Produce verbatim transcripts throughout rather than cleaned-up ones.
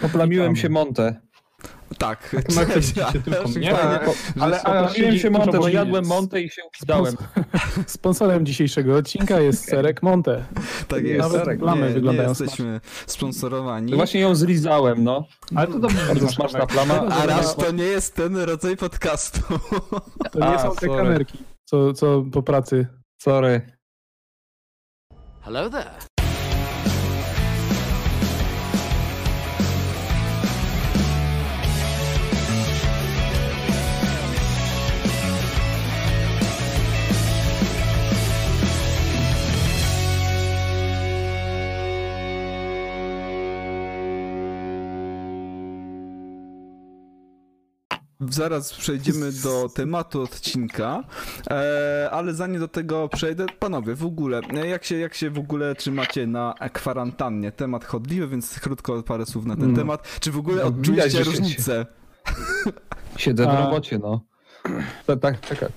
Poplamiłem się Monte. Tak, tak cześć, tylko ale, mnie, ale, ale Poplamiłem się Monte, bo że jadłem Monte i się uśdałem. Sponsorem dzisiejszego odcinka jest serek Monte. tak jest. Nawet serek. plamy Nie, nie wyglądają jesteśmy sponsorowani. To właśnie ją zlizałem, no. Ale to dobrze, Bardzo smaczna plama. A raz to nie jest ten rodzaj podcastu. To nie A, są te sorry. kamerki, co, co po pracy. Sorry. Hello there. Zaraz przejdziemy do tematu odcinka, e, ale zanim do tego przejdę, panowie, w ogóle, jak się, jak się w ogóle trzymacie na kwarantannie? Temat chodliwy, więc krótko parę słów na ten Mm. temat. Czy w ogóle No, odczuliście widać, że się- różnicę? Siedzę w A- robocie, no. Tak, tak, czekaj.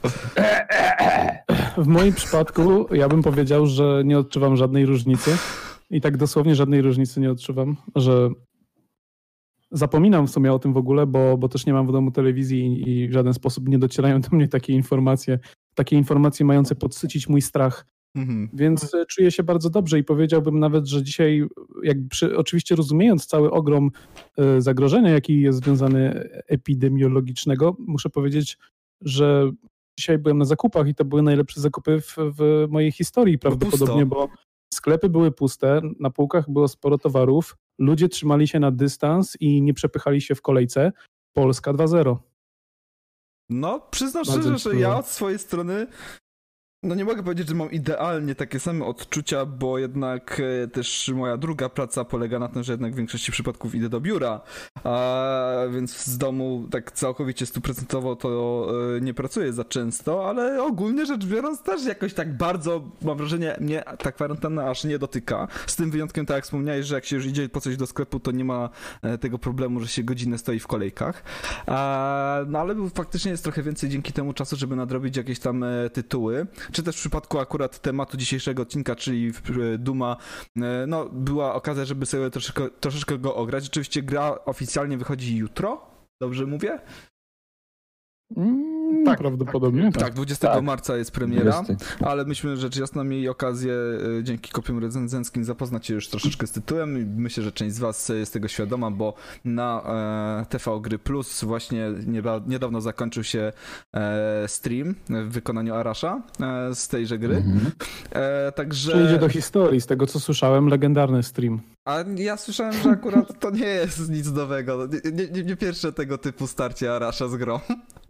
W moim przypadku ja bym powiedział, że nie odczuwam żadnej różnicy. I tak dosłownie żadnej różnicy nie odczuwam, że zapominam w sumie o tym w ogóle, bo, bo też nie mam w domu telewizji i, i w żaden sposób nie docierają do mnie takie informacje, takie informacje mające podsycić mój strach. Mhm. Więc e, czuję się bardzo dobrze i powiedziałbym nawet, że dzisiaj, jakby przy, oczywiście rozumiejąc cały ogrom e, zagrożenia, jaki jest związany epidemiologicznego, muszę powiedzieć, że dzisiaj byłem na zakupach i to były najlepsze zakupy w, w mojej historii prawdopodobnie, bo sklepy były puste, na półkach było sporo towarów, ludzie trzymali się na dystans i nie przepychali się w kolejce. Polska dwa zero. No, przyznam Bardzo szczerze, że miło. ja od swojej strony no nie mogę powiedzieć, że mam idealnie takie same odczucia, bo jednak e, też moja druga praca polega na tym, że jednak w większości przypadków idę do biura, a więc z domu tak całkowicie stuprocentowo to e, nie pracuję za często, ale ogólnie rzecz biorąc też jakoś tak bardzo, mam wrażenie, mnie ta kwarantanna aż nie dotyka. Z tym wyjątkiem, tak jak wspomniałeś, że jak się już idzie po coś do sklepu, to nie ma e, tego problemu, że się godzinę stoi w kolejkach. A, no ale faktycznie jest trochę więcej dzięki temu czasu, żeby nadrobić jakieś tam e, tytuły. Czy też w przypadku akurat tematu dzisiejszego odcinka, czyli Duma, no była okazja, żeby sobie troszeczkę, troszeczkę go ograć. Oczywiście gra oficjalnie wychodzi jutro, dobrze mówię? Mm, Tak. prawdopodobnie. Tak, dwudziestego Tak. marca jest premiera, dwudziestego. ale myśmy rzecz jasna mieli okazję y, dzięki kopiom recenzenckim zapoznać się już troszeczkę z tytułem i myślę, że część z was jest tego świadoma, bo na e, T V Gry Plus właśnie nieba, niedawno zakończył się e, stream w wykonaniu Arasha e, z tejże gry. Mhm. E, także... Przejdzie do historii, z tego co słyszałem, legendarny stream. A ja słyszałem, że akurat to nie jest nic nowego. Nie, nie, nie pierwsze tego typu starcie Arasha z grą.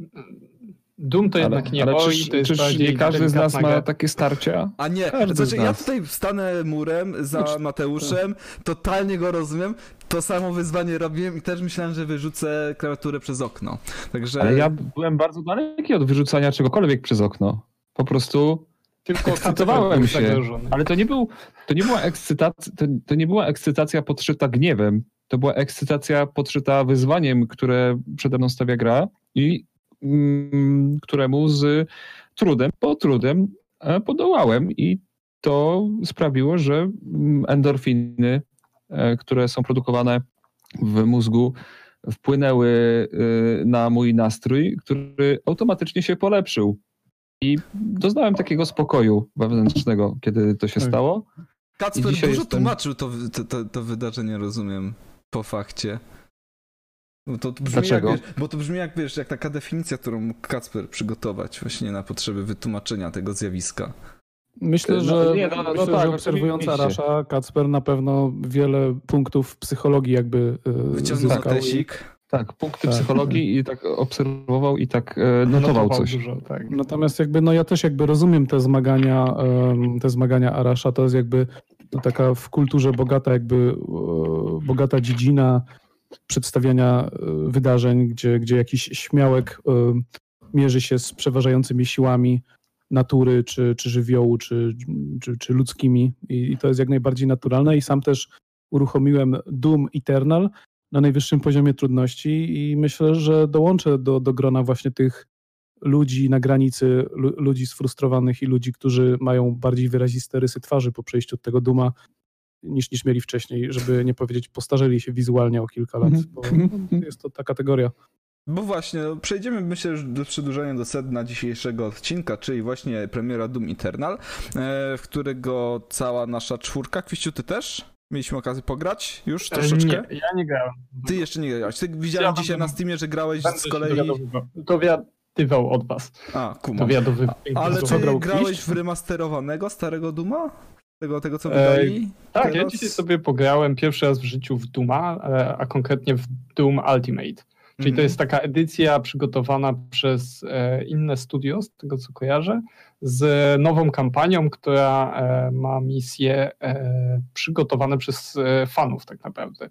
Doom to jednak nie ale oj, czyż, to jest czyż bardziej nie każdy z nas delikatna ma gra. takie starcia? A nie, Każdy znaczy z ja nas. tutaj stanę murem za Znaczy, Mateuszem, totalnie go rozumiem, to samo wyzwanie robiłem i też myślałem, że wyrzucę klawiaturę przez okno. Także... Ale ja byłem bardzo daleki od wyrzucania czegokolwiek przez okno. Po prostu Tylko ekscytowałem się. zagrożony. Ale to nie był, to nie była ekscytacja, to, to nie była ekscytacja podszyta gniewem. To była ekscytacja podszyta wyzwaniem, które przede mną stawia gra i mm, któremu z trudem, po trudem e, podołałem i to sprawiło, że mm, endorfiny, e, które są produkowane w mózgu, wpłynęły e, na mój nastrój, który automatycznie się polepszył. I doznałem takiego spokoju wewnętrznego, kiedy to się Tak. stało. Kacper I dużo dzisiaj jestem- tłumaczył to, to, to, to wydarzenie, rozumiem, po fakcie. Bo to, to brzmi Dlaczego? Jak, wiesz, bo to brzmi jak, wiesz, jak taka definicja, którą mógł Kacper przygotować właśnie na potrzeby wytłumaczenia tego zjawiska. Myślę, No, że, nie, no, no myślę, tak, że obserwując oczywiście. Arasha, Kacper na pewno wiele punktów psychologii jakby e, Wyciągnął zyskał. notesik. Tak, punkty Tak. psychologii i tak obserwował i tak e, notował coś. Dużo, tak. Natomiast jakby, no ja też jakby rozumiem te zmagania, em, te zmagania Arasha, to jest jakby to taka w kulturze bogata jakby e, bogata dziedzina przedstawiania e, wydarzeń, gdzie, gdzie jakiś śmiałek e, mierzy się z przeważającymi siłami natury, czy, czy żywiołu, czy, czy, czy ludzkimi i, i to jest jak najbardziej naturalne i sam też uruchomiłem Doom Eternal na najwyższym poziomie trudności i myślę, że dołączę do, do grona właśnie tych ludzi na granicy, lu, ludzi sfrustrowanych i ludzi, którzy mają bardziej wyraziste rysy twarzy po przejściu od tego Duma niż, niż mieli wcześniej, żeby nie powiedzieć postarzyli się wizualnie o kilka lat, bo jest to ta kategoria. Bo właśnie, no, przejdziemy myślę już do przedłużenia do sedna dzisiejszego odcinka, czyli właśnie premiera Doom Eternal, e, w którego cała nasza czwórka, Kwiściu, ty też? Mieliśmy okazję pograć już troszeczkę? Nie, ja nie grałem. Ty jeszcze nie grałeś. Ty widziałem Ja dzisiaj będę- na Steamie, że grałeś Będę z się kolei... dowiadywał. Dowiadywał od was. A, kumam. Dowiadywał. Ale Co ty grał grałeś Kwiść? w remasterowanego starego Duma? Tego, tego co Ej, wydali? Tak, ja teraz? dzisiaj sobie pograłem pierwszy raz w życiu w Dooma, e, a konkretnie w Doom Ultimate. Czyli Mhm. to jest taka edycja przygotowana przez e, inne studio, z tego co kojarzę, z nową kampanią, która e, ma misje e, przygotowane przez e, fanów tak naprawdę.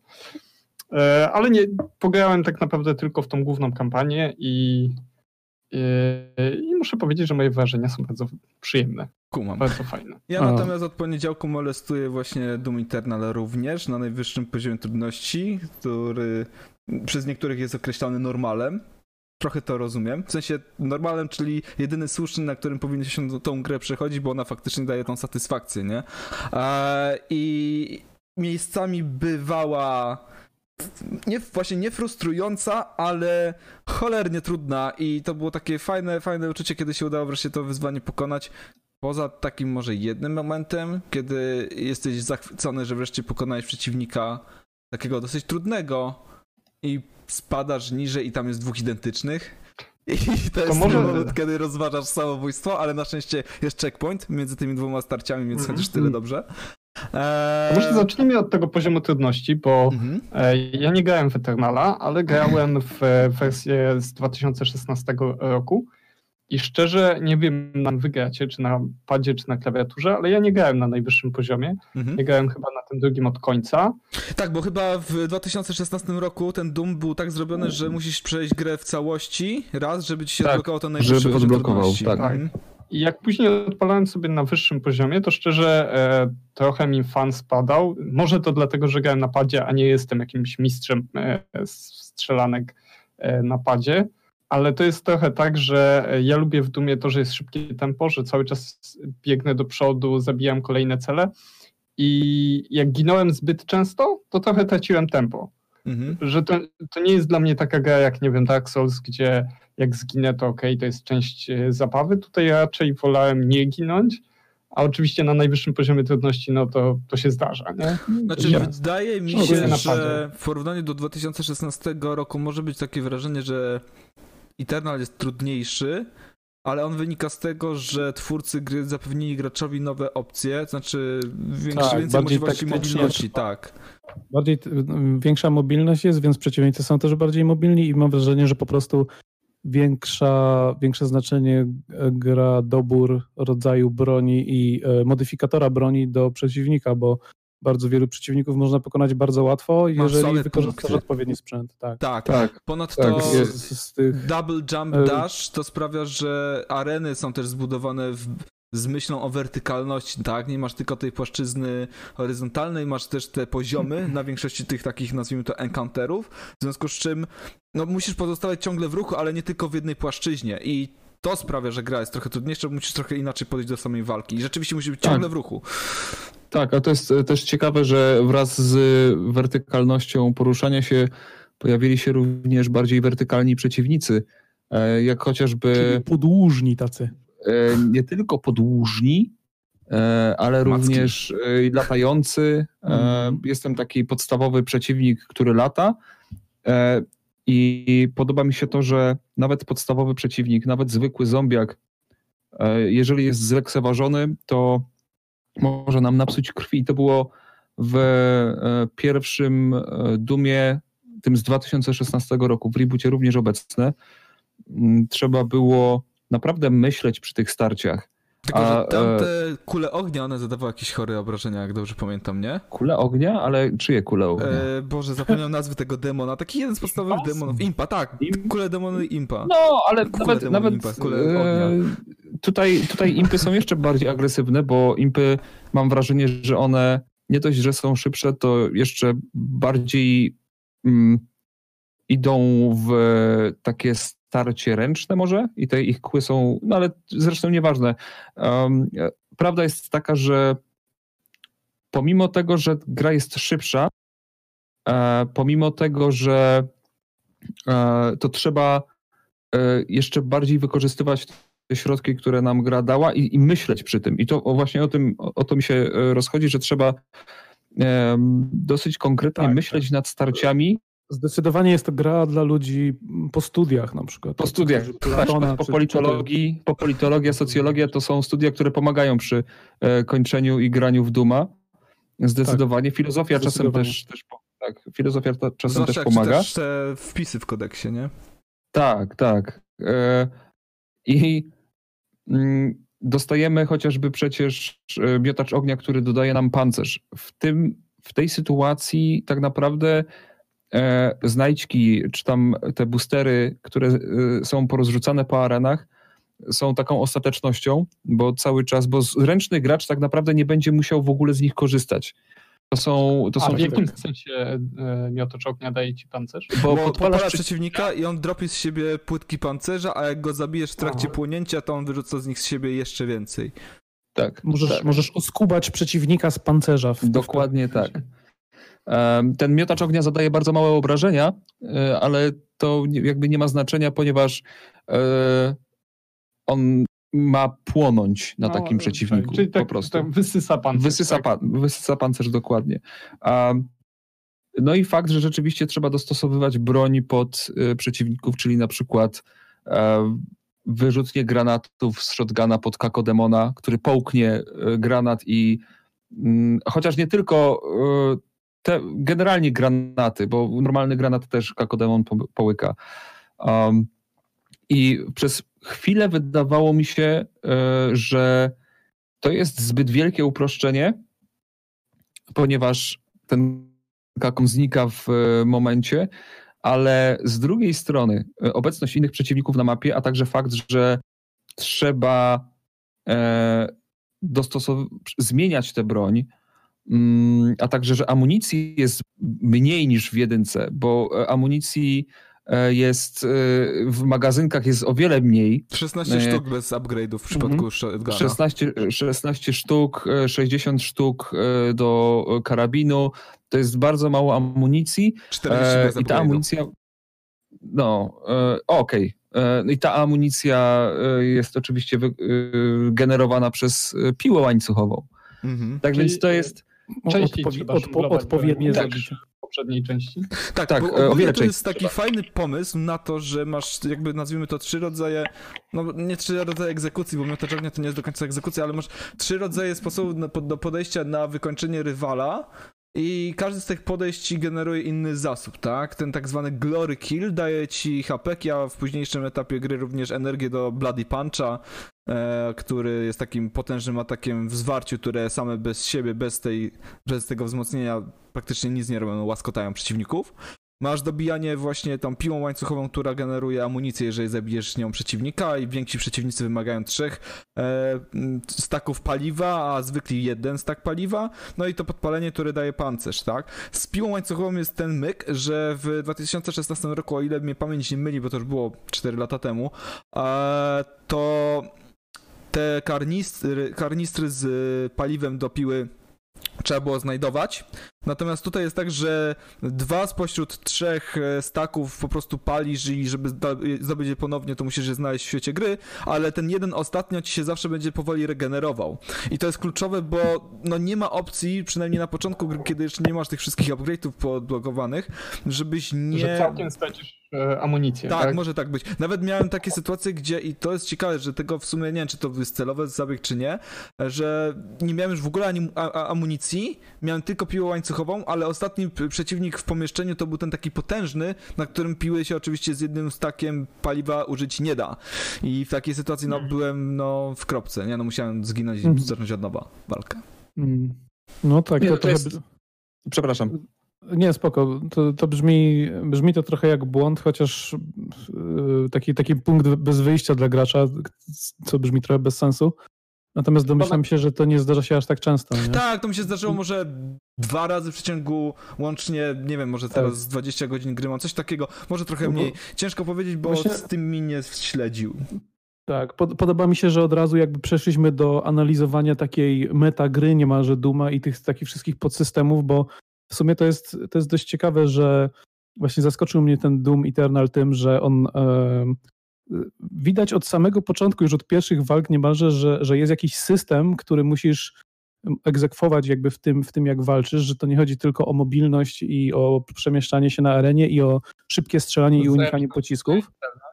E, ale nie, pograłem tak naprawdę tylko w tą główną kampanię i, i, i muszę powiedzieć, że moje wrażenia są bardzo przyjemne, Kumam. bardzo fajne. Ja A. natomiast od poniedziałku molestuję właśnie Doom Eternal również na najwyższym poziomie trudności, który przez niektórych jest określany normalem. Trochę to rozumiem. W sensie normalem, czyli jedyny słuszny, na którym powinno się tą grę przechodzić, bo ona faktycznie daje tą satysfakcję, nie? Eee, I miejscami bywała nie, właśnie nie frustrująca, ale cholernie trudna i to było takie fajne, fajne uczucie, kiedy się udało wreszcie to wyzwanie pokonać. Poza takim może jednym momentem, kiedy jesteś zachwycony, że wreszcie pokonałeś przeciwnika takiego dosyć trudnego i spadasz niżej i tam jest dwóch identycznych. I to jest może- ten moment, kiedy rozważasz samobójstwo, ale na szczęście jest checkpoint między tymi dwoma starciami, więc chociaż tyle dobrze. Eee... Może zacznijmy od tego poziomu trudności, bo Mhm. e, ja nie grałem w Eternala, ale grałem w e, wersję z dwa tysiące szesnastego roku i szczerze nie wiem, na czym wygracie, czy na padzie, czy na klawiaturze, ale ja nie grałem na najwyższym poziomie. Mhm. Ja grałem chyba na tym drugim od końca. Tak, bo chyba w dwa tysiące szesnastym roku ten Doom był tak zrobiony, że musisz przejść grę w całości raz, żeby ci się Tak, odblokował ten najwyższy żeby poziom odblokował, trudności. tak. Mhm. I jak później odpalałem sobie na wyższym poziomie, to szczerze e, trochę mi fan spadał. Może to dlatego, że grałem na padzie, a nie jestem jakimś mistrzem e, strzelanek e, na padzie, ale to jest trochę tak, że ja lubię w Doomie to, że jest szybkie tempo, że cały czas biegnę do przodu, zabijam kolejne cele i jak ginąłem zbyt często, to trochę traciłem tempo. Mhm. Że to, to nie jest dla mnie taka gra jak, nie wiem, Dark Souls, gdzie jak zginę, to okej, okay, to jest część e, zabawy. Tutaj raczej wolałem nie ginąć, a oczywiście na najwyższym poziomie trudności, no to, to się zdarza, nie? Znaczy, Ja- wydaje mi Szczególnie się, na że padzie. w porównaniu do dwa tysiące szesnastego roku może być takie wrażenie, że Eternal jest trudniejszy, ale on wynika z tego, że twórcy gry zapewnili graczowi nowe opcje, znaczy większe, Tak, więcej bardziej możliwości taktycznie. mobilności, tak. Bardziej t- większa mobilność jest, więc przeciwnicy są też bardziej mobilni i mam wrażenie, że po prostu większa, większe znaczenie gra dobór rodzaju broni i e, modyfikatora broni do przeciwnika, bo bardzo wielu przeciwników można pokonać bardzo łatwo, Masz jeżeli solid wykorzystasz punkty. odpowiedni sprzęt. Tak. Tak, Tak, ponadto tak, Z, jest. z, z tych, double jump E, dash to sprawia, że areny są też zbudowane w, z myślą o wertykalności, tak? Nie masz tylko tej płaszczyzny horyzontalnej, masz też te poziomy na większości tych takich, nazwijmy to, encounterów, w związku z czym no, musisz pozostawać ciągle w ruchu, ale nie tylko w jednej płaszczyźnie i to sprawia, że gra jest trochę trudniejsza, bo musisz trochę inaczej podejść do samej walki i rzeczywiście musisz być Tak. ciągle w ruchu. Tak, a to jest e, też ciekawe, że wraz z wertykalnością poruszania się pojawili się również bardziej wertykalni przeciwnicy, e, jak chociażby czyli podłużni tacy. e, nie tylko podłużni, e, ale Macki. również e, latający. E, Mhm. Jest tam taki podstawowy przeciwnik, który lata e, i podoba mi się to, że nawet podstawowy przeciwnik, nawet zwykły zombiak, e, jeżeli jest zlekceważony, to może nam napsuć krwi. To było w e, pierwszym e, Doomie, tym z dwa tysiące szesnastego roku, w reboocie również obecne. Mm, Trzeba było naprawdę myśleć przy tych starciach. Tylko, A, że tamte kule ognia, one zadawały jakieś chore obrażenia, jak dobrze pamiętam, nie? Kule ognia? Ale czyje kule ognia? E, Boże, zapomniałem nazwy tego demona. Taki jeden z podstawowych Impa? demonów. Impa, tak. Im- Kule demony Impa. No, ale Kule nawet, demon nawet impa, kule e, ognia. tutaj, tutaj impy są jeszcze bardziej agresywne, bo impy, mam wrażenie, że one nie dość, że są szybsze, to jeszcze bardziej mm, idą w takie starcie ręczne może i te ich kły są, no ale zresztą nieważne. Um, prawda jest taka, że pomimo tego, że gra jest szybsza, e, pomimo tego, że e, to trzeba e, jeszcze bardziej wykorzystywać te środki, które nam gra dała i, i myśleć przy tym. I to o, właśnie o tym, o, o to mi się rozchodzi, że trzeba e, dosyć konkretnie tak, myśleć tak. nad starciami. Zdecydowanie jest to gra dla ludzi po studiach na przykład. Po studiach, Platona, tak, po czy, politologii, czy... po politologia, socjologia to są studia, które pomagają przy e, kończeniu i graniu w Duma. Zdecydowanie. Tak, filozofia zdecydowanie. czasem też, też tak, filozofia ta, czasem Zwłaszcza też jak pomaga. czytasz te wpisy w kodeksie, nie? Tak, tak. E, I mm, dostajemy chociażby przecież e, miotacz ognia, który dodaje nam pancerz. W tym, w tej sytuacji tak naprawdę e, znajdźki, czy tam te boostery, które e, są porozrzucane po arenach, są taką ostatecznością, bo cały czas, bo ręczny gracz tak naprawdę nie będzie musiał w ogóle z nich korzystać. To są, to A są w jakim sensie e, miotacz ognia daje ci pancerz? Bo, Bo podpala przy- przeciwnika i on dropie z siebie płytki pancerza, a jak go zabijesz w trakcie Aha. płonięcia, to on wyrzuca z nich z siebie jeszcze więcej. Tak, Możesz, tak. możesz oskubać przeciwnika z pancerza. W, Dokładnie tak. Em, Ten miotacz ognia zadaje bardzo małe obrażenia, e, ale to nie- jakby nie ma znaczenia, ponieważ e, on ma płonąć na No, takim przeciwniku, tak, czyli tak, po prostu. Tak wysysa pancerz. Wysysa, tak? pan, wysysa pancerz, dokładnie. A, no i fakt, że rzeczywiście trzeba dostosowywać broń pod y, przeciwników, czyli na przykład e, wyrzutnie granatów z shotguna pod kakodemona, który połknie y, granat i mm, chociaż nie tylko y, te, generalnie granaty, bo normalny granat też kakodemon po, połyka. Um, I przez chwilę wydawało mi się, y, że to jest zbyt wielkie uproszczenie, ponieważ ten kakon znika w e, momencie, ale z drugiej strony e, obecność innych przeciwników na mapie, a także fakt, że trzeba e, dostosow- zmieniać tę broń, mm, a także, że amunicji jest mniej niż w jedynce, bo e, amunicji e, jest e, w magazynkach jest o wiele mniej. szesnaście Nie. sztuk bez upgrade'ów w przypadku Mhm. shotguna. szesnaście, szesnaście sztuk, e, sześćdziesiąt sztuk e, do karabinu. To jest bardzo mało amunicji. czterdzieści E, bez I ta upgrade'u. amunicja. No, e, okej. E, I ta amunicja e, jest oczywiście wy, e, generowana przez e, piłę łańcuchową. Mhm. Tak Czyli, więc to jest. Częściej Odpowi- trzeba odpo- żonglować odpowiednie bronią, zabicie. tak, w poprzedniej części. Tak, Tak, bo e, o ogólnie wiele to jest częściej taki fajny pomysł na to, że masz jakby nazwijmy to trzy rodzaje, no nie trzy rodzaje egzekucji, bo miotacz ognia to nie jest do końca egzekucja, ale masz trzy rodzaje sposobów na, do podejścia na wykończenie rywala i każdy z tych podejść generuje inny zasób, tak? Ten tak zwany glory kill daje ci hapeki, a w późniejszym etapie gry również energię do bloody puncha, e, który jest takim potężnym atakiem w zwarciu, które same bez siebie, bez, tej, bez tego wzmocnienia praktycznie nic nie robią, łaskotają przeciwników. Masz dobijanie właśnie tą piłą łańcuchową, która generuje amunicję, jeżeli zabijesz nią przeciwnika i więksi przeciwnicy wymagają trzech e, staków paliwa, a zwykli jeden stak paliwa. No i to podpalenie, które daje pancerz, tak? Z piłą łańcuchową jest ten myk, że w dwa tysiące szesnastym roku, o ile mnie pamięć nie myli, bo to już było cztery lata temu, e, to te karnistry, karnistry z paliwem do piły trzeba było znajdować. Natomiast tutaj jest tak, że dwa spośród trzech staków po prostu palisz i żeby zdobyć je ponownie, to musisz je znaleźć w świecie gry, ale ten jeden ostatnio ci się zawsze będzie powoli regenerował. I to jest kluczowe, bo no nie ma opcji, przynajmniej na początku gry, kiedy jeszcze nie masz tych wszystkich upgrade'ów podblokowanych, żebyś nie... Że całkiem stracisz e, amunicję, Tak, tak? może tak być. Nawet miałem takie sytuacje, gdzie, i to jest ciekawe, że tego w sumie nie wiem, czy to jest celowy zabieg, czy nie, że nie miałem już w ogóle ani a, a, amunicji, miałem tylko piłę łańcuchową, ale ostatni p- przeciwnik w pomieszczeniu to był ten taki potężny, na którym piły się oczywiście z jednym stakiem paliwa użyć nie da. I w takiej sytuacji no byłem no w kropce, nie? No musiałem zginąć i Mhm. zacząć od nowa walkę. Mm. No tak, Nie, to, to trochę... jest- Przepraszam. Nie, spoko. To, to brzmi, brzmi to trochę jak błąd, chociaż yy, taki, taki punkt bez wyjścia dla gracza, co brzmi trochę bez sensu. Natomiast domyślam się, że to nie zdarza się aż tak często. Nie? Tak, to mi się zdarzyło może dwa razy w przeciągu łącznie, nie wiem, może teraz Tak. z dwadzieścia godzin gry mam coś takiego, może trochę No bo- mniej. Ciężko powiedzieć, bo Właśnie- z tym mi nie śledził. Tak, pod, podoba mi się, że od razu jakby przeszliśmy do analizowania takiej metagry, niemalże Duma i tych takich wszystkich podsystemów, bo w sumie to jest, to jest dość ciekawe, że właśnie zaskoczył mnie ten Doom Eternal tym, że on e, widać od samego początku, już od pierwszych walk niemalże, że, że jest jakiś system, który musisz egzekwować jakby w tym, w tym, jak walczysz, że to nie chodzi tylko o mobilność i o przemieszczanie się na arenie i o szybkie strzelanie i unikanie pocisków.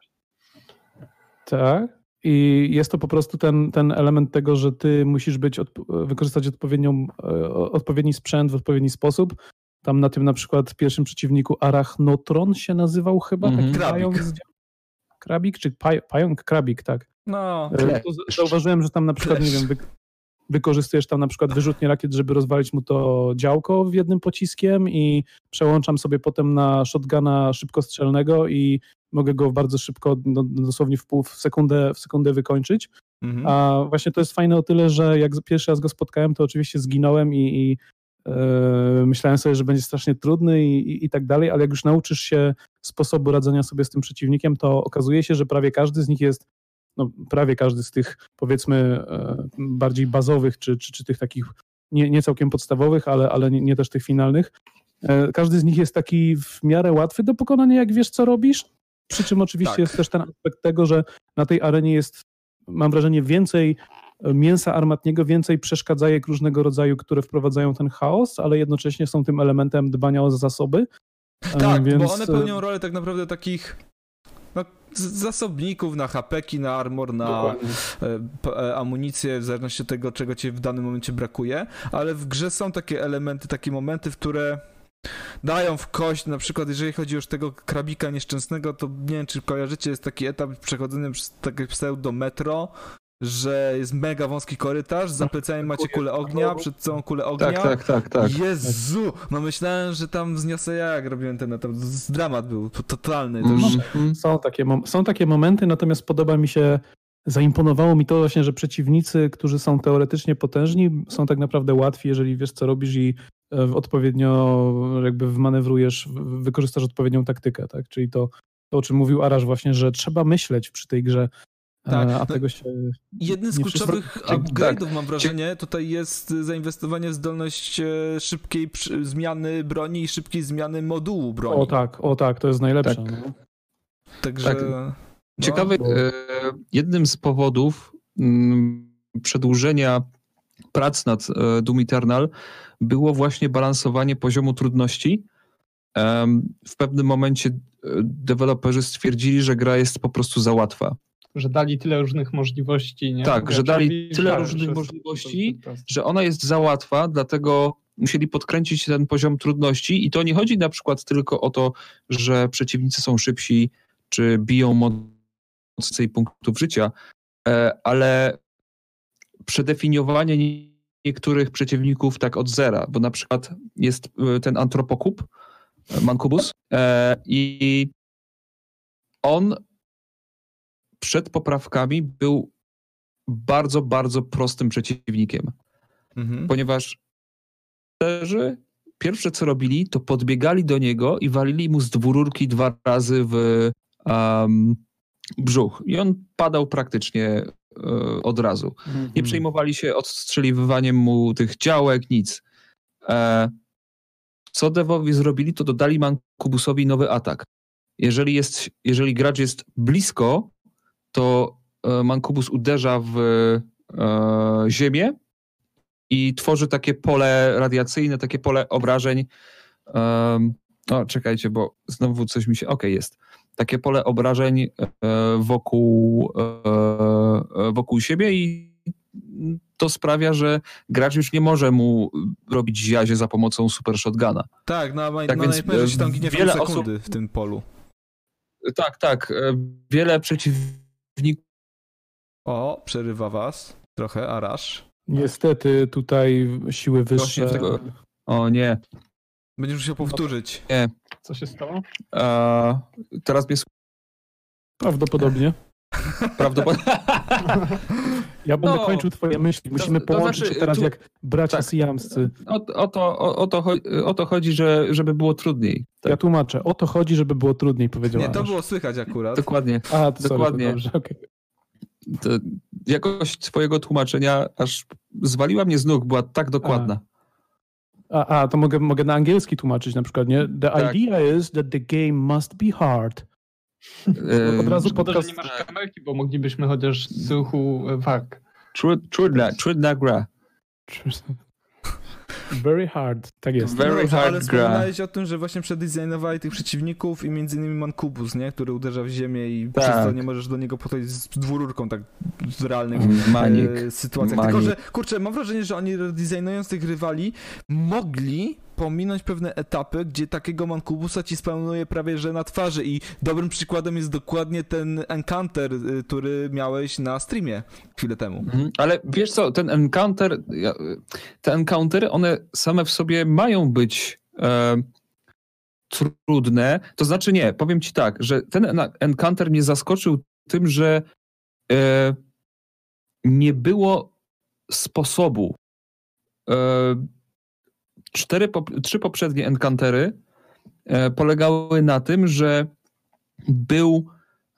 Tak. I jest to po prostu ten, ten element tego, że ty musisz być odp- wykorzystać odpowiednią, odpowiedni sprzęt w odpowiedni sposób. Tam na tym na przykład pierwszym przeciwniku Arachnotron się nazywał chyba. Mm-hmm. Taki Krabik. pająk z... Krabik czy paj... pająk? Krabik, tak. No. To zauważyłem, że tam na przykład, nie wiem, wy... wykorzystujesz tam na przykład wyrzutnie rakiet, żeby rozwalić mu to działko w jednym pociskiem i przełączam sobie potem na shotguna szybkostrzelnego i mogę go bardzo szybko, no, dosłownie w pół w sekundę, w sekundę wykończyć. Mhm. A właśnie to jest fajne o tyle, że jak pierwszy raz go spotkałem, to oczywiście zginąłem i, i yy, myślałem sobie, że będzie strasznie trudny i, i, i tak dalej, ale jak już nauczysz się sposobu radzenia sobie z tym przeciwnikiem, to okazuje się, że prawie każdy z nich jest, no prawie każdy z tych powiedzmy yy, bardziej bazowych, czy, czy, czy tych takich nie, nie całkiem podstawowych, ale, ale nie, nie też tych finalnych, yy, każdy z nich jest taki w miarę łatwy do pokonania, jak wiesz, co robisz. Przy czym oczywiście tak. Jest też ten aspekt tego, że na tej arenie jest, mam wrażenie, więcej mięsa armatniego, więcej przeszkadzajek różnego rodzaju, które wprowadzają ten chaos, ale jednocześnie są tym elementem dbania o zasoby. Tak, Więc... bo one pełnią rolę tak naprawdę takich no, zasobników na hapeki, na armor, na e, amunicję, w zależności od tego, czego ci w danym momencie brakuje, ale w grze są takie elementy, takie momenty, w które dają w kość, na przykład jeżeli chodzi już tego krabika nieszczęsnego, to nie wiem, czy kojarzycie, jest taki etap przechodzony przez takie pseudo-metro, że jest mega wąski korytarz, za plecami macie kulę ognia, przed całą kulę ognia. Tak, tak, tak, tak. Jezu! No myślałem, że tam zniosę ja, jak robiłem ten etap. Dramat był totalny. To już... mm. są, takie mom- są takie momenty, natomiast podoba mi się, zaimponowało mi to właśnie, że przeciwnicy, którzy są teoretycznie potężni, są tak naprawdę łatwi, jeżeli wiesz, co robisz i odpowiednio jakby wmanewrujesz, wykorzystasz odpowiednią taktykę, tak? Czyli to, to o czym mówił Arash właśnie, że trzeba myśleć przy tej grze, tak, a no, tego się... Jednym z kluczowych upgrade'ów, tak, mam wrażenie, tutaj jest zainwestowanie w zdolność szybkiej zmiany broni i szybkiej zmiany modułu broni. O tak, o tak, to jest najlepsze. Tak. No. Także... Tak. No, ciekawe, bo... jednym z powodów m, przedłużenia prac nad e, Doom Eternal było właśnie balansowanie poziomu trudności. Um, w pewnym momencie deweloperzy stwierdzili, że gra jest po prostu za łatwa. Że dali tyle różnych możliwości. Nie? Tak, Graczowi, że dali tyle że, różnych że możliwości, że ona jest za łatwa, dlatego musieli podkręcić ten poziom trudności i to nie chodzi na przykład tylko o to, że przeciwnicy są szybsi, czy biją mocniej punktów życia, ale przedefiniowanie niektórych przeciwników tak od zera, bo na przykład jest ten antropokub, Mancubus, i on przed poprawkami był bardzo, bardzo prostym przeciwnikiem, mhm. ponieważ terzy pierwsze co robili, to podbiegali do niego i walili mu z dwururki dwa razy w um, brzuch i on padał praktycznie uh, od razu. Mhm. Nie przejmowali się odstrzeliwywaniem mu tych działek, nic. E, co devowi zrobili, to dodali Mancubusowi nowy atak. Jeżeli, jest, jeżeli gracz jest blisko, to Mancubus uderza w e, ziemię i tworzy takie pole radiacyjne, takie pole obrażeń. Um, o, czekajcie, bo znowu coś mi się... Okej, okay, jest. Takie pole obrażeń e, wokół, e, wokół siebie i to sprawia, że gracz już nie może mu robić ziazie za pomocą super shotguna. Tak, no, no tak, więc najpierw się tam ginie w wiele sekundy osób, w tym polu. Tak, tak. Wiele przeciwników. O, przerywa was trochę, Arash. Niestety tutaj siły wyższe. Tego... O nie. Będziesz musiał powtórzyć. Nie. Co się stało? A, teraz mnie... Prawdopodobnie. Prawdopodobnie. Ja będę no, kończył twoje myśli. Musimy to, połączyć to znaczy, teraz tu, jak bracia tak, syjamscy. O, o, to, o, o, to, o to chodzi, że, żeby było trudniej. Tak. Ja tłumaczę. O to chodzi, żeby było trudniej, powiedział Nie, to Arash. było słychać akurat. Dokładnie. A, to Dokładnie. Sorry, to dobrze, okay. to jakość twojego tłumaczenia aż zwaliła mnie z nóg, była tak dokładna. A, a to mogę, mogę na angielski tłumaczyć na przykład, nie? The Tak. idea is that the game must be hard. E, Od razu Szkoda, podcast... że nie masz kamerki, bo moglibyśmy chociaż z słuchu warg. tru- Trudna, trudna gra. Very hard, tak jest. Very no dobrze, hard ale gra. wspominałeś o tym, że właśnie przedesignowali tych przeciwników i między innymi Mancubus, nie? Który uderza w ziemię i Tak. przez to nie możesz do niego podejść z dwururką tak w realnych Manik. e, sytuacjach. Manik. Tylko, że kurczę, mam wrażenie, że oni redesignując tych rywali mogli pominąć pewne etapy, gdzie takiego Mancubusa ci spełnuje prawie że na twarzy i dobrym przykładem jest dokładnie ten encounter, y, który miałeś na streamie chwilę temu. Mhm. Ale wiesz co, ten encounter, ja- te encountery, one same w sobie mają być e, trudne. To znaczy nie, powiem ci tak, że ten en- encounter mnie zaskoczył tym, że e, nie było sposobu. E, cztery, pop- trzy poprzednie encountery e, polegały na tym, że był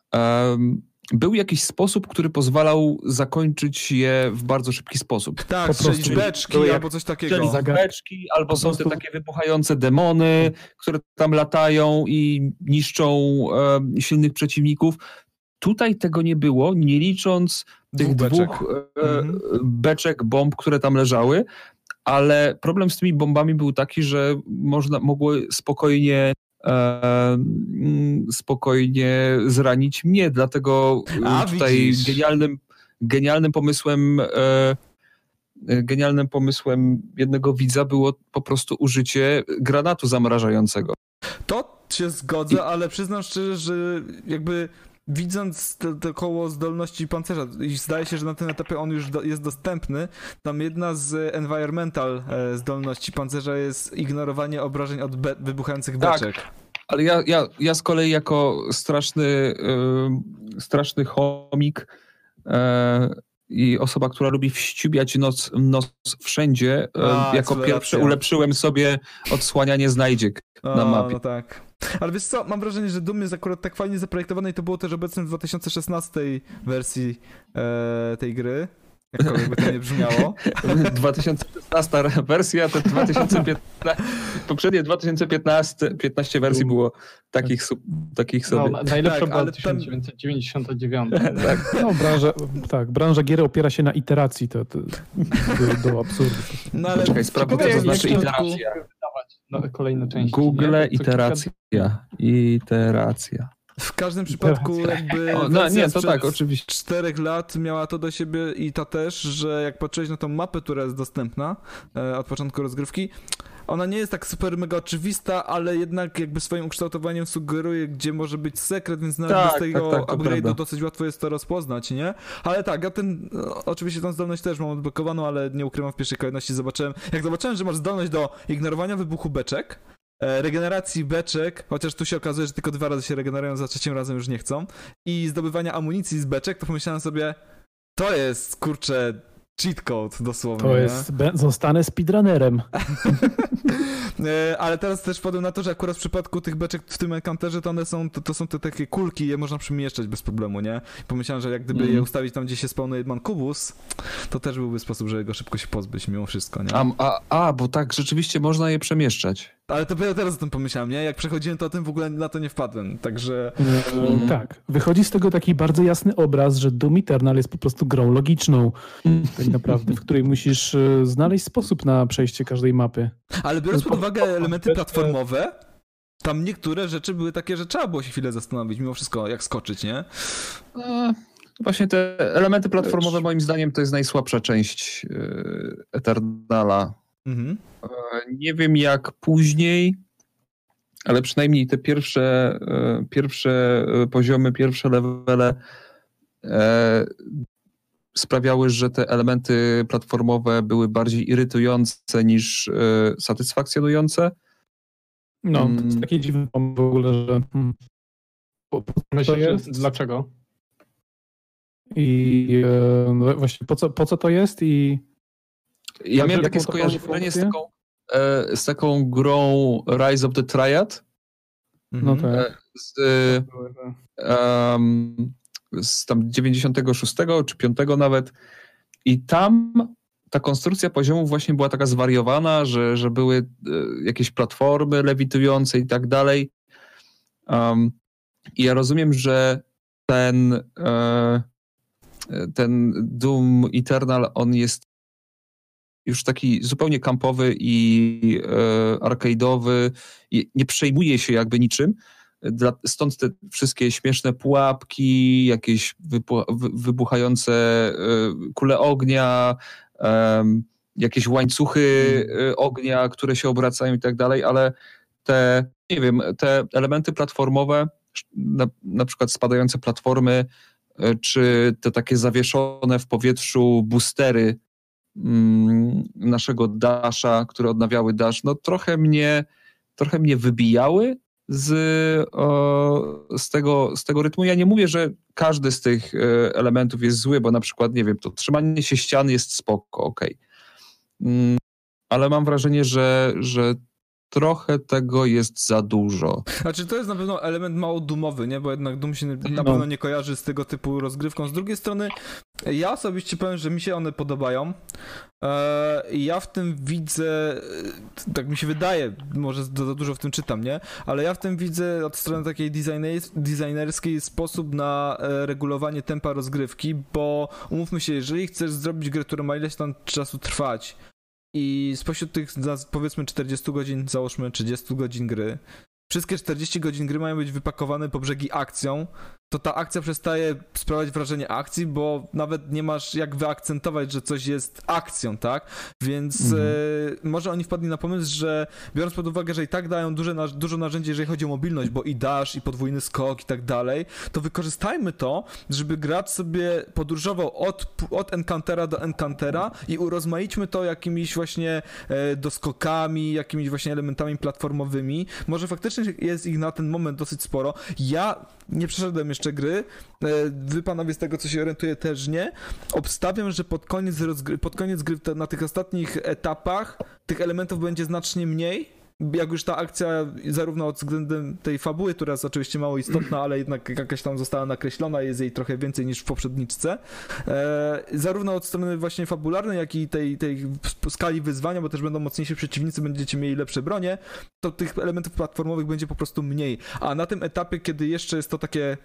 em, był jakiś sposób, który pozwalał zakończyć je w bardzo szybki sposób. Tak, Po strzelić prostu beczki były jak- albo coś Czyli takiego. zabeczki, albo Po są te prostu- takie wybuchające demony, które tam latają i niszczą e, silnych przeciwników. Tutaj tego nie było, nie licząc tych Dwóch dwóch, beczek. e, Mhm. beczek bomb, które tam leżały, ale problem z tymi bombami był taki, że można, mogły spokojnie e, mm, spokojnie zranić mnie, dlatego A, tutaj widzisz. genialnym, genialnym pomysłem e, genialnym pomysłem jednego widza było po prostu użycie granatu zamrażającego. To się zgodzę, ale przyznam szczerze, że jakby widząc te, te koło zdolności pancerza i zdaje się, że na tym etapie on już do, jest dostępny, tam jedna z environmental e, zdolności pancerza jest ignorowanie obrażeń od be- wybuchających Tak. beczek. Ale ja, ja, ja z kolei jako straszny, y, straszny chomik y, i osoba, która lubi wściubiać nos, nos wszędzie, y, A, jako akceleracja. pierwsze ulepszyłem sobie odsłanianie znajdziek O, na mapie. No tak. Ale wiesz co, mam wrażenie, że Doom jest akurat tak fajnie zaprojektowane i to było też obecne w dwa tysiące szesnastej wersji e, tej gry. Jakkolwiek by to nie brzmiało. dwa tysiące szesnasta wersja, to dwa tysiące piętnaście, poprzednie dwa tysiące piętnaście piętnaście wersji było takich, su- takich No, sobie. na- najlepsza Tak, była ale tysiąc dziewięćset dziewięćdziesiąta dziewiąta. Tak. No, branża, tak, branża gier opiera się na iteracji, to, to do, do absurdu. No ale Czekaj, sprawdzę, ciekawe, co to jak znaczy w środku- iteracja. No, kolejne części. Google, nie? To co iteracja. Iteracja. W każdym przypadku jakby O, no wersja nie, to sprzed tak, oczywiście. czterech lat miała to do siebie i ta też, że jak patrzyłeś na tą mapę, która jest dostępna e, od początku rozgrywki, ona nie jest tak super mega oczywista, ale jednak jakby swoim ukształtowaniem sugeruje, gdzie może być sekret, więc nawet Tak, bez tego tak, tak, to upgrade'u prawda. dosyć łatwo jest to rozpoznać, nie? Ale tak, ja ten, no, oczywiście tą zdolność też mam odblokowaną, ale nie ukrywam, w pierwszej kolejności zobaczyłem, jak zobaczyłem, że masz zdolność do ignorowania wybuchu beczek, e, regeneracji beczek, chociaż tu się okazuje, że tylko dwa razy się regenerują, za trzecim razem już nie chcą, i zdobywania amunicji z beczek, to pomyślałem sobie, to jest, kurczę, cheat code dosłownie. To nie? jest, be- zostanę speedrunnerem. E, Ale teraz też wpadłem na to, że akurat w przypadku tych beczek w tym encounterze to one są, to, to są te takie kulki, je można przemieszczać bez problemu, nie? Pomyślałem, że jak gdyby Mhm. je ustawić tam, gdzie się spawnuje Mancubus, to też byłby sposób, żeby go szybko się pozbyć mimo wszystko, nie? A, a, a, bo tak, rzeczywiście można je przemieszczać. Ale to ja teraz o tym pomyślałem, nie? Jak przechodziłem, to o tym w ogóle na to nie wpadłem, także... E, Tak. Wychodzi z tego taki bardzo jasny obraz, że Doom Eternal jest po prostu grą logiczną, tak naprawdę, w której musisz e, znaleźć sposób na przejście każdej mapy. Ale biorąc pod uwagę elementy beczkę- platformowe, tam niektóre rzeczy były takie, że trzeba było się chwilę zastanowić, mimo wszystko, jak skoczyć, nie? E, Właśnie te elementy platformowe moim zdaniem to jest najsłabsza część e, Eternala. Mhm. E, Nie wiem jak później, ale przynajmniej te pierwsze, e, pierwsze e, poziomy, pierwsze levele e, sprawiały, że te elementy platformowe były bardziej irytujące niż e, satysfakcjonujące. No, to Mm. jest takie dziwne w ogóle, że... Hmm. Po, po, co to Myślisz, że jest? dlaczego? I e, no właśnie, po co, po co to jest i... Ja Także miałem takie jaką to skojarzenie z funkcję? taką, e, z taką grą Rise of the Triad. No Mhm. tak. Z, em, z tam dziewięćdziesiątego szóstego czy piątego nawet i tam ta konstrukcja poziomów właśnie była taka zwariowana, że, że były jakieś platformy lewitujące i tak dalej. Um, I ja rozumiem, że ten, e, ten Doom Eternal, on jest już taki zupełnie kampowy i e, arcade'owy i nie przejmuje się jakby niczym. Dla, stąd te wszystkie śmieszne pułapki, jakieś wypu, wy, wybuchające e, kule ognia, e, jakieś łańcuchy e, ognia, które się obracają i tak dalej, ale te, nie wiem, te elementy platformowe, na, na przykład spadające platformy, e, czy te takie zawieszone w powietrzu boostery mm, naszego dasha, które odnawiały dash, no trochę mnie, trochę mnie wybijały z, o, z, tego, z tego rytmu. Ja nie mówię, że każdy z tych elementów jest zły, bo na przykład, nie wiem, to trzymanie się ścian jest spoko, okej. Okay. Ale mam wrażenie, że, że trochę tego jest za dużo. Znaczy to jest na pewno element mało doomowy, nie? Bo jednak Doom się na no. pewno nie kojarzy z tego typu rozgrywką. Z drugiej strony ja osobiście powiem, że mi się one podobają. I ja w tym widzę, tak mi się wydaje, może za dużo w tym czytam, nie? Ale ja w tym widzę od strony takiej designerskiej sposób na regulowanie tempa rozgrywki, bo umówmy się, jeżeli chcesz zrobić grę, która ma ileś tam czasu trwać, i spośród tych, powiedzmy, czterdziestu godzin, załóżmy trzydziestu godzin gry, wszystkie czterdzieści godzin gry mają być wypakowane po brzegi akcją, to ta akcja przestaje sprawiać wrażenie akcji, bo nawet nie masz jak wyakcentować, że coś jest akcją, tak? Więc mhm. e, może oni wpadli na pomysł, że biorąc pod uwagę, że i tak dają duże, na, dużo narzędzi, jeżeli chodzi o mobilność, bo i dash, i podwójny skok i tak dalej, to wykorzystajmy to, żeby gracz sobie podróżował od, od encountera do encountera i urozmaićmy to jakimiś właśnie e, doskokami, jakimiś właśnie elementami platformowymi. Może faktycznie jest ich na ten moment dosyć sporo. Ja nie przeszedłem jeszcze gry, wy panowie z tego co się orientuję też nie, obstawiam, że pod koniec, rozgry- pod koniec gry na tych ostatnich etapach tych elementów będzie znacznie mniej, jak już ta akcja zarówno od względem tej fabuły, która jest oczywiście mało istotna, ale jednak jakaś tam została nakreślona, jest jej trochę więcej niż w poprzedniczce, e, zarówno od strony właśnie fabularnej, jak i tej, tej skali wyzwania, bo też będą mocniejsi przeciwnicy, będziecie mieli lepsze bronie, to tych elementów platformowych będzie po prostu mniej, a na tym etapie, kiedy jeszcze jest to takie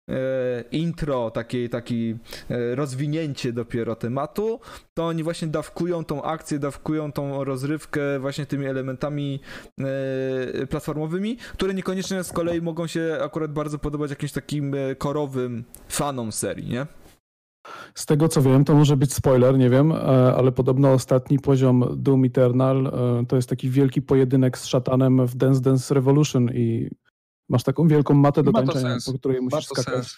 intro, takie, takie rozwinięcie dopiero tematu, to oni właśnie dawkują tą akcję, dawkują tą rozrywkę właśnie tymi elementami platformowymi, które niekoniecznie z kolei mogą się akurat bardzo podobać jakimś takim korowym fanom serii, nie? Z tego co wiem, to może być spoiler, nie wiem, ale podobno ostatni poziom Doom Eternal to jest taki wielki pojedynek z szatanem w Dance Dance Revolution i masz taką wielką matę do tańczenia, po której musisz skakać.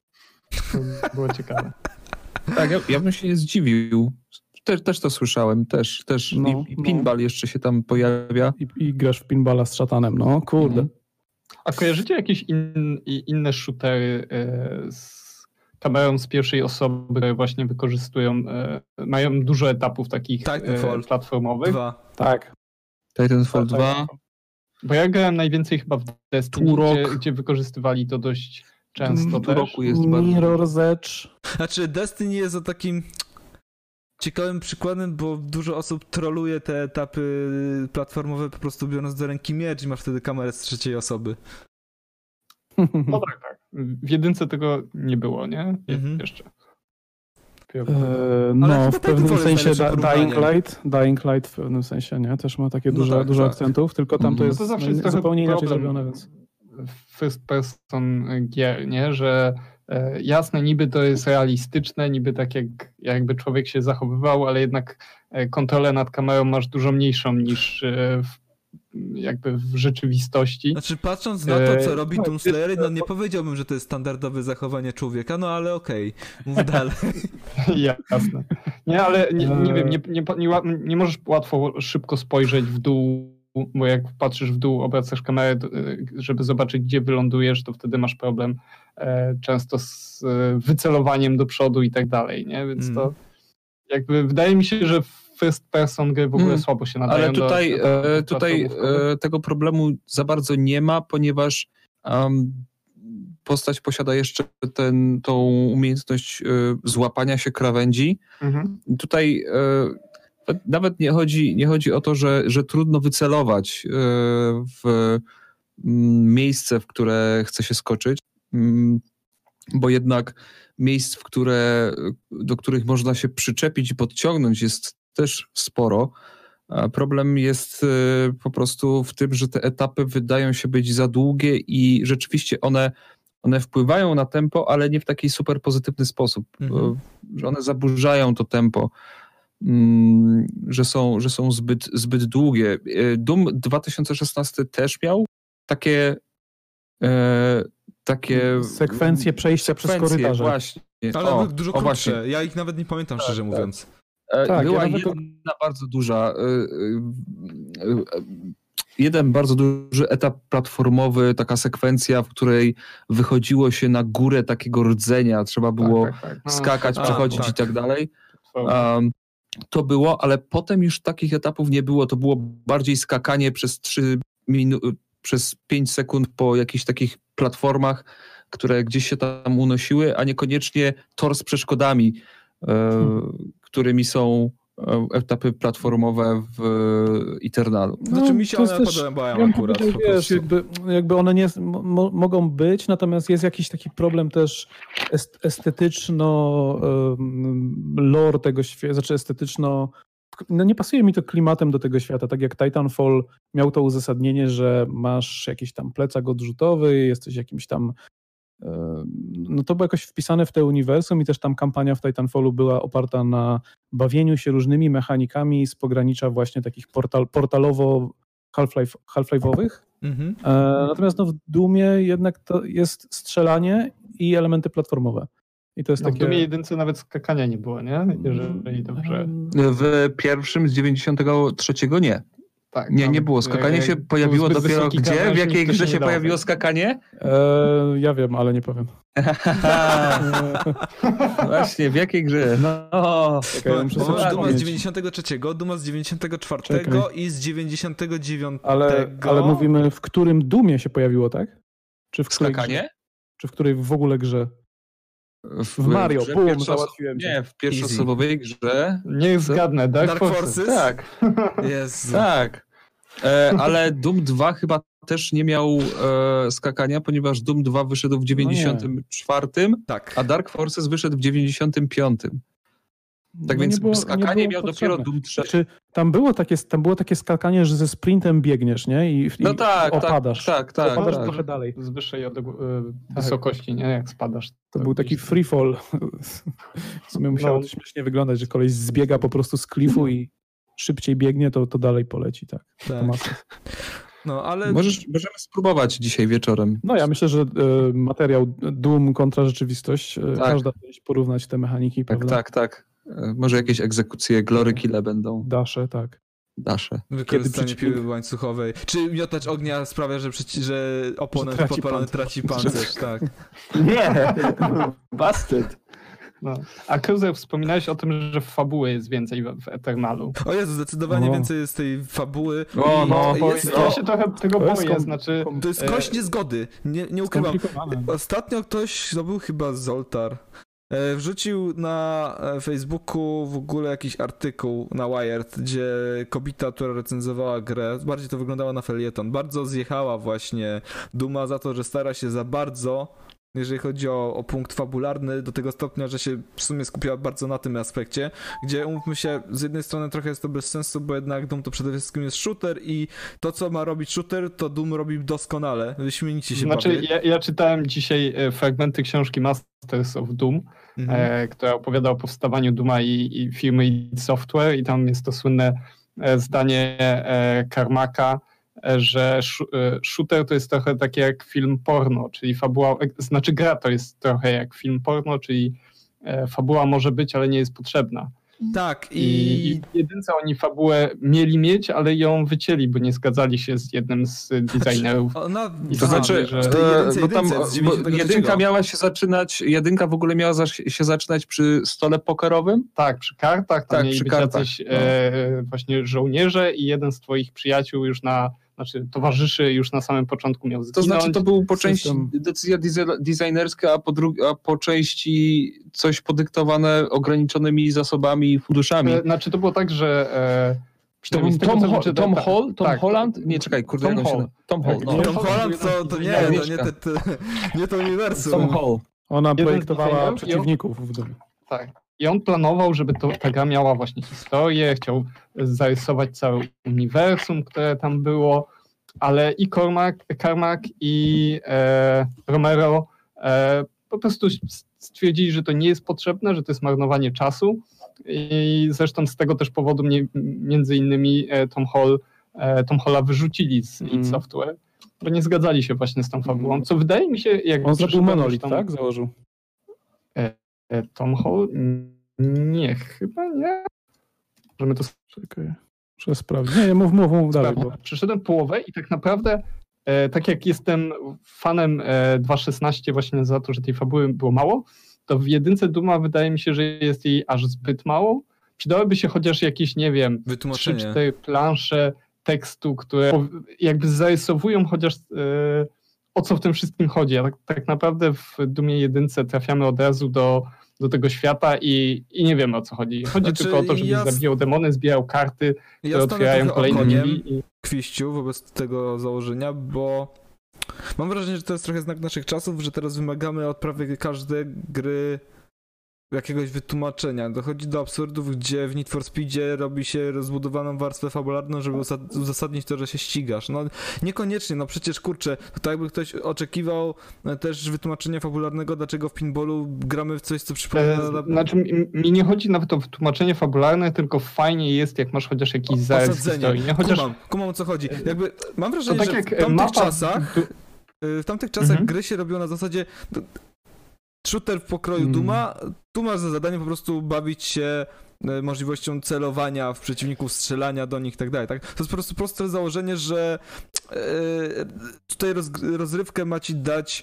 To było ciekawe. Tak, ja, ja bym się nie zdziwił. Też, też to słyszałem, też. też no, I, i pinball no. jeszcze się tam pojawia. I, i grasz w pinballa z szatanem, no kurde. Mhm. A kojarzycie jakieś in, inne shootery y, z kamerą z pierwszej osoby, które właśnie wykorzystują, y, mają dużo etapów takich y, platformowych? Dwa. Tak. Titanfall dwa. Bo ja grałem najwięcej chyba w Destiny, gdzie, gdzie wykorzystywali to dość często też. Roku jest Mirror's Edge. Znaczy Destiny jest o takim ciekawym przykładem, bo dużo osób troluje te etapy platformowe po prostu biorąc do ręki miecz i masz wtedy kamerę z trzeciej osoby. No tak, tak. W jedynce tego nie było, nie? Mhm. Jeszcze. Eee, no, w pewnym sensie da, Dying Light, Dying Light w pewnym sensie, nie? Też ma takie no duże, tak, dużo tak. akcentów, tylko tam to jest, no to zawsze jest zupełnie inaczej zrobione, więc... First person gier, nie? Że e, jasne, niby to jest realistyczne, niby tak jak jakby człowiek się zachowywał, ale jednak e, kontrolę nad kamerą masz dużo mniejszą niż e, w jakby w rzeczywistości. Znaczy patrząc na to, co robi Doom Slayer, no nie powiedziałbym, że to jest standardowe zachowanie człowieka, no ale okej, okay. Mów dalej. Jasne. Nie, ale nie, nie wiem, nie, nie, nie, nie możesz łatwo szybko spojrzeć w dół, bo jak patrzysz w dół, obracasz kamerę, żeby zobaczyć, gdzie wylądujesz, to wtedy masz problem często z wycelowaniem do przodu i tak dalej, nie? Więc to jakby wydaje mi się, że first person gry w ogóle hmm. słabo się nadają. Ale tutaj, do, do, do tutaj e, tego problemu za bardzo nie ma, ponieważ um, postać posiada jeszcze ten, tą umiejętność złapania się krawędzi. Mhm. Tutaj nawet nie chodzi, nie chodzi o to, że, że trudno wycelować w miejsce, w które chce się skoczyć, bo jednak miejsc, w które, do których można się przyczepić i podciągnąć jest też sporo. A problem jest po prostu w tym, że te etapy wydają się być za długie i rzeczywiście one, one wpływają na tempo, ale nie w taki super pozytywny sposób, mhm. że one zaburzają to tempo. Że są, że są zbyt, zbyt długie. Doom dwa tysiące szesnasty też miał takie e, takie sekwencje przejścia sekwencje, przez korytarze. Właśnie. Ale o, dużo krótsze. Właśnie. Ja ich nawet nie pamiętam, tak, szczerze tak. mówiąc. Tak, Była ja jedna to... bardzo duża jeden bardzo duży etap platformowy, taka sekwencja, w której wychodziło się na górę takiego rdzenia, trzeba było tak, tak, tak. No, skakać, a, przechodzić tak. i tak dalej. Um, to było, ale potem już takich etapów nie było. To było bardziej skakanie przez trzy minuty, przez pięć sekund po jakichś takich platformach, które gdzieś się tam unosiły, a niekoniecznie tor z przeszkodami, hmm. e, którymi są etapy platformowe w Eternalu. No, znaczy mi się one też, podobają ja akurat. Po wiesz, jakby, jakby one nie mo, mogą być, natomiast jest jakiś taki problem też estetyczno um, lore tego świata, znaczy estetyczno no nie pasuje mi to klimatem do tego świata, tak jak Titanfall miał to uzasadnienie, że masz jakiś tam plecak odrzutowy, jesteś jakimś tam no to było jakoś wpisane w te uniwersum i też tam kampania w Titanfallu była oparta na bawieniu się różnymi mechanikami z pogranicza właśnie takich portal, portalowo Half-Life, Half-Life'owych. Mhm. E, natomiast no w Doomie jednak to jest strzelanie i elementy platformowe. I to jest no, takie... W Doomie jedynce nawet skakania nie było, nie? Jeżeli dobrze... W pierwszym z dziewięćdziesiątego trzeciego nie. Tak, nie, nie było. Skakanie się pojawiło dopiero gdzie? W jakiej grze się, się pojawiło skakanie? Eee, ja wiem, ale nie powiem. Właśnie, w jakiej grze? No, Czekaj, Duma, Duma z dziewięćdziesiątego trzeciego, Duma z dziewięćdziesiątego czwartego Czekaj. i z dziewięćdziesiątego dziewiątego. Ale, ale mówimy, w którym Dumie się pojawiło, tak? Czy w skakanie? Grze? Czy w której w ogóle grze? W, w Mario, w bum, załatwiłem cię. Nie, w pierwszoosobowej grze. Niech zgadnę, Dark, Dark Forces. Forces? Tak. Jezu. Tak. E, ale Doom dwa chyba też nie miał e, skakania, ponieważ Doom dwa wyszedł w dziewięćdziesiątym czwartym, no tak. a Dark Forces wyszedł w dziewięćdziesiątym piątym. Tak no więc było, skakanie miał potrzebne. Dopiero Doom trzy. Znaczy, tam, było takie, tam było takie skakanie, że ze sprintem biegniesz, nie? I, no i tak, opadasz. Tak, tak, opadasz tak. trochę dalej. Z wyższej odległ- wysokości, nie? Jak spadasz. To, to był taki free fall. W sumie musiało no. to śmiesznie wyglądać, że koleś zbiega po prostu z klifu i szybciej biegnie, to, to dalej poleci, tak. tak. No, ale... Możesz, możemy spróbować dzisiaj wieczorem. No ja myślę, że y, materiał Doom kontra rzeczywistość, y, tak. każda część porównać te mechaniki, tak, prawda? Tak, tak. Może jakieś egzekucje, glory kille będą. Dasze, tak. Dasze. Wykorzystanie piły łańcuchowej. Czy miotacz ognia sprawia, że, przeci- że oponent że podpalony traci pancerz, tak. Nie! Busted. No. A Kruzer, wspominałeś o tym, że w fabuły jest więcej w Eternalu. O Jezu, zdecydowanie o. więcej jest tej fabuły. O, no, no jest, ja się trochę tego boję, kom, znaczy... To jest kość niezgody, nie, nie ukrywam. Ostatnio ktoś, to był chyba Zoltar, wrzucił na Facebooku w ogóle jakiś artykuł na Wired, gdzie kobieta, która recenzowała grę, bardziej to wyglądało na felieton, bardzo zjechała właśnie Duma za to, że stara się za bardzo, jeżeli chodzi o, o punkt fabularny, do tego stopnia, że się w sumie skupiała bardzo na tym aspekcie, gdzie umówmy się, z jednej strony trochę jest to bez sensu, bo jednak Doom to przede wszystkim jest shooter i to, co ma robić shooter, to Doom robi doskonale, wyśmienicie się Znaczy, bawię. ja, ja czytałem dzisiaj fragmenty książki Masters of Doom, mhm. e, która opowiada o powstawaniu Dooma i, i firmy id Software i tam jest to słynne e, zdanie e, Carmacka, że shooter to jest trochę takie jak film porno, czyli fabuła, znaczy gra to jest trochę jak film porno, czyli fabuła może być, ale nie jest potrzebna. Tak. I, I w jedynce oni fabułę mieli mieć, ale ją wycięli, bo nie zgadzali się z jednym z designerów. Ona, to znaczy, że bo tam, bo jedynka miała się zaczynać, jedynka w ogóle miała za, się zaczynać przy stole pokerowym? Tak, przy kartach. Tam tak, mieli przy być kartach. Jacyś, no. e, właśnie żołnierze i jeden z twoich przyjaciół już na znaczy towarzyszy już na samym początku miał zginąć. To znaczy to był po części System. decyzja designerska, a po, dru- a po części coś podyktowane ograniczonymi zasobami i funduszami. E, Znaczy to było tak, że e, To był z tego, Tom, co Ho- wiem, czy Tom tak- Hall? Tom tak. Holland? Nie, czekaj, kurde, Tom jak on się Hall. na- Tom Hall, no. Tak. Tom Holland to, to nie, to nie, te, te, nie to uniwersum. Tom Hall. Ona Jeden z projektowała designerów przeciwników w domu. Tak. I on planował, żeby to, ta gra miała właśnie historię, chciał zarysować całe uniwersum, które tam było, ale i Cormac, Carmack i e, Romero e, po prostu stwierdzili, że to nie jest potrzebne, że to jest marnowanie czasu i zresztą z tego też powodu mnie, między innymi e, Tom Hall, e, Tom Halla wyrzucili z id Mm. Software, bo nie zgadzali się właśnie z tą fabułą, co wydaje mi się, jak On zrobił przyszedłem Monolith, tam- tak? Założył. E, Tom Hall? Nie, chyba nie. Możemy to Czekaj, muszę sprawdzić. Nie, nie, mów, mów, mów dalej. Bo... sprawdzić. Przyszedłem połowę i tak naprawdę e, tak jak jestem fanem e, dwa szesnaście właśnie za to, że tej fabuły było mało, to w jedynce Duma wydaje mi się, że jest jej aż zbyt mało. Przydałyby się chociaż jakieś, nie wiem, trzy Wytłumaczenie. cztery plansze tekstu, które po- jakby zarysowują chociaż e, o co w tym wszystkim chodzi. A tak, tak naprawdę w Dumie jedynce trafiamy od razu do, do tego świata i, i nie wiemy o co chodzi. Chodzi Znaczy, tylko o to, żeby ja s- zabijał demony, zbierał karty, które Ja stanę otwierają trochę kolejne okoniem drzwi. I... kwiściu wobec tego założenia, bo mam wrażenie, że to jest trochę znak naszych czasów, że teraz wymagamy od prawie każdej gry jakiegoś wytłumaczenia. Dochodzi do absurdów, gdzie w Need for Speedzie robi się rozbudowaną warstwę fabularną, żeby uza- uzasadnić to, że się ścigasz. No niekoniecznie, no przecież kurczę, to tak jakby ktoś oczekiwał e, też wytłumaczenia fabularnego, dlaczego w pinballu gramy w coś, co przypomina... E, znaczy mi, mi nie chodzi nawet o wytłumaczenie fabularne, tylko fajnie jest, jak masz chociaż jakiś zarys historii. Nie? Chociaż Kumam, kumam o co chodzi. Jakby mam wrażenie, to tak że jak w tamtych mapa... czasach w tamtych czasach Mhm. gry się robiło na zasadzie d- shooter w pokroju Mm. Duma, tu masz za zadanie po prostu bawić się e, możliwością celowania w przeciwników, strzelania do nich i tak dalej, tak? To jest po prostu proste założenie, że e, tutaj roz, rozrywkę ma ci dać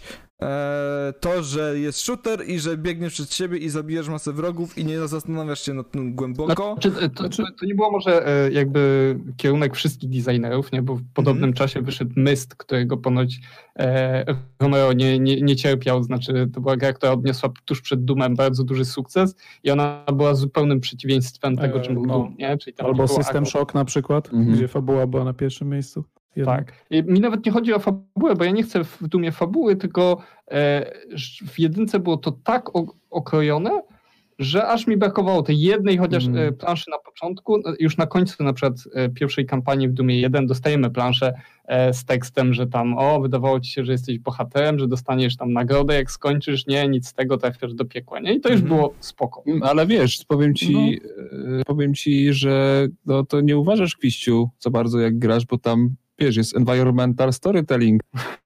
e, to, że jest shooter i że biegniesz przed siebie i zabijasz masę wrogów i nie zastanawiasz się nad tym głęboko. Znaczy, to, to, to nie było może e, jakby kierunek wszystkich designerów, nie? Bo w podobnym Mhm. czasie wyszedł Myst, którego ponoć e, Romero nie, nie, nie cierpiał, znaczy to była gra, która odniosła tuż przed Doomem bardzo duży sukces i ona była zupełnym przeciwieństwem tego, E, czym był no. Doom, nie? Czyli tam Albo nie było System akcji. Shock na przykład, Mhm. gdzie fabuła była na pierwszym miejscu. Jednak. Tak. I mi nawet nie chodzi o fabułę, bo ja nie chcę w Dumie fabuły, tylko e, w jedynce było to tak o, okrojone, że aż mi brakowało tej jednej chociaż Mhm. e, planszy na początku. Już na końcu na przykład e, pierwszej kampanii w Dumie jeden dostajemy planszę e, z tekstem, że tam o, wydawało ci się, że jesteś bohaterem, że dostaniesz tam nagrodę, jak skończysz, nie, nic z tego, trafiasz do piekła, nie? I to już Mhm. było spoko. Ale wiesz, powiem ci, e, powiem ci, że no, to nie uważasz, Kwiściu, za bardzo jak grasz, bo tam, wiesz, jest environmental storytelling.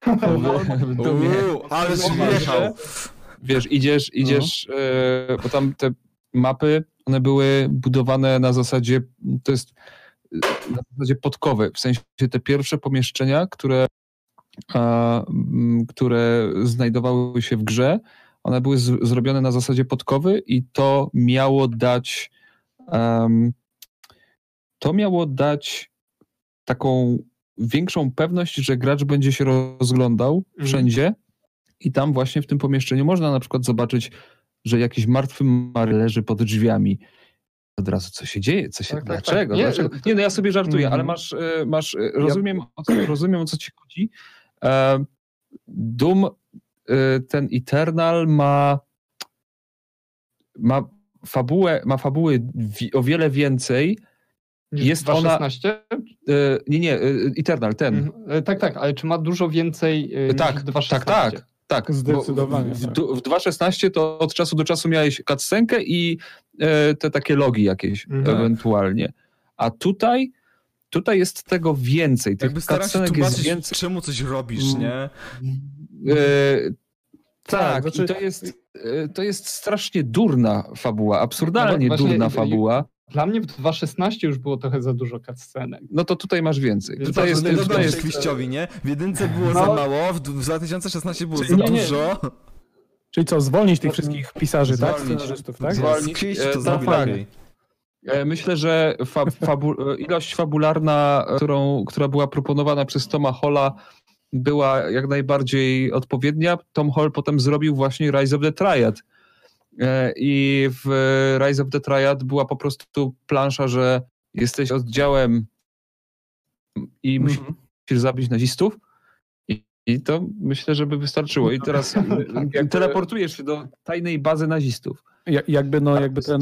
W Dumie. Uuu, ale No, wjechał. Wiesz, idziesz, idziesz, e, bo tam te mapy, one były budowane na zasadzie, to jest e, na zasadzie podkowy, w sensie te pierwsze pomieszczenia, które, a, m, które znajdowały się w grze, one były z, zrobione na zasadzie podkowy i to miało dać em, to miało dać taką większą pewność, że gracz będzie się rozglądał Mhm. wszędzie i tam właśnie w tym pomieszczeniu można na przykład zobaczyć, że jakiś martwy Mary leży pod drzwiami. Od razu co się dzieje, co się, Tak, tak, tak. dlaczego? Nie, dlaczego? Nie, no ja sobie żartuję, Mhm. ale masz, e, masz e, rozumiem, o co, rozumiem o co ci chodzi. E, Doom, e, ten Eternal ma ma fabułę, ma fabuły wi- o wiele więcej. Niż Jest dwa ona- szesnaście? E, nie, nie, e, Eternal, ten. Mhm. E, Tak, tak, ale czy ma dużo więcej e, Tak, niż dwa tak, szesnaście? tak. Tak, Zdecydowanie, bo W, tak. w, w dwa szesnaście to od czasu do czasu miałeś cutscenkę i e, te takie logi jakieś Mhm. ewentualnie. A tutaj, tutaj jest tego więcej. Tych Jakby starałem się cutscenek jest tłumaczyć, więcej. czemu coś robisz, Mm. nie? E, Tak, tak, znaczy- i to jest, e, to jest strasznie durna fabuła, absurdalnie No właśnie- durna fabuła. Dla mnie w dwa szesnaście już było trochę za dużo cutscenek. No to tutaj masz więcej. Więc Tutaj jest, nie tutaj dobrze jest, Kwiściowi, nie? W jedynce było No. za mało, w, w dwa tysiące szesnaście było za Nie, nie. dużo. Czyli co, zwolnić tych wszystkich pisarzy, tak? Zwolnić. Scenarzystów, tak? Zwolnić. Kwiść E, to tak, zrobi tak. lepiej. Myślę, że fa fabu ilość fabularna, którą, która była proponowana przez Toma Halla, była jak najbardziej odpowiednia. Tom Hall potem zrobił właśnie Rise of the Triad. I w Rise of the Triad była po prostu plansza, że jesteś oddziałem i mm. musisz zabić nazistów. I, I to myślę, że by wystarczyło. I teraz jakby teleportujesz się do tajnej bazy nazistów. Jakby, no, jakby ten...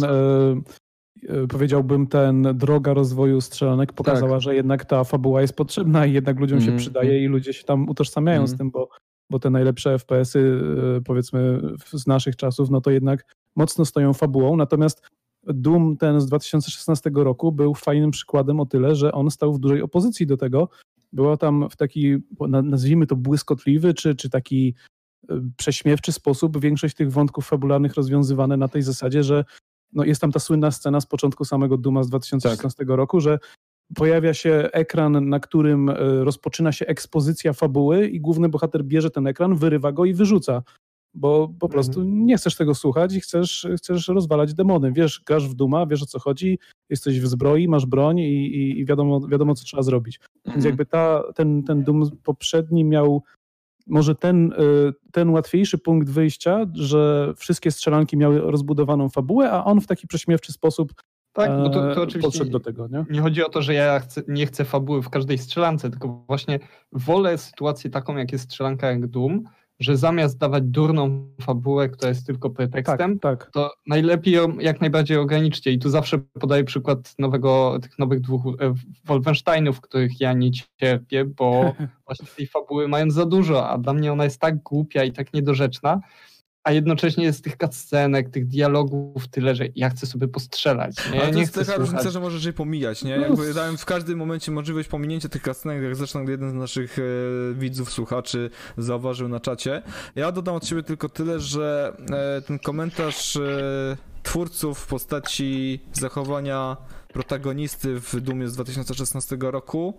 powiedziałbym, ten droga rozwoju strzelanek pokazała, tak. że jednak ta fabuła jest potrzebna i jednak ludziom mm. się przydaje i ludzie się tam utożsamiają mm. z tym, bo, bo te najlepsze F P S-y, powiedzmy z naszych czasów, no to jednak mocno stoją fabułą, natomiast Doom ten z dwa tysiące szesnastego roku był fajnym przykładem o tyle, że on stał w dużej opozycji do tego. Było tam w taki, nazwijmy to błyskotliwy, czy, czy taki prześmiewczy sposób większość tych wątków fabularnych rozwiązywane na tej zasadzie, że no jest tam ta słynna scena z początku samego Dooma z dwa tysiące szesnastego tak. roku, że pojawia się ekran, na którym rozpoczyna się ekspozycja fabuły i główny bohater bierze ten ekran, wyrywa go i wyrzuca, bo po prostu mhm. nie chcesz tego słuchać i chcesz, chcesz rozwalać demony. Wiesz, grasz w Dooma, wiesz o co chodzi, jesteś w zbroi, masz broń i, i, i wiadomo, wiadomo co trzeba zrobić. Mhm. Więc jakby ta, ten, ten Doom poprzedni miał może ten, ten łatwiejszy punkt wyjścia, że wszystkie strzelanki miały rozbudowaną fabułę, a on w taki prześmiewczy sposób tak, bo to, to oczywiście podszedł do tego. Nie? nie chodzi o to, że ja chcę, nie chcę fabuły w każdej strzelance, tylko właśnie wolę sytuację taką, jak jest strzelanka jak Doom, że zamiast dawać durną fabułę, która jest tylko pretekstem, tak, tak. to najlepiej ją jak najbardziej ograniczcie. I tu zawsze podaję przykład nowego, tych nowych dwóch Wolfensteinów, których ja nie cierpię, bo właśnie tej fabuły mają za dużo, a dla mnie ona jest tak głupia i tak niedorzeczna, a jednocześnie jest tych cutscenek, tych dialogów tyle, że ja chcę sobie postrzelać. Nie? Ale to nie jest chcę taka różnica, że możesz je pomijać, nie? Jakby dałem w każdym momencie możliwość pominięcia tych cutscenek, jak zresztą jeden z naszych e, widzów, słuchaczy zauważył na czacie. Ja dodam od siebie tylko tyle, że e, ten komentarz e, twórców w postaci zachowania protagonisty w Doomie z dwa tysiące szesnastego roku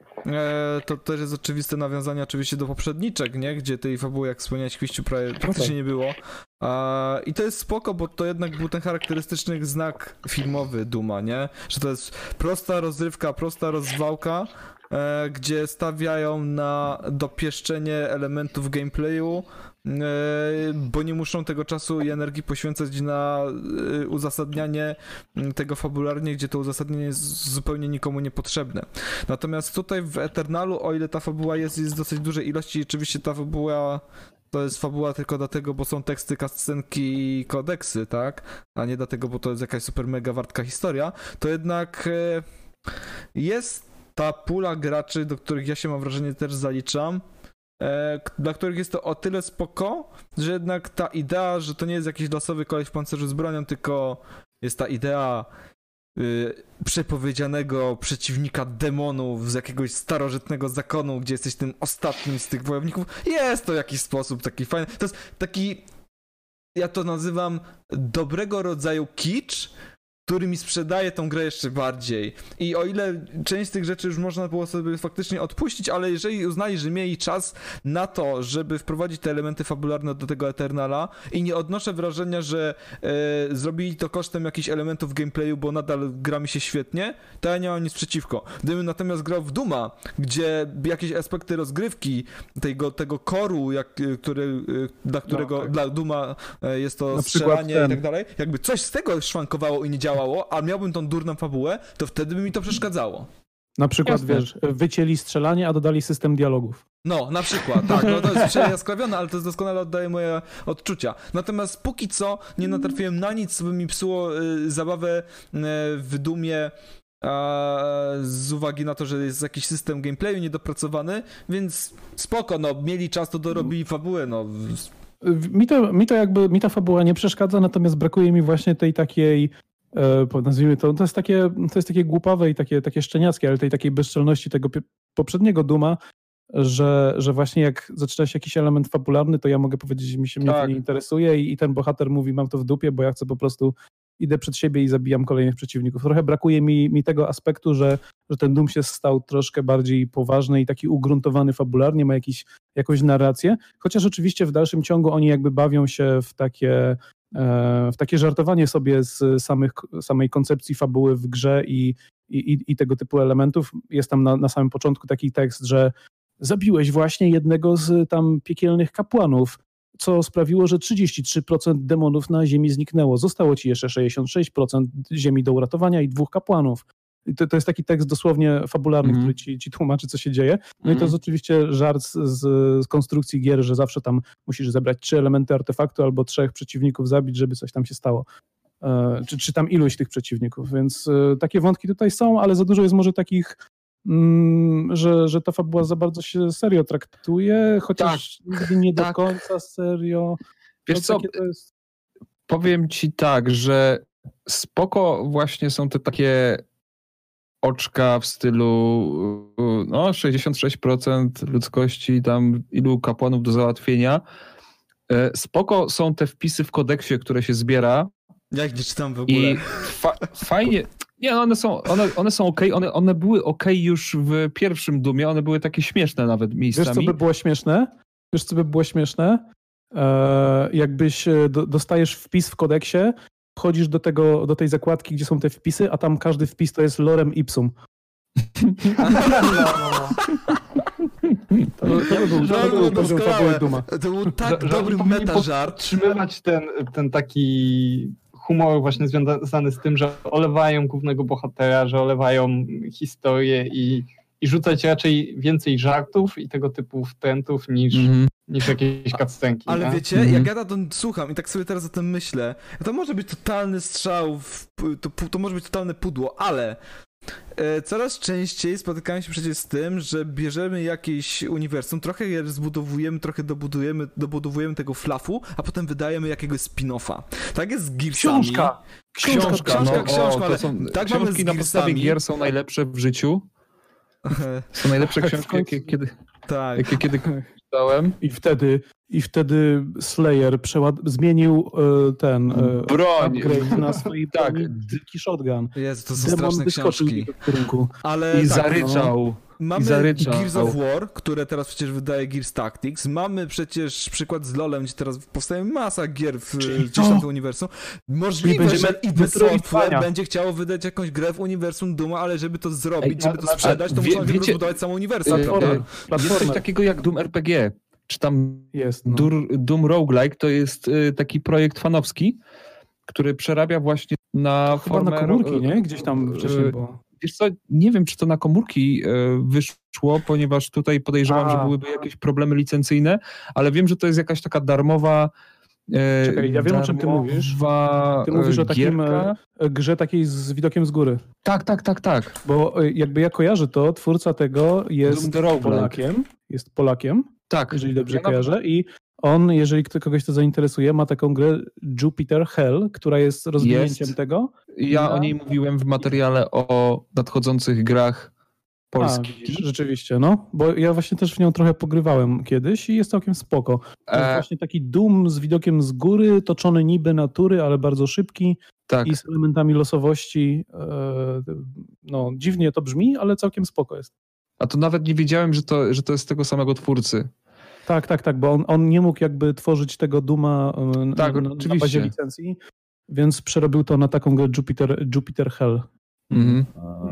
e, to też jest oczywiste nawiązanie oczywiście do poprzedniczek, nie? Gdzie tej fabuły, jak wspomniałeś, Kwiściu, prawie, praktycznie nie było. E, I to jest spoko, bo to jednak był ten charakterystyczny znak filmowy Dooma, nie? Że to jest prosta rozrywka, prosta rozwałka, e, gdzie stawiają na dopieszczenie elementów gameplayu, bo nie muszą tego czasu i energii poświęcać na uzasadnianie tego fabularnie, gdzie to uzasadnienie jest zupełnie nikomu niepotrzebne. Natomiast tutaj w Eternalu, o ile ta fabuła jest, jest dosyć dużej ilości, oczywiście ta fabuła to jest fabuła tylko dlatego, bo są teksty, cutscenki i kodeksy, tak? A nie dlatego, bo to jest jakaś super mega wartka historia, to jednak jest ta pula graczy, do których ja się, mam wrażenie, też zaliczam, dla których jest to o tyle spoko, że jednak ta idea, że to nie jest jakiś losowy koleś w pancerzu z bronią, tylko jest ta idea yy, przepowiedzianego przeciwnika demonów z jakiegoś starożytnego zakonu, gdzie jesteś tym ostatnim z tych wojowników. Jest to w jakiś sposób taki fajny. To jest taki, ja to nazywam dobrego rodzaju kicz, który mi sprzedaje tą grę jeszcze bardziej. I o ile część z tych rzeczy już można było sobie faktycznie odpuścić, ale jeżeli uznali, że mieli czas na to, żeby wprowadzić te elementy fabularne do tego Eternala i nie odnoszę wrażenia, że e, zrobili to kosztem jakichś elementów gameplayu, bo nadal gra mi się świetnie, to ja nie mam nic przeciwko. Gdybym natomiast grał w Dooma, gdzie jakieś aspekty rozgrywki tego, tego koru, jak, który, dla którego, no, tak. dla Dooma jest to na strzelanie i tak dalej, jakby coś z tego szwankowało i nie działało, a miałbym tą durną fabułę, to wtedy by mi to przeszkadzało. Na przykład, Jasne. wiesz, wycięli strzelanie, a dodali system dialogów. No, na przykład, tak, no to jest jaskrawione, ale to jest doskonale oddaje moje odczucia. Natomiast póki co nie natrafiłem na nic, co by mi psuło y, zabawę y, w Doomie, a z uwagi na to, że jest jakiś system gameplayu niedopracowany, więc spoko, no, mieli czas, to dorobili fabułę, no. Mi to, mi to jakby, mi ta fabuła nie przeszkadza, natomiast brakuje mi właśnie tej takiej, nazwijmy to, to jest takie, to jest takie głupawe i takie, takie szczeniackie, ale tej takiej bezczelności tego poprzedniego Dooma, że, że właśnie jak zaczyna się jakiś element fabularny, to ja mogę powiedzieć, że mi się tak. mnie to nie interesuje i, i ten bohater mówi, mam to w dupie, bo ja chcę po prostu, idę przed siebie i zabijam kolejnych przeciwników. Trochę brakuje mi, mi tego aspektu, że, że ten Doom się stał troszkę bardziej poważny i taki ugruntowany fabularnie, ma jakiś, jakąś narrację, chociaż oczywiście w dalszym ciągu oni jakby bawią się w takie w takie żartowanie sobie z samych, samej koncepcji fabuły w grze i, i, i tego typu elementów. Jest tam na, na samym początku taki tekst, że zabiłeś właśnie jednego z tam piekielnych kapłanów, co sprawiło, że trzydzieści trzy procent demonów na ziemi zniknęło. Zostało ci jeszcze sześćdziesiąt sześć procent ziemi do uratowania i dwóch kapłanów. I to, to jest taki tekst dosłownie fabularny, mm. który ci, ci tłumaczy, co się dzieje. No mm. i to jest oczywiście żart z, z konstrukcji gier, że zawsze tam musisz zebrać trzy elementy artefaktu albo trzech przeciwników zabić, żeby coś tam się stało. E, czy, czy tam ilość tych przeciwników. Więc e, takie wątki tutaj są, ale za dużo jest może takich, mm, że, że ta fabuła za bardzo się serio traktuje, chociaż tak, nigdy nie tak. do końca serio. Wiesz co, to jest... powiem ci tak, że spoko właśnie są te takie oczka w stylu no sześćdziesiąt sześć procent ludzkości, tam ilu kapłanów do załatwienia. Spoko są te wpisy w kodeksie, które się zbiera. Jak nie czytam w ogóle. I fa- fajnie. Nie, no one są, one, one są okej, okay. one, one były okej okay już w pierwszym Doomie, one były takie śmieszne nawet miejscami. Wiesz, co by było śmieszne? Wiesz, co by było śmieszne? Eee, jakbyś do, dostajesz wpis w kodeksie, wchodzisz do, tego, do tej zakładki, gdzie są te wpisy, a tam każdy wpis to jest lorem ipsum. To, to by był, to był poziom fabuły Duma. To był tak że, dobry meta-żart. Trzymywać ten, ten taki humor właśnie związany z tym, że olewają głównego bohatera, że olewają historię i, i rzucać raczej więcej żartów i tego typu wtrętów niż, mm. niż jakieś cutscenki. Ale nie? wiecie, mm. jak ja na to słucham i tak sobie teraz o tym myślę, to może być totalny strzał, w, to, to może być totalne pudło, ale e, coraz częściej spotykamy się przecież z tym, że bierzemy jakieś uniwersum, trochę je zbudowujemy, trochę dobudujemy, dobudowujemy tego flafu, a potem wydajemy jakiegoś spin-offa. Tak jest z Gearsami. Książka! Książka, książka, książka, no, książka o, ale są, tak książki mamy z na podstawie Gearsami. gier są najlepsze w życiu. Są najlepsze książki, jakie kiedy, tak. jakie kiedy czytałem. I wtedy, i wtedy Slayer przeład... zmienił y, ten y, broń upgrade na swój tak. dziki shotgun. Jezu, to są Demon straszne książki. Ale I tak, zaryczał. No. Mamy I zaryczał. Gears of War, które teraz przecież wydaje Gears Tactics. Mamy przecież przykład z LoLem, gdzie teraz powstaje masa gier w dziesiątym uniwersum. Możliwe, że I D Software będzie chciało wydać jakąś grę w uniwersum Duma, ale żeby to zrobić, Ej, żeby to sprzedać, to wie, muszą wiecie, rozbudować samą uniwersum. Yy, yy, jest coś takiego jak Doom R P G. Czy tam jest, no. Dur, Doom Roguelike to jest y, taki projekt fanowski, który przerabia właśnie na to formę... Chyba na komórki, nie? Gdzieś tam wcześniej było. Wiesz co, nie wiem, czy to na komórki y, wyszło, ponieważ tutaj podejrzewam, A. że byłyby jakieś problemy licencyjne, ale wiem, że to jest jakaś taka darmowa y, Czekaj, ja wiem, o czym ty mówisz. Ty mówisz o takim gierka. grze takiej z widokiem z góry. Tak, tak, tak, tak. Bo jakby ja kojarzę to, twórca tego jest Polakiem. Jest Polakiem. Tak. Jeżeli dobrze ja kojarzę. Nawet... I on, jeżeli kogoś to zainteresuje, ma taką grę Jupiter Hell, która jest rozwinięciem jest. tego. Ja na... o niej mówiłem w materiale o nadchodzących grach polskich. A, widzisz, rzeczywiście, no. Bo ja właśnie też w nią trochę pogrywałem kiedyś i jest całkiem spoko. To jest e... właśnie taki Doom z widokiem z góry, toczony niby natury, ale bardzo szybki. Tak. I z elementami losowości. No, dziwnie to brzmi, ale całkiem spoko jest. A to nawet nie wiedziałem, że to, że to jest tego samego twórcy. Tak, tak, tak, bo on, on nie mógł jakby tworzyć tego Duma tak, na, na, na bazie licencji, więc przerobił to na taką grę Jupiter, Jupiter Hell. Mhm.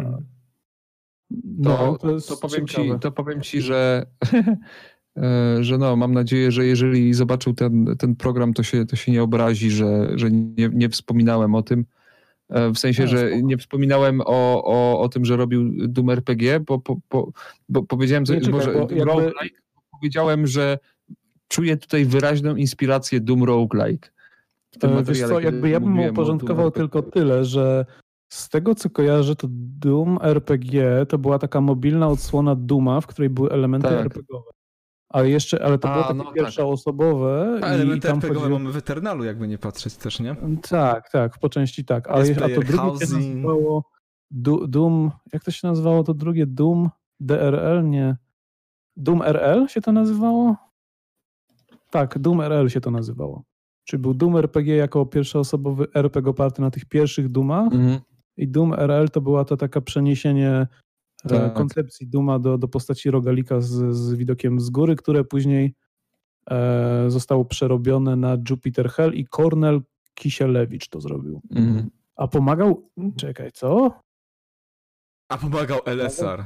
No, to, to, to, powiem ci, to powiem ci, że, że no, mam nadzieję, że jeżeli zobaczył ten, ten program, to się, to się nie obrazi, że, że nie, nie wspominałem o tym. W sensie, że nie wspominałem o, o, o tym, że robił Doom R P G, bo, bo, bo, bo powiedziałem, że może jakby... roguelike, powiedziałem, że czuję tutaj wyraźną inspirację Doom Roguelike. W tym Wiesz co, jakby ja bym uporządkował tylko tyle, że z tego co kojarzę, to Doom R P G to była taka mobilna odsłona Dooma, w której były elementy tak. er pe gie owe. Ale jeszcze, ale to A, było takie no pierwszoosobowe. Tak. A elementy er pe gie owe chodziło... mamy w Eternalu, jakby nie patrzeć też, nie? Tak, tak, po części tak. Ale, a to drugie się nazywało Doom, jak to się nazywało to drugie? Doom D R L? Nie. Doom R L się to nazywało? Tak, Doom R L się to nazywało. Czyli był Doom R P G jako pierwszoosobowy er pe gie oparty na tych pierwszych Doomach mhm. i Doom R L to była to taka przeniesienie tak. koncepcji Dooma do, do postaci rogalika z, z widokiem z góry, które później e, zostało przerobione na Jupiter Hell i Cornell Kisielewicz to zrobił. Mhm. A pomagał... Czekaj, co? A pomagał L S R.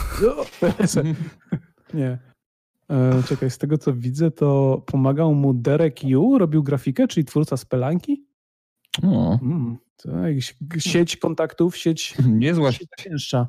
Nie. E, czekaj, z tego co widzę, to pomagał mu Derek Yu, robił grafikę, czyli twórca Spelanki. O, Mm, to jakiś sieć kontaktów, sieć, niezła sieć cięższa.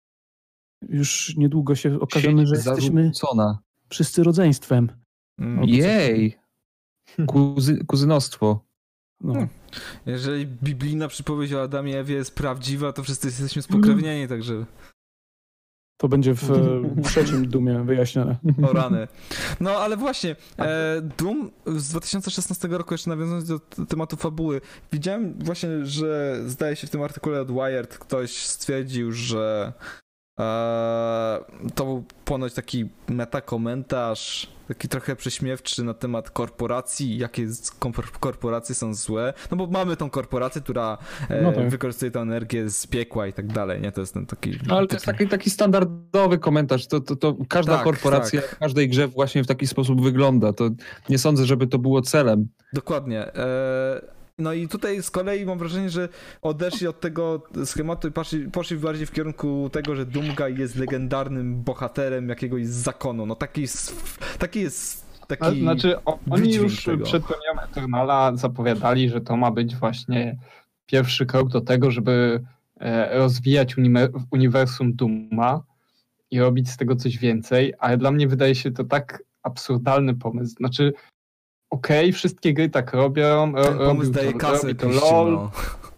Już niedługo się okażemy, sieć że jesteśmy zarzucona. wszyscy rodzeństwem. Mm. Jej! Kuzy, kuzynostwo. No. Hmm. Jeżeli biblijna przypowieść o Adamie i Ewie jest prawdziwa, to wszyscy jesteśmy spokrewnieni, także To będzie w, w trzecim Doomie wyjaśnione. o rany. No ale właśnie, e, Doom z dwa tysiące szesnastego roku, jeszcze nawiązując do t- tematu fabuły, widziałem właśnie, że zdaje się w tym artykule od Wired ktoś stwierdził, że e, to był ponoć taki metakomentarz, taki trochę prześmiewczy na temat korporacji, jakie kompor- korporacje są złe, no bo mamy tą korporację, która e, No tak. wykorzystuje tę energię z piekła i tak dalej, nie? To jest ten taki... Ale to jest taki, taki standardowy komentarz. To, to, to każda Tak, korporacja tak. w każdej grze właśnie w taki sposób wygląda. To nie sądzę, żeby to było celem. Dokładnie. E, No i tutaj z kolei mam wrażenie, że odeszli od tego schematu i poszli, poszli bardziej w kierunku tego, że Doomguy jest legendarnym bohaterem jakiegoś zakonu. No taki jest, taki jest taki A, Znaczy o, oni wydźwięk już tego. przed premierą Eternala zapowiadali, że to ma być właśnie pierwszy krok do tego, żeby e, rozwijać unime- uniwersum Dooma i robić z tego coś więcej, ale dla mnie wydaje się to tak absurdalny pomysł. Znaczy okej, okay, wszystkie gry tak robią, ro, Ten pomysł robił daje to, kasę robi to oczywiście, LOL, no.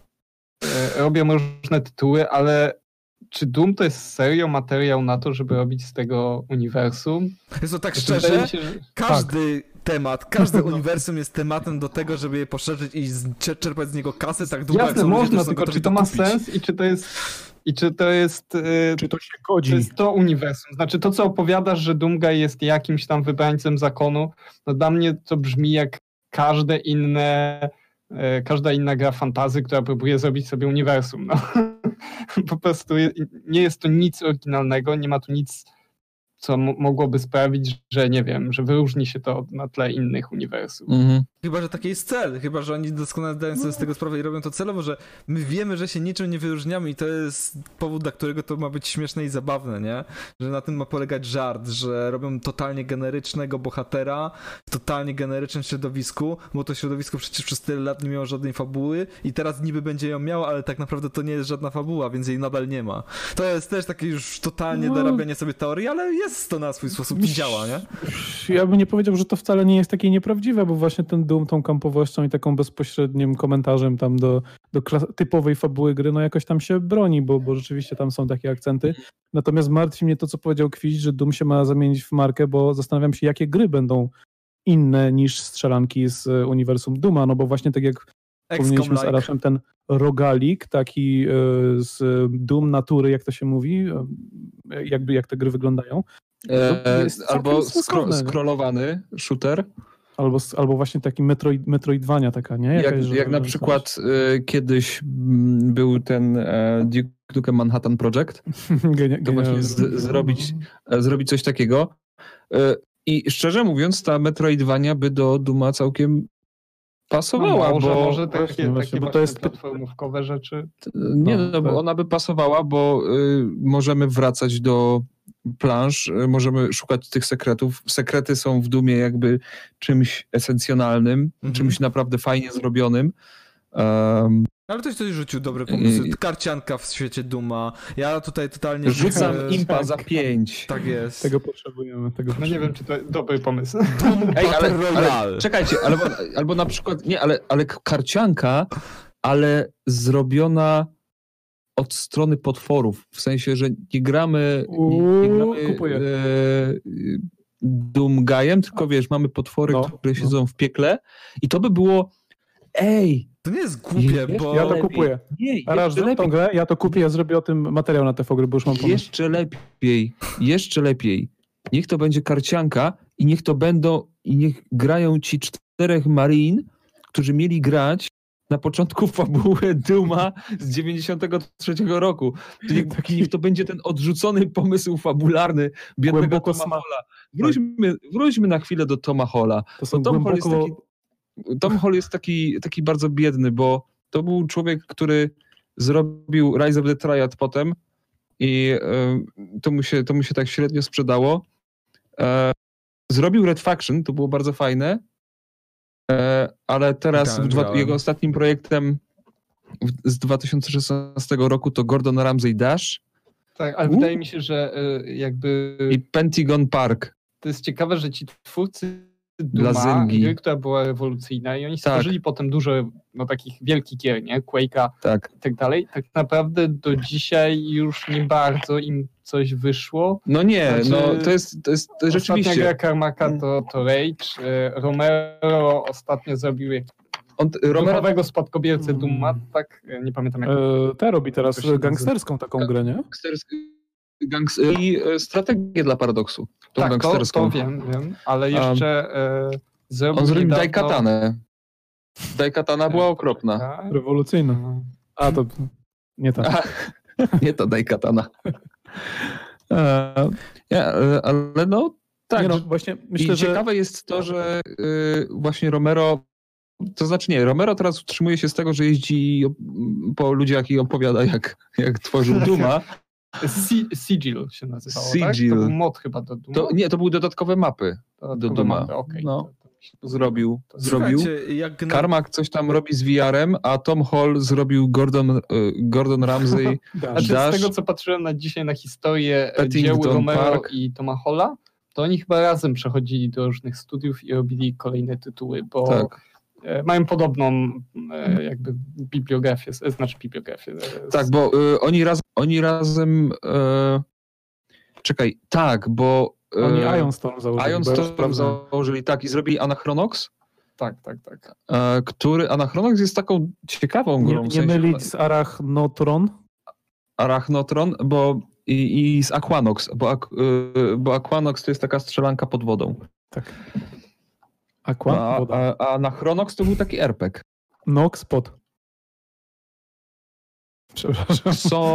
e, robią różne tytuły, ale czy Doom to jest serio materiał na to, żeby robić z tego uniwersum? Jest to tak Znaczy, szczerze, wydaje mi się, że... każdy temat, każde uniwersum jest tematem do tego, żeby je poszerzyć i z- czer- czerpać z niego kasę, tak długo jak Jasne, są ludzie, można, którzy są tylko gotowi czy to ma kupić. sens i czy to jest i czy to jest, yy, Czy to się godzi? to jest to uniwersum? Znaczy to, co opowiadasz, że Doomguy jest jakimś tam wybrańcem zakonu, no dla mnie to brzmi jak każde inne, yy, każda inna gra fantasy, która próbuje zrobić sobie uniwersum. No. Po prostu je, nie jest to nic oryginalnego, nie ma tu nic, co m- mogłoby sprawić, że nie wiem, że wyróżni się to na tle innych uniwersum. Mhm. Chyba, że taki jest cel, chyba, że oni doskonale zdają sobie z tego sprawę i robią to celowo, że my wiemy, że się niczym nie wyróżniamy i to jest powód, dla którego to ma być śmieszne i zabawne, nie? Że na tym ma polegać żart, że robią totalnie generycznego bohatera w totalnie generycznym środowisku, bo to środowisko przecież przez tyle lat nie miało żadnej fabuły i teraz niby będzie ją miało, ale tak naprawdę to nie jest żadna fabuła, więc jej nadal nie ma. To jest też takie już totalnie No. dorabianie sobie teorii, ale jest to na swój sposób i działa, nie? Ja bym nie powiedział, że to wcale nie jest takie nieprawdziwe, bo właśnie ten Doom tą kampowością i taką bezpośrednim komentarzem tam do, do klas- typowej fabuły gry, no jakoś tam się broni, bo, bo rzeczywiście tam są takie akcenty. Natomiast martwi mnie to, co powiedział Kwiś, że Doom się ma zamienić w markę, bo zastanawiam się, jakie gry będą inne niż strzelanki z e, uniwersum Dooma, no bo właśnie tak jak wspomnieliśmy z X COM-like. Araszem, ten rogalik, taki e, z Doom natury, jak to się mówi, e, jakby jak te gry wyglądają. E, Jest albo całkiem skro, sensowne, nie? scrollowany shooter. Albo, albo właśnie taki Metroid, Metroidvania taka, nie? Jak, Jakaś, że- jak na że- przykład e, kiedyś mm, był ten e, Duke Nukem Manhattan Project. Genia- To właśnie genialne. z, zrobić, e, zrobić coś takiego. E, I szczerze mówiąc, ta Metroidvania by do Duma całkiem pasowała, No może, bo może takie, właśnie, właśnie, takie bo to właśnie jest- platformówkowe rzeczy. nie, No, no, tak. bo ona by pasowała, bo y, możemy wracać do planż, y, możemy szukać tych sekretów. Sekrety są w Dumie jakby czymś esencjonalnym, Mhm. czymś naprawdę fajnie zrobionym. Um, Ale ktoś tutaj rzucił dobre pomysły. I- Karcianka w świecie Duma. Ja tutaj totalnie... rzucam e, impa za pięć. Tak jest. Tego potrzebujemy. Tego No nie wiem, czy to dobry pomysł. Ej, ale, Battle Royale. ale czekajcie, albo, albo na przykład, nie, ale, ale karcianka, ale zrobiona od strony potworów. W sensie, że nie gramy, nie, nie Uuu, gramy kupuję. e, Doomguyem, tylko wiesz, mamy potwory, No, które no. siedzą w piekle i to by było ej, To nie jest głupie, Wiesz, bo... Ja to lepiej. kupuję. nie, A raz jeszcze zrób tą lepiej, grę, ja to kupię, ja zrobię o tym materiał na te fogry, bo już mam pomysł. jeszcze lepiej, jeszcze lepiej. Niech to będzie karcianka i niech to będą, i niech grają ci czterech Marine, którzy mieli grać na początku fabuły Dooma z dziewięćdziesiątego trzeciego roku. To Niech, Taki- niech to będzie ten odrzucony pomysł fabularny biednego Głęboko Toma sma- Holla. Wróćmy, wróćmy na chwilę do Toma Holla. To są Bo Tom Hall jest głęboko, taki- Tom Hall jest taki, taki bardzo biedny, bo to był człowiek, który zrobił Rise of the Triad potem i y, to, mu się, to mu się tak średnio sprzedało. E, zrobił Red Faction, to było bardzo fajne, e, ale teraz w dwa, jego ostatnim projektem w, z dwa tysiące szesnastego roku to Gordon Ramsay Dash. Tak, ale U. wydaje mi się, że y, jakby... I Pentagon Park. To jest ciekawe, że ci twórcy Duma, gry, która była rewolucyjna i oni stworzyli tak. potem dużo no, takich wielkich gier, nie? Quake'a tak. i tak dalej. Tak naprawdę do dzisiaj już nie bardzo im coś wyszło. No nie, znaczy, no to jest, to jest to rzeczywiście... Ostatnia gra Carmacka to, to Rage. Romero ostatnio zrobił On, duchowego spadkobiercę Duma, tak? Nie pamiętam jak... E, te robi teraz gangsterską taką grę, nie? Gangsterską. Gangs i strategię dla Paradoksu. Tą tak, gangsterską. To, to wiem, wiem, ale jeszcze um, e, zrobił On zrobił niedawno... Daikatanę. Daikatana była okropna. Tak? Rewolucyjna. A to nie ta. nie ta Daikatana. ja, ale no tak. Nie no, właśnie myślę, I że... ciekawe jest to, że y, właśnie Romero, to znaczy nie, Romero teraz utrzymuje się z tego, że jeździ po ludziach i opowiada jak, jak tworzył Duma. Sigil się nazywało, Sigil. Tak? To był mod chyba do Duma. To, nie, to były dodatkowe mapy dodatkowe do Duma. Mapy, okay. No. To, to zrobił. To zrobił. Jak na... Carmack coś tam robi z V R-em, a Tom Hall zrobił Gordon, uh, Gordon Ramsay Dash. Dash. Z tego, co patrzyłem na dzisiaj na historię dzieł Romero Park. I Toma Halla, to oni chyba razem przechodzili do różnych studiów i robili kolejne tytuły, bo tak. mają podobną jakby bibliografię, znaczy bibliografię. Tak, bo y, oni, raz, oni razem y, czekaj, tak, bo y, oni Ionstorm założyli. Ionstorm założyli, tak, i zrobili Anachronox. Tak, tak, tak. Y, który Anachronox jest taką ciekawą grą. Nie, nie mylić z Arachnotron? Arachnotron, bo i, i z Aquanox, bo, y, bo Aquanox to jest taka strzelanka pod wodą. Tak. Aqua? A, a, a na Chronox to był taki er pe gie. Nox pod. Przepraszam.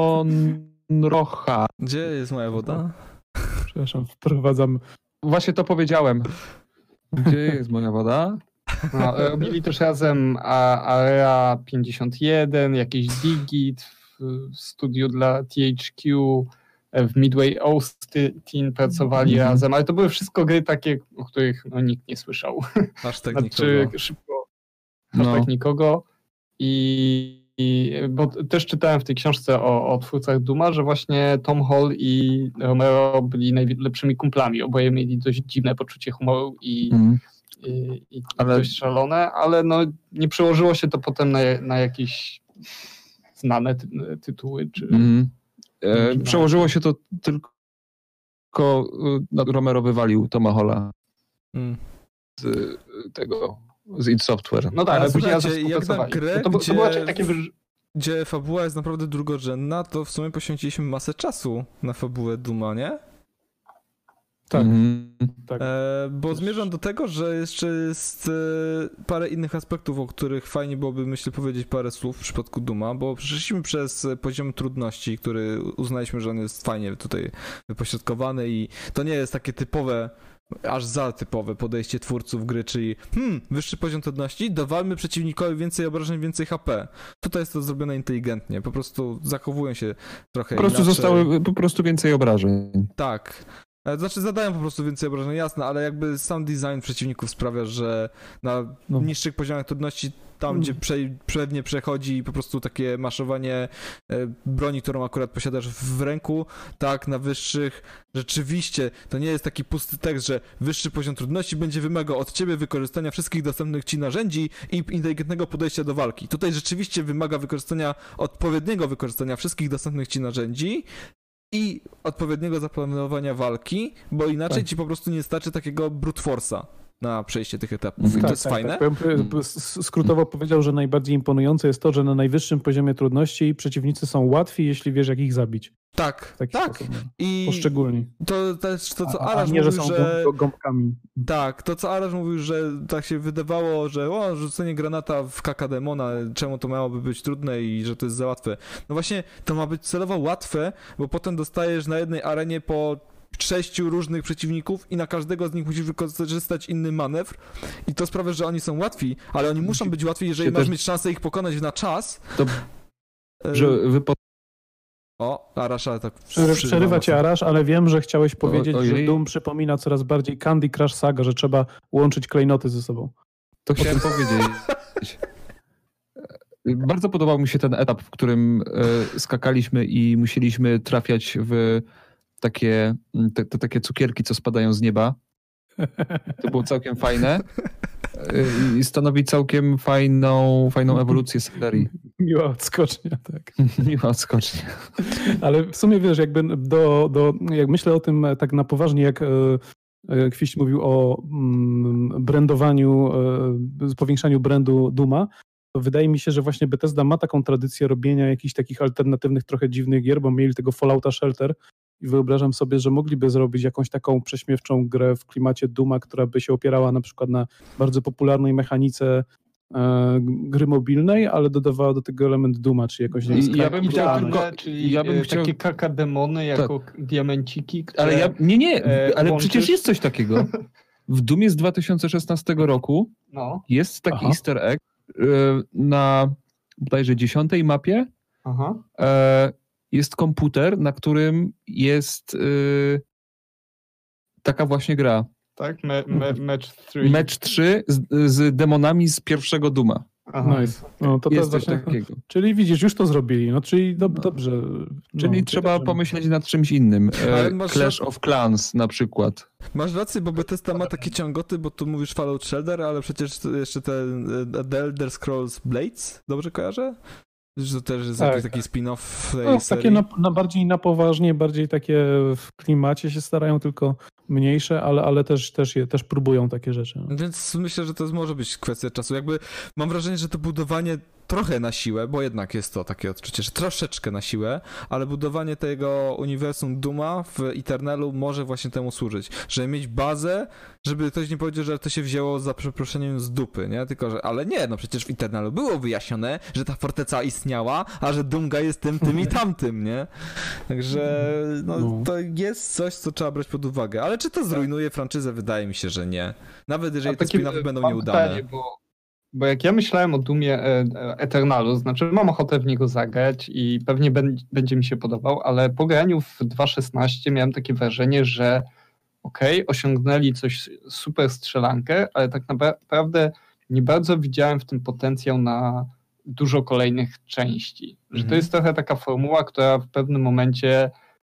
Sonrocha. Gdzie jest moja woda? Przepraszam, wprowadzam. Właśnie to powiedziałem. Gdzie jest moja woda? No, robili też razem Area pięćdziesiąt jeden, jakiś Digit w studiu dla T H Q. W Midway Austin pracowali mm. razem, ale to były wszystko gry takie, o których no, nikt nie słyszał. Hashtag znaczy, nikogo. Szybko. Hashtag no. nikogo. I, I bo też czytałem w tej książce o, o twórcach Duma, że właśnie Tom Hall i Romero byli najlepszymi kumplami. Oboje mieli dość dziwne poczucie humoru i, mm. i, i ale... dość szalone, ale no, nie przełożyło się to potem na, na jakieś znane ty, tytuły, czy... Mm. E, przełożyło się to tylko no, Romero wywalił Toma Halla hmm. z tego, z id Software. No tak, ale później jak na grę, no to, gdzie, to było takie... gdzie fabuła jest naprawdę drugorzędna, to w sumie poświęciliśmy masę czasu na fabułę Duma, nie? Tak. Mm-hmm. tak. E, bo zmierzam do tego, że jeszcze jest e, parę innych aspektów, o których fajnie byłoby, myślę, powiedzieć parę słów w przypadku Duma, bo przeszliśmy przez poziom trudności, który uznaliśmy, że on jest fajnie tutaj wypośrodkowany i to nie jest takie typowe, aż za typowe podejście twórców gry, czyli hmm, wyższy poziom trudności, dawajmy przeciwnikowi więcej obrażeń, więcej H P. Tutaj jest to zrobione inteligentnie, po prostu zachowują się trochę Po prostu inaczej. zostały po prostu więcej obrażeń. Tak. Znaczy zadają po prostu więcej obrażeń, jasne, ale jakby sam design przeciwników sprawia, że na no. niższych poziomach trudności, tam gdzie prze, pewnie przechodzi po prostu takie maszowanie broni, którą akurat posiadasz w ręku, tak na wyższych rzeczywiście to nie jest taki pusty tekst, że wyższy poziom trudności będzie wymagał od ciebie wykorzystania wszystkich dostępnych ci narzędzi i inteligentnego podejścia do walki. Tutaj rzeczywiście wymaga wykorzystania, odpowiedniego wykorzystania wszystkich dostępnych ci narzędzi i odpowiedniego zaplanowania walki, bo inaczej tak. ci po prostu nie starczy takiego brute force'a na przejście tych etapów. I tak, to jest tak, fajne. Tak. Skrótowo powiedział, że najbardziej imponujące jest to, że na najwyższym poziomie trudności przeciwnicy są łatwi, jeśli wiesz, jak ich zabić. Tak, tak. Sposób, I poszczególni. To też to, co a, Arash a nie, mówił, że są że... gąbkami. Tak, to co Arash mówił, że tak się wydawało, że o, rzucenie granata w kaka demona, czemu to miałoby być trudne i że to jest za łatwe. No właśnie, to ma być celowo łatwe, bo potem dostajesz na jednej arenie po sześciu różnych przeciwników i na każdego z nich musisz wykorzystać inny manewr i to sprawia, że oni są łatwi, ale oni muszą być łatwi, jeżeli masz mieć szansę ich pokonać na czas. To, że wypo... O, Arash, ale tak... Przerywa cię Arash, ale wiem, że chciałeś powiedzieć, o, że Doom przypomina coraz bardziej Candy Crush Saga, że trzeba łączyć klejnoty ze sobą. To chciałem powiedzieć. Bardzo podobał mi się ten etap, w którym e, skakaliśmy i musieliśmy trafiać w takie, te, te takie cukierki, co spadają z nieba. To było całkiem fajne e, i stanowi całkiem fajną, fajną ewolucję serii. Miła odskocznia, tak. Miła odskocznia. Ale w sumie wiesz, jakby do, do, jak myślę o tym tak na poważnie, jak Kwiść mówił o mm, brandowaniu, e, powiększaniu brandu Dooma, to wydaje mi się, że właśnie Bethesda ma taką tradycję robienia jakichś takich alternatywnych, trochę dziwnych gier, bo mieli tego Fallouta Shelter i wyobrażam sobie, że mogliby zrobić jakąś taką prześmiewczą grę w klimacie Dooma, która by się opierała na przykład na bardzo popularnej mechanice e, gry mobilnej, ale dodawała do tego element Dooma, czy jakoś... I, ja bym chciał tylko... Czyli ja bym e, chciał... takie kakademony jako tak. diamenciki, które... Ale ja... Nie, nie, e, ale łączysz... przecież jest coś takiego. W Doomie z dwa tysiące szesnastego roku no. jest taki Aha. easter egg na bodajże dziesiątej mapie. Aha. Jest komputer, na którym jest taka właśnie gra. Tak? Me, me, match trzy. Match trzy z, z demonami z pierwszego Dooma. Aha. Nice. No, to jest to coś właśnie... takiego. Czyli widzisz, już to zrobili. No, czyli do, dobrze. Czyli no, trzeba dobrze. pomyśleć nad czymś innym. masz... Clash of Clans na przykład. Masz rację, bo Bethesda ma takie ciągoty, bo tu mówisz Fallout Shelter, ale przecież jeszcze ten The Elder Scrolls Blades, dobrze kojarzę? Że to też jest tak. jakiś taki spin-off tej no, serii. Takie na, na bardziej na poważnie, bardziej takie w klimacie się starają, tylko mniejsze, ale, ale też, też, je, też próbują takie rzeczy. No. Więc myślę, że to może być kwestia czasu. Jakby mam wrażenie, że to budowanie trochę na siłę, bo jednak jest to takie odczucie, że troszeczkę na siłę, ale budowanie tego uniwersum Dooma w Eternalu może właśnie temu służyć. Żeby mieć bazę, żeby ktoś nie powiedział, że to się wzięło za przeproszeniem z dupy, nie? Tylko, że ale nie, no przecież w Eternalu było wyjaśnione, że ta forteca istniała, a że Doomga jest tym, tym i tamtym, nie? Także no, no. to jest coś, co trzeba brać pod uwagę. Ale czy to zrujnuje franczyzę? Wydaje mi się, że nie. Nawet jeżeli te spin-offy będą nieudane. Pytanie, bo... Bo jak ja myślałem o Doomie Eternalu, znaczy mam ochotę w niego zagrać i pewnie będzie mi się podobał, ale po graniu w dwa szesnaście miałem takie wrażenie, że okej, okay, osiągnęli coś super strzelankę, ale tak naprawdę nie bardzo widziałem w tym potencjał na dużo kolejnych części. Że mhm. to jest trochę taka formuła, która w pewnym momencie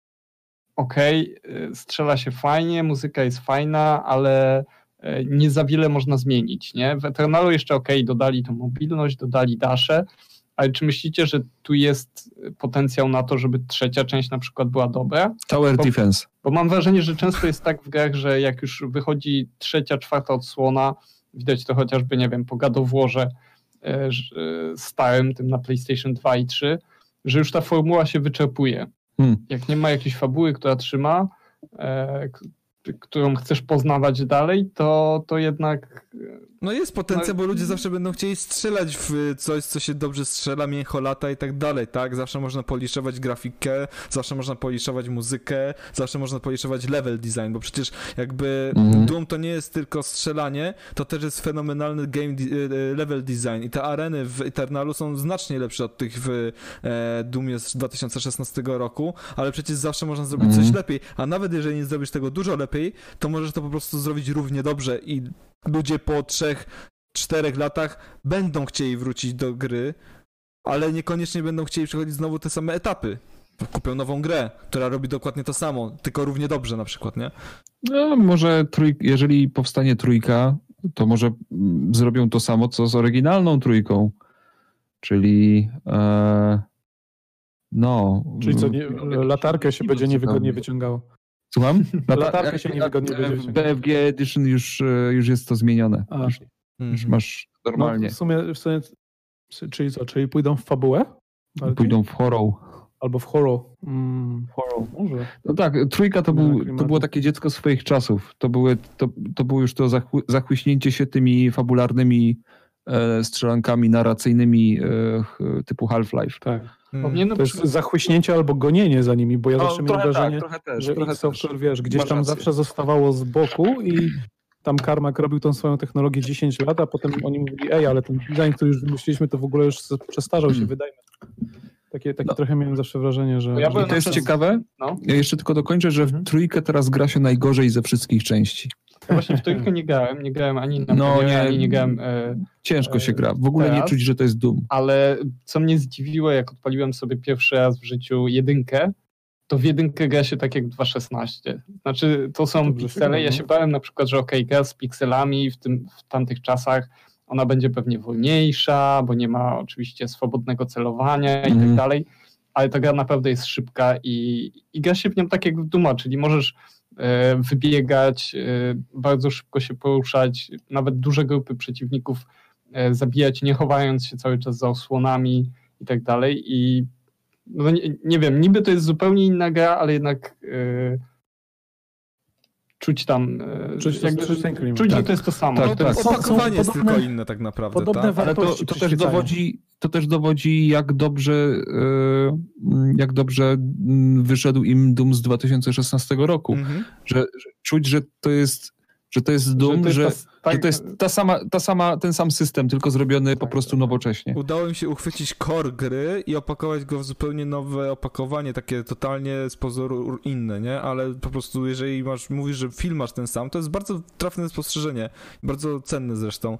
okej, okay, strzela się fajnie, muzyka jest fajna, ale nie za wiele można zmienić, nie? W Eternalu jeszcze okej, okay, dodali tą mobilność, dodali dasze, ale czy myślicie, że tu jest potencjał na to, żeby trzecia część na przykład była dobra? Tower bo, Defense. Bo mam wrażenie, że często jest tak w grach, że jak już wychodzi trzecia, czwarta odsłona, widać to chociażby, nie wiem, po God of Warze e, starym, tym na PlayStation dwa i trzy, że już ta formuła się wyczerpuje. Hmm. Jak nie ma jakiejś fabuły, która trzyma, e, którą chcesz poznawać dalej, to, to jednak... No jest potencjał, no, bo ludzie zawsze będą chcieli strzelać w coś, co się dobrze strzela, mięcho lata i tak dalej, tak? Zawsze można poliszować grafikę, zawsze można poliszować muzykę, zawsze można poliszować level design, bo przecież jakby mhm. Doom to nie jest tylko strzelanie, to też jest fenomenalny game level design i te areny w Eternalu są znacznie lepsze od tych w e, Doomie z dwa tysiące szesnastego roku, ale przecież zawsze można zrobić mhm. coś lepiej, a nawet jeżeli nie zrobisz tego dużo lepiej, to możesz to po prostu zrobić równie dobrze i ludzie po trzech, czterech latach będą chcieli wrócić do gry, ale niekoniecznie będą chcieli przechodzić znowu te same etapy. Kupią nową grę, która robi dokładnie to samo, tylko równie dobrze na przykład, nie? No, może trój... jeżeli powstanie trójka, to może zrobią to samo, co z oryginalną trójką. Czyli e... no... Czyli co, nie, latarkę się będzie niewygodnie wyciągało. Słucham? Latarkę się niewygodnie będzie w B F G Edition już, już jest to zmienione. A. Już, mm-hmm. już masz normalnie. No, w, sumie, w sumie, czyli co, czyli pójdą w fabułę? Bardziej? Pójdą w horror. Albo w horror. Mm, horror, może. No tak, trójka to, był, to było takie dziecko swoich czasów. To, były, to, to było już to zachły, zachłyśnięcie się tymi fabularnymi e, strzelankami narracyjnymi e, typu Half-Life. Tak. Hmm. To jest zachłyśnięcie albo gonienie za nimi, bo ja No, zawsze miałem trochę wrażenie, tak, trochę też, że trochę id Software, też. wiesz, gdzieś Masz tam rację. zawsze zostawało z boku i tam Carmack robił tą swoją technologię dziesięć lat, a potem oni mówili, ej, ale ten design, który już wymyśliliśmy, to w ogóle już przestarzał się, wydajmy. Takie, takie No. trochę miałem zawsze wrażenie, że... Ja I byłem to jest na przykład- ciekawe, No. ja jeszcze tylko dokończę, że Mhm. w trójkę teraz gra się najgorzej ze wszystkich części. Ja właśnie w trójkę nie grałem, nie grałem ani na No, premierę, nie. ani nie grałem... E, Ciężko się gra, w ogóle nie Teraz? czuć, że to jest Doom. ale co mnie zdziwiło, jak odpaliłem sobie pierwszy raz w życiu jedynkę, to w jedynkę gra się tak jak w dwa szesnaście. Znaczy, to są Dobrze się piksele. gra, Ja no. się bałem na przykład, że okej, gra z pikselami w, tym, w tamtych czasach, ona będzie pewnie wolniejsza, bo nie ma oczywiście swobodnego celowania i Mhm. tak dalej, ale ta gra naprawdę jest szybka i, i gra się w nią tak jak w Duma, czyli możesz e, wybiegać, e, bardzo szybko się poruszać, nawet duże grupy przeciwników e, zabijać, nie chowając się cały czas za osłonami i tak dalej. I no nie, nie wiem, niby to jest zupełnie inna gra, ale jednak e, czuć tam, e, Czuć- jakby, czuć ten klimat. czuć, że Tak. to jest to samo. Tak, że to tak. jest Są- Opakowanie są jest podobne- tylko inne tak naprawdę, podobne tak? wa- Ale to, wartości to, też przyświecają. dowodzi, to też dowodzi, jak dobrze, e, jak dobrze mm, wyszedł im Doom z dwa tysiące szesnastego roku. Mhm. Że, że czuć, że to jest, że to jest Doom, to że, jest ta- że to jest ta sama, ta sama, ten sam system, tylko zrobiony po Tak, prostu tak. nowocześnie. Udało mi się uchwycić core gry i opakować go w zupełnie nowe opakowanie, takie totalnie z pozoru inne, nie? Ale po prostu jeżeli masz, mówisz, że film masz ten sam, to jest bardzo trafne spostrzeżenie, bardzo cenne zresztą,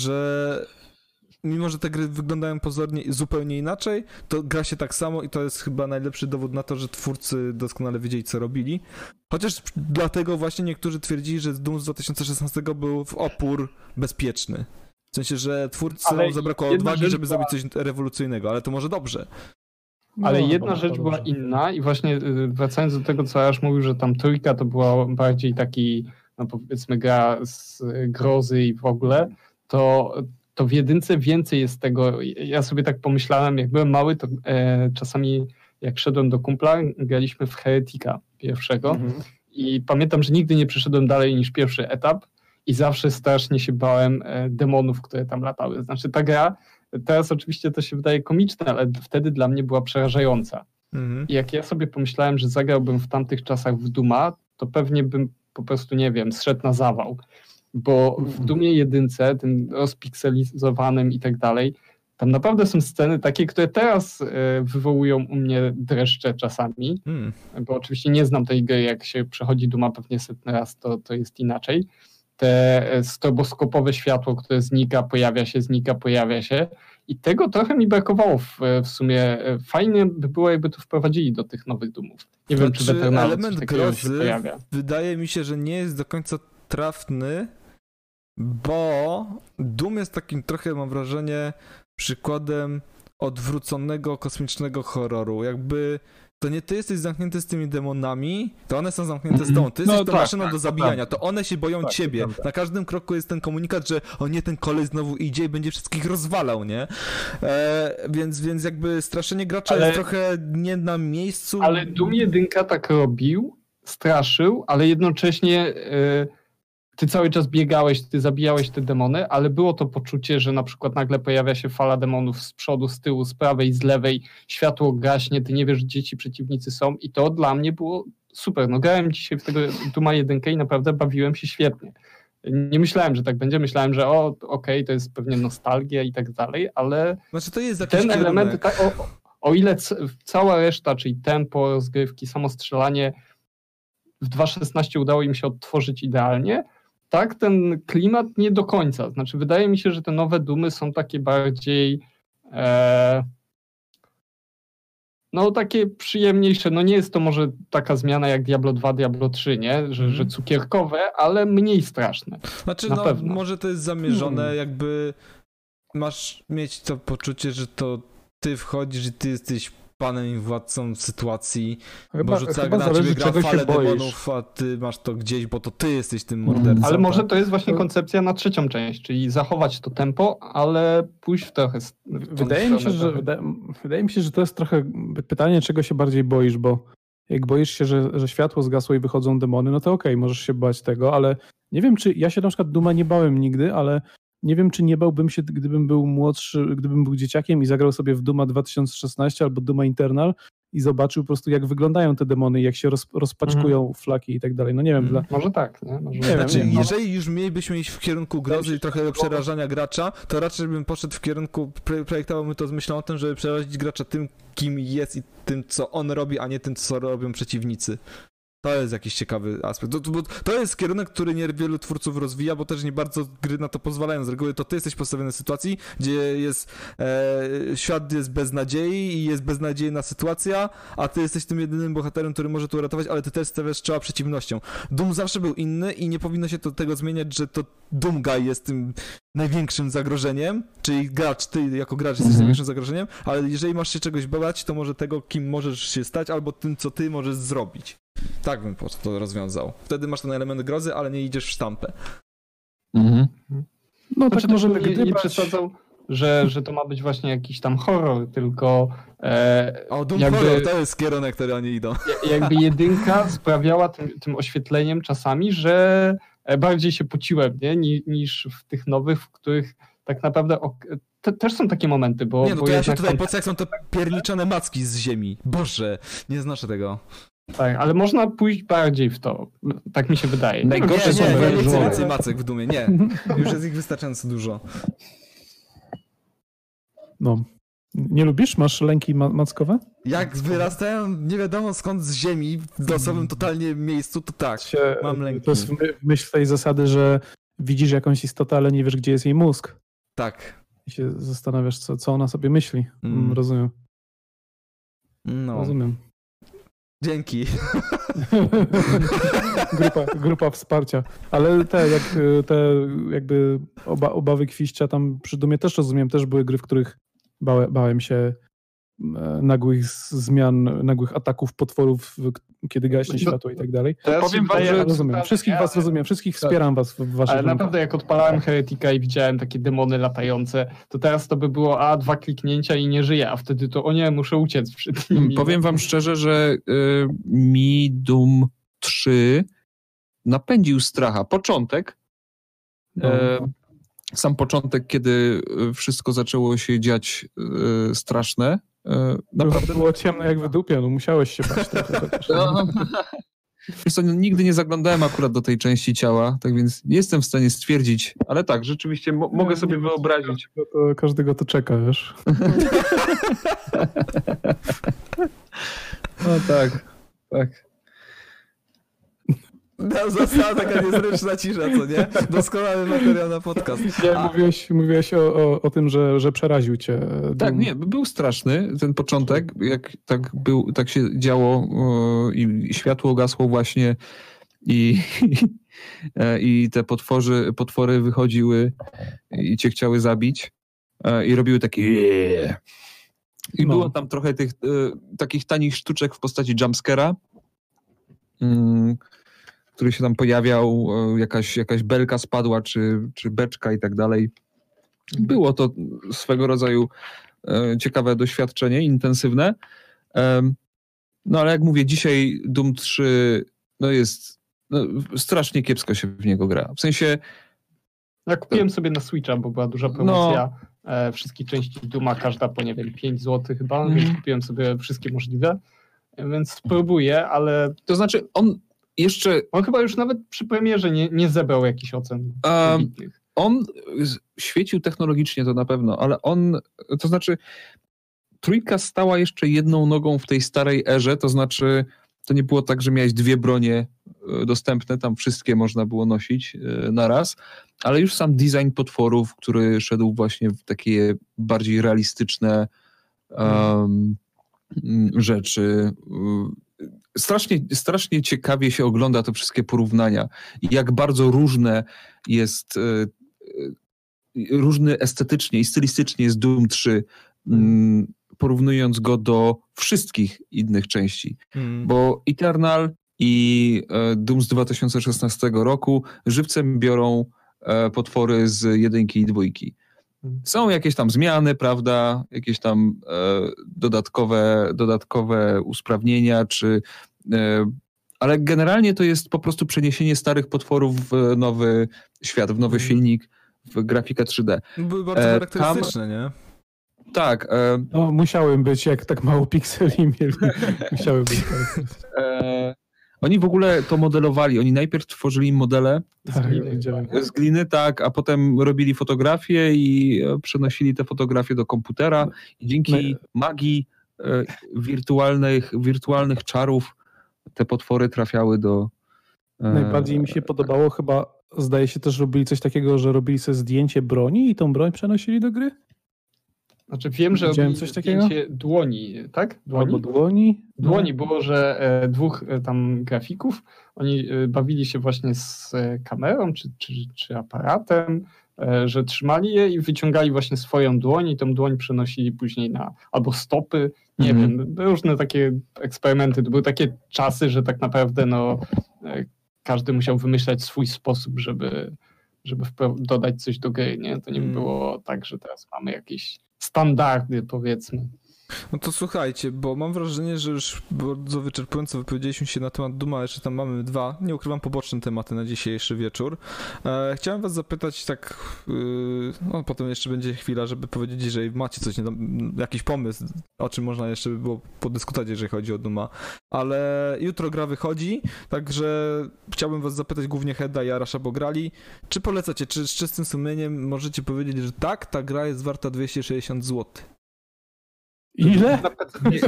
że mimo, że te gry wyglądają pozornie zupełnie inaczej, to gra się tak samo i to jest chyba najlepszy dowód na to, że twórcy doskonale wiedzieli, co robili. Chociaż dlatego właśnie niektórzy twierdzili, że Doom z dwa tysiące szesnastego był w opór bezpieczny. W sensie, że twórcom Ale zabrakło jedna odwagi, rzecz żeby była- zrobić coś rewolucyjnego, ale to może dobrze. Ale No, jedna no, rzecz to była dobrze. inna i właśnie y, wracając do tego, co Aż mówił, że tam trójka to była bardziej taki, no powiedzmy gra z y, grozy i w ogóle, to, to w jedynce więcej jest tego. Ja sobie tak pomyślałem, jak byłem mały, to e, czasami jak szedłem do kumpla, graliśmy w Heretika pierwszego Mhm. i pamiętam, że nigdy nie przeszedłem dalej niż pierwszy etap i zawsze strasznie się bałem e, demonów, które tam latały. Znaczy ta gra, teraz oczywiście to się wydaje komiczne, ale wtedy dla mnie była przerażająca. Mhm. I jak ja sobie pomyślałem, że zagrałbym w tamtych czasach w Duma, to pewnie bym po prostu, nie wiem, zszedł na zawał. Bo w Dumie jedynce, tym rozpikselizowanym i tak dalej, tam naprawdę są sceny takie, które teraz e, wywołują u mnie dreszcze czasami, Hmm. bo oczywiście nie znam tej gry, jak się przechodzi Duma pewnie setny raz, to, to jest inaczej. Te e, stroboskopowe światło, które znika, pojawia się, znika, pojawia się i tego trochę mi brakowało w, w sumie. E, Fajnie by było, jakby to wprowadzili do tych nowych Dumów. Nie wiem, czy w Znaczy, Eternalu coś element takiego się grozy pojawia. wydaje mi się, że nie jest do końca trafny, bo Doom jest takim trochę, mam wrażenie, przykładem odwróconego kosmicznego horroru. Jakby to nie ty jesteś zamknięty z tymi demonami, to one są zamknięte z tobą. Ty No jesteś tą tak, maszyną tak, do to zabijania, prawda. to one się boją Tak, to ciebie. prawda. Na każdym kroku jest ten komunikat, że o nie, ten kolej znowu idzie i będzie wszystkich rozwalał, nie? E, więc, więc jakby straszenie gracza Ale- jest trochę nie na miejscu. Ale Doom jedynka tak robił, straszył, ale jednocześnie e, ty cały czas biegałeś, ty zabijałeś te demony, ale było to poczucie, że na przykład nagle pojawia się fala demonów z przodu, z tyłu, z prawej, z lewej, światło gaśnie, ty nie wiesz, gdzie ci przeciwnicy są i to dla mnie było super. No grałem dzisiaj w tego Dooma jedynkę i naprawdę bawiłem się świetnie. Nie myślałem, że tak będzie, myślałem, że o, okej, to jest pewnie nostalgia i tak dalej, ale Znaczy to jest jakiś ten kierunek. element, ta, o, o ile c, cała reszta, czyli tempo, rozgrywki, samo strzelanie w dwa szesnaście udało im się odtworzyć idealnie, tak ten klimat nie do końca. Znaczy wydaje mi się, że te nowe Doomy są takie bardziej e, no takie przyjemniejsze. No nie jest to może taka zmiana jak Diablo dwa, Diablo trzy, nie? Że, Mhm. że cukierkowe, ale mniej straszne. Znaczy, Na no, pewno. może to jest zamierzone, Hmm. jakby masz mieć to poczucie, że to ty wchodzisz i ty jesteś panem i władcą sytuacji, Chyba, bo rzuca chyba na ciebie zależy, gra czego się falę boisz. demonów, a ty masz to gdzieś, bo to ty jesteś tym Mm. mordercą. Ale może tak? to jest właśnie To- koncepcja na trzecią część, czyli zachować to tempo, ale pójść w trochę... s- w tą Wydaje mi, się, stronę że, trochę. wydaje, wydaje mi się, że to jest trochę pytanie, czego się bardziej boisz, bo jak boisz się, że, że światło zgasło i wychodzą demony, no to okej, możesz się bać tego, ale nie wiem, czy ja się na przykład Duma nie bałem nigdy, ale nie wiem, czy nie bałbym się, gdybym był młodszy, gdybym był dzieciakiem i zagrał sobie w Duma dwa tysiące szesnaście albo Duma Eternal i zobaczył po prostu, jak wyglądają te demony, jak się roz, rozpaczkują mm. flaki i tak dalej. No nie wiem. Mm. Dla... Może tak, nie? Może nie wiem, znaczy, nie, jeżeli już mielibyśmy iść w kierunku grozy i trochę przerażania gracza, to raczej bym poszedł w kierunku, projektowałbym to z myślą o tym, żeby przerazić gracza tym, kim jest i tym, co on robi, a nie tym, co robią przeciwnicy. To jest jakiś ciekawy aspekt. To, to, to jest kierunek, który niewielu twórców rozwija, bo też nie bardzo gry na to pozwalają. Z reguły to ty jesteś postawiony w sytuacji, gdzie jest e, świat jest bez nadziei i jest beznadziejna sytuacja, a ty jesteś tym jedynym bohaterem, który może to uratować, ale ty też stawiasz czoła przeciwnością. Doom zawsze był inny i nie powinno się to tego zmieniać, że to Doom Guy jest tym największym zagrożeniem, czyli gracz, ty jako gracz jesteś mm-hmm. największym zagrożeniem, ale jeżeli masz się czegoś bać, to może tego, kim możesz się stać, albo tym, co ty możesz zrobić. Tak bym po prostu to rozwiązał. Wtedy masz ten element grozy, ale nie idziesz w sztampę. Mhm. No znaczy, tak możemy nie, nie przesadzał, że, że to ma być właśnie jakiś tam horror, tylko e, o, Doom jakby, horror to jest kierunek, który oni idą. Jakby jedynka sprawiała tym, tym oświetleniem czasami, że bardziej się pociłem, nie? Niż w tych nowych, w których tak naprawdę ok, te, też są takie momenty, bo... Nie, no bo to ja się tutaj tam... pocę, jak są te pierniczone macki z ziemi. Boże, nie znoszę tego. Tak, ale można pójść bardziej w to. Tak mi się wydaje. Najgorsze są nie, nie, nie chcę żony. więcej macek w Dumie, nie. Już jest ich wystarczająco dużo. No. Nie lubisz? Masz lęki ma- mackowe? Jak wyrastają nie wiadomo skąd z ziemi w losowym totalnie miejscu, to tak, się, mam lęki. To jest w myśl tej zasady, że widzisz jakąś istotę, ale nie wiesz, gdzie jest jej mózg. Tak. I się zastanawiasz, co, co ona sobie myśli. Mm. Rozumiem. No. Rozumiem. Dzięki. grupa, grupa wsparcia. Ale te, jak, te jakby oba, obawy Kwiścia tam przy Dumie też rozumiem, też były gry, w których bałem, bałem się nagłych zmian, nagłych ataków potworów, kiedy gaśnie no, światło i tak dalej. Ja powiem wam, że rozumiem. Wszystkich was rozumiem, wszystkich wspieram was w waszych Ale naprawdę jak odpalałem Heretika i widziałem takie demony latające, to teraz to by było a, dwa kliknięcia i nie żyję, a wtedy to o nie, muszę uciec przed nimi. Powiem wam szczerze, że y, mi Doom trzy napędził stracha. Początek, no. y, sam początek, kiedy wszystko zaczęło się dziać y, straszne. Y, naprawdę było ciemno jak w dupie, no musiałeś się bać trochę. No. Wiesz co, nigdy nie zaglądałem akurat do tej części ciała, tak więc nie jestem w stanie stwierdzić, ale tak, rzeczywiście mo- mogę sobie nie wyobrazić. To, to każdego to czeka, wiesz. No tak, tak. No, została taka niezręczna cisza, co nie? Doskonały materiał na podcast. Nie, A... mówiłeś, mówiłeś o, o, o tym, że, że przeraził cię. Tak, nie, był straszny ten początek, jak tak, był, tak się działo o, i światło gasło właśnie i, i te potworzy, potwory wychodziły i cię chciały zabić i robiły takie yeah. I no. Było tam trochę tych takich tanich sztuczek w postaci jumpscare'a, mm, który się tam pojawiał, jakaś, jakaś belka spadła, czy, czy beczka i tak dalej. Było to swego rodzaju ciekawe doświadczenie, intensywne. No ale jak mówię, dzisiaj Doom trzy no jest, no, strasznie kiepsko się w niego gra. W sensie... Ja kupiłem sobie na Switcha, bo była duża promocja no. e, wszystkich części Dooma, każda po, nie wiem, pięć złotych chyba, mm. więc kupiłem sobie wszystkie możliwe, więc spróbuję, ale... To znaczy on jeszcze... On chyba już nawet przy premierze nie, nie zebrał jakichś ocen. Um, on świecił technologicznie, to na pewno, ale on, to znaczy trójka stała jeszcze jedną nogą w tej starej erze, to znaczy to nie było tak, że miałeś dwie bronie dostępne, tam wszystkie można było nosić na raz, ale już sam design potworów, który szedł właśnie w takie bardziej realistyczne um, rzeczy. Strasznie, strasznie ciekawie się ogląda te wszystkie porównania i jak bardzo różne jest, różny estetycznie i stylistycznie jest Doom trzy, mm. porównując go do wszystkich innych części. Mm. Bo Eternal i Doom z dwa tysiące szesnastego roku żywcem biorą potwory z jedynki i dwójki. Są jakieś tam zmiany, prawda, jakieś tam e, dodatkowe, dodatkowe usprawnienia, czy, e, ale generalnie to jest po prostu przeniesienie starych potworów w nowy świat, w nowy silnik, w grafikę trzy D. Były bardzo E, charakterystyczne, tam, nie? Tak. E, No, musiałem być, jak tak mało pikseli mieli. Musiałem być. e, oni w ogóle to modelowali. Oni najpierw tworzyli modele Tak, widziałem. z gliny, tak, a potem robili fotografie i przenosili te fotografie do komputera i dzięki magii e, wirtualnych, wirtualnych czarów te potwory trafiały do... E, Najbardziej mi się podobało chyba, zdaje się też robili coś takiego, że robili sobie zdjęcie broni i tą broń przenosili do gry? Znaczy wiem, że Widziałem robili coś takiego? zdjęcie dłoni, tak? Dłoni? Albo dłoni? Dłoni było, że e, dwóch e, tam grafików, oni e, bawili się właśnie z e, kamerą czy, czy, czy aparatem, e, że trzymali je i wyciągali właśnie swoją dłoń i tą dłoń przenosili później na albo stopy, nie Mhm. wiem, różne takie eksperymenty. To były takie czasy, że tak naprawdę no, e, każdy musiał wymyślać swój sposób, żeby, żeby wpro- dodać coś do gry, nie? To nie Mm. było tak, że teraz mamy jakieś standardy, powiedzmy. No to słuchajcie, bo mam wrażenie, że już bardzo wyczerpująco wypowiedzieliśmy się na temat Duma, jeszcze tam mamy dwa, nie ukrywam, poboczne tematy na dzisiejszy wieczór. E, chciałem was zapytać tak, yy, no potem jeszcze będzie chwila, żeby powiedzieć, jeżeli macie coś, nie, jakiś pomysł, o czym można jeszcze by było podyskutować, jeżeli chodzi o Duma, ale jutro gra wychodzi, także chciałbym was zapytać głównie Heda i Arasha, bo grali, czy polecacie, czy z czystym sumieniem możecie powiedzieć, że tak, ta gra jest warta dwieście sześćdziesiąt złotych? Ile? Nie,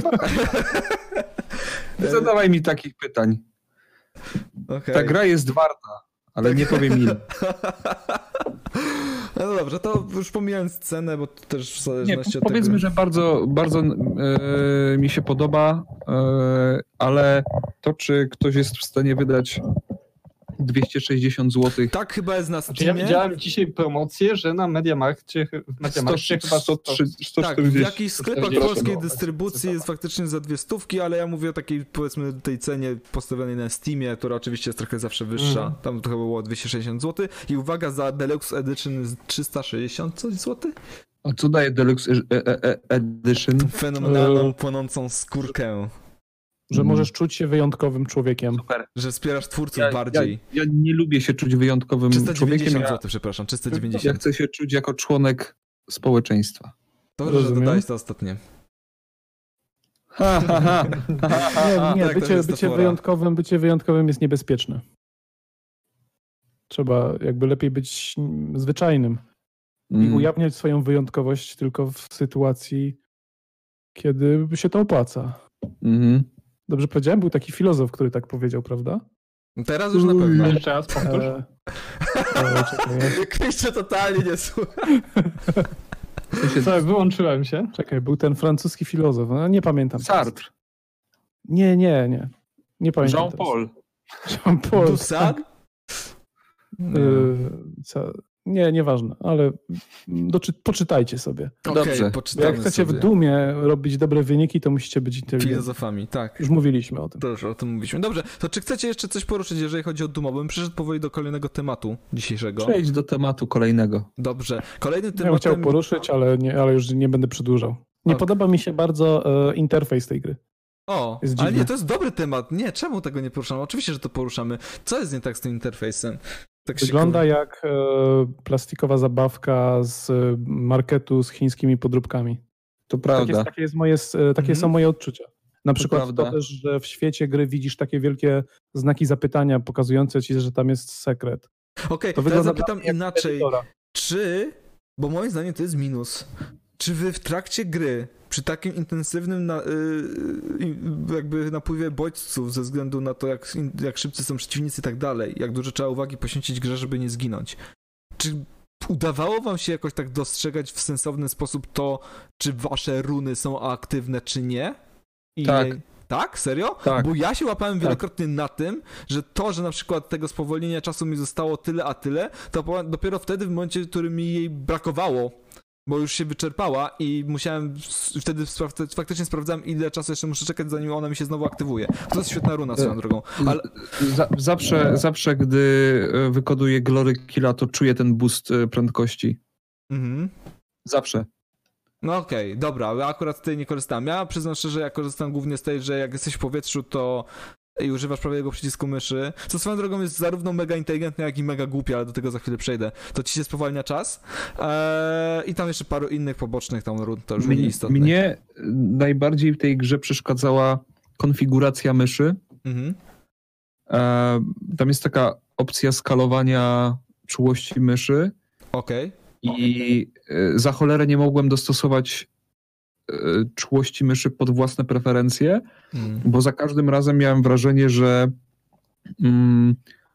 nie zadawaj mi takich pytań. Okay. Ta gra jest warta, ale nie powiem ile. No dobrze, to już pomijając cenę, bo to też w Nie, zależności od powiedzmy, tego... że bardzo, bardzo e, mi się podoba, e, ale to, czy ktoś jest w stanie wydać dwieście sześćdziesiąt złotych. Tak chyba jest na Znaczy ja Steamie. widziałem dzisiaj promocję, że na Mediamarkcie, w Mediamarkcie chyba sto czterdzieści. Tak, w jakichś sklepach czterdzieści polskiej no, dystrybucji jest faktycznie za dwie stówki, ale ja mówię o takiej, powiedzmy, tej cenie postawionej na Steamie, która oczywiście jest trochę zawsze wyższa. Mhm. Tam to chyba było dwieście sześćdziesiąt złotych i uwaga, za Deluxe Edition jest trzysta sześćdziesiąt coś złotych? A co daje Deluxe e- e- e- Edition? Fenomenalną, Eee. płonącą skórkę, Że Mm. możesz czuć się wyjątkowym człowiekiem. Super. że wspierasz twórców Ja, bardziej. Ja, ja nie lubię się czuć wyjątkowym trzysta człowiekiem. dziewięćdziesiąt Ja, złotych, przepraszam, trzysta ja dziewięćdziesiąt. chcę się czuć jako członek społeczeństwa. Dobrze, że Rozumiem. dodałeś to ostatnie. Ha, ha, ha. Nie, nie tak, to bycie, jest bycie, metafora. wyjątkowym, bycie wyjątkowym jest niebezpieczne. Trzeba jakby lepiej być mm, zwyczajnym i Mm. ujawniać swoją wyjątkowość tylko w sytuacji, kiedy się to opłaca. Mhm. Dobrze powiedziałem? Był taki filozof, który tak powiedział, prawda? Teraz już na pewno. Jeszcze raz powtórz. E, e, czekaj, Jeszcze totalnie nie słucha. Co, wyłączyłem się. czekaj, był ten francuski filozof, no, nie pamiętam. teraz. Sartre. Nie, nie, nie. Nie pamiętam. Jean-Paul. teraz. Jean-Paul. Dusad? tak. Y, co- Nie, nieważne, ale doczy, poczytajcie sobie. Okej, Dobrze. Jak poczytamy chcecie sobie. w Dumie robić dobre wyniki, to musicie być inteligentni. Filozofami, tak. Już mówiliśmy o tym. Dobrze, o tym mówiliśmy. Dobrze, to czy chcecie jeszcze coś poruszyć, jeżeli chodzi o Duma? Bo bym przeszedł powoli do kolejnego tematu dzisiejszego. Przejdź do tematu kolejnego. Dobrze. Kolejnym Ja bym tematem... chciał poruszyć, ale, nie, ale już nie będę przedłużał. Nie Ok. podoba mi się bardzo e, interfejs tej gry. O, Jest ale dziwne. nie, to jest dobry temat. Nie, czemu tego nie poruszamy? Oczywiście, że to poruszamy. Co jest nie tak z tym interfejsem? Tak się Wygląda kur- jak e, plastikowa zabawka z e, marketu z chińskimi podróbkami. To Tak prawda. jest, takie jest moje, s- e, takie Mhm. są moje odczucia. Na To przykład to, prawda. też, że w świecie gry widzisz takie wielkie znaki zapytania pokazujące ci, że tam jest sekret. Okej, To to ja wygląda zapytam bardziej jak inaczej. edytora. Czy, bo moim zdaniem to jest minus, czy wy w trakcie gry, przy takim intensywnym na, yy, jakby napływie bodźców ze względu na to, jak, jak szybcy są przeciwnicy i tak dalej, jak dużo trzeba uwagi poświęcić grze, żeby nie zginąć, czy udawało wam się jakoś tak dostrzegać w sensowny sposób to, czy wasze runy są aktywne, czy nie? I Tak. Tak? Serio? Tak. Bo ja się łapałem wielokrotnie na tym, że to, że na przykład tego spowolnienia czasu mi zostało tyle, a tyle, to po- dopiero wtedy, w momencie, w którym mi jej brakowało, bo już się wyczerpała i musiałem, s- wtedy sprawdzać, faktycznie sprawdzałem, ile czasu jeszcze muszę czekać, zanim ona mi się znowu aktywuje. To jest świetna runa swoją drogą. Ale Za, zawsze, zawsze, gdy e, wykoduję Glory Killa, to czuję ten boost e, prędkości. mhm. Zawsze. No okej, dobra, ja akurat z tej nie korzystałem. Ja przyznam szczerze, ja korzystam głównie z tej, że jak jesteś w powietrzu, to i używasz prawego przycisku myszy, co swoją drogą jest zarówno mega inteligentne, jak i mega głupie, ale do tego za chwilę przejdę, to ci się spowalnia czas. Eee, I tam jeszcze paru innych pobocznych tam rund, to już mniej istotnych. Mnie najbardziej w tej grze przeszkadzała konfiguracja myszy. Mhm. Eee, tam jest taka opcja skalowania czułości myszy. Okej. Okay. I za cholerę nie mogłem dostosować czułości myszy pod własne preferencje, hmm. bo za każdym razem miałem wrażenie, że mm,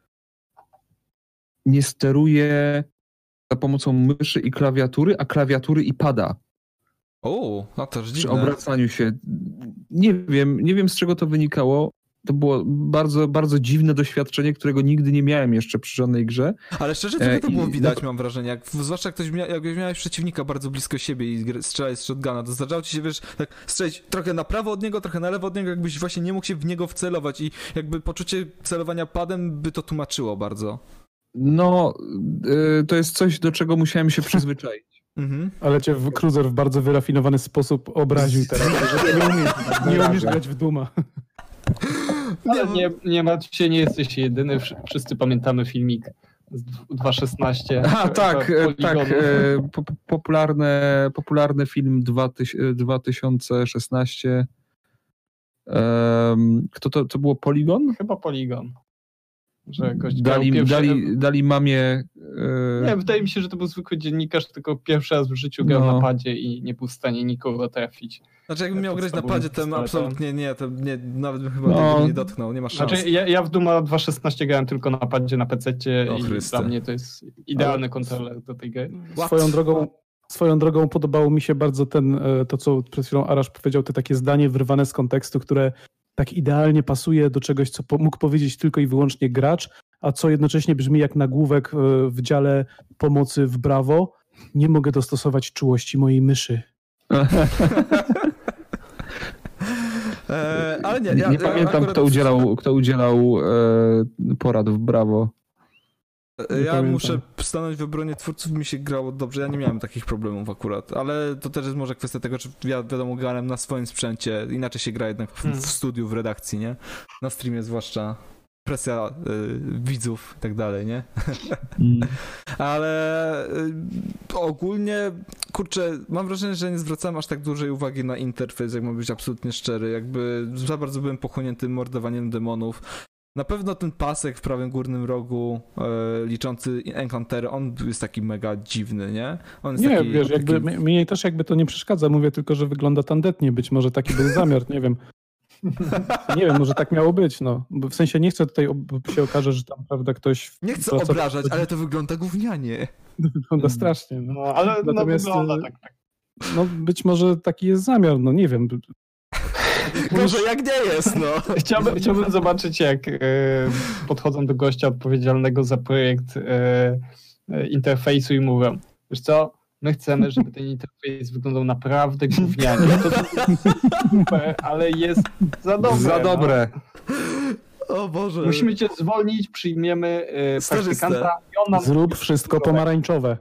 nie steruję za pomocą myszy i klawiatury, a klawiatury i pada. O, no to już Przy obracaniu się. Nie wiem, nie wiem z czego to wynikało. To było bardzo, bardzo dziwne doświadczenie, którego nigdy nie miałem jeszcze przy żadnej grze. Ale szczerze, trochę to było widać, mam wrażenie. Jak, zwłaszcza jak ktoś mia, jak miałeś przeciwnika bardzo blisko siebie i strzelałeś z shotguna, to zdarzało ci się, wiesz, tak strzelić trochę na prawo od niego, trochę na lewo od niego, jakbyś właśnie nie mógł się w niego wcelować i jakby poczucie celowania padem by to tłumaczyło bardzo. No, yy, to jest coś, do czego musiałem się przyzwyczaić. Mhm. Ale cię w Cruiser w bardzo wyrafinowany sposób obraził teraz, że nie umiesz, nie umiesz grać w Duma. Ale nie, nie martw się, nie jesteś jedyny. Wszyscy pamiętamy filmik z dwa szesnaście. A tak, tak. Po, popularne, popularny film dwa tysiące szesnaście. Kto to, to było? Polygon? Chyba Polygon. Że gość dali, pierwszy... dali, dali mamie... Nie, wydaje mi się, że to był zwykły dziennikarz, tylko pierwszy raz w życiu grał no. na padzie i nie był w stanie nikogo trafić. Znaczy jakbym miał grać na padzie, to absolutnie nie, to nie, nawet bym chyba no. tego nie dotknął, nie ma szans. Znaczy ja, ja w Duma dwa szesnaście grałem tylko na padzie, na pececie i Chryste. Dla mnie to jest idealny Ale... kontroler do tej gry. Swoją drogą, swoją drogą podobało mi się bardzo ten, to co przed chwilą Arash powiedział, te takie zdanie wyrwane z kontekstu, które tak idealnie pasuje do czegoś, co po, mógł powiedzieć tylko i wyłącznie gracz, a co jednocześnie brzmi jak nagłówek w dziale pomocy w Brawo. Nie mogę dostosować czułości mojej myszy. e, ale nie, nie, ja, nie ja pamiętam, akurat... kto udzielał, kto udzielał e, porad w Brawo. Nie ja pamiętam. Muszę stanąć w obronie twórców, mi się grało dobrze, ja nie miałem takich problemów akurat, ale to też jest może kwestia tego, że ja wiadomo grałem na swoim sprzęcie, inaczej się gra jednak w, hmm. w studiu, w redakcji, nie? Na streamie zwłaszcza presja y, widzów i tak dalej, nie? Mm. Ale y, ogólnie, kurczę, mam wrażenie, że nie zwracałem aż tak dużej uwagi na interfejs, jak mam być absolutnie szczery, jakby za bardzo byłem pochłonięty mordowaniem demonów. Na pewno ten pasek w prawym górnym rogu e, liczący encountery, on jest taki mega dziwny, nie? On jest nie, taki, wiesz, taki... jakby, mnie też jakby to nie przeszkadza, mówię tylko, że wygląda tandetnie, być może taki był zamiar, nie wiem. Nie wiem, może tak miało być, no. W sensie nie chcę tutaj, bo się okaże, że tam, prawda, ktoś... Nie chcę to, obrażać, co... ale to wygląda gównianie. Wygląda strasznie, no. no ale Natomiast, no wygląda tak, tak. No być może taki jest zamiar, no nie wiem. Może jak nie jest, no. Chciałbym, chciałbym zobaczyć, jak y, podchodzą do gościa odpowiedzialnego za projekt y, y, interfejsu i mówią, wiesz co, my chcemy, żeby ten interfejs wyglądał naprawdę gównianie. To, to super, ale jest za dobre. Za dobre. No. O Boże. Musimy cię zwolnić, przyjmiemy y, praktykanta. I on nam... Zrób wszystko pomarańczowe.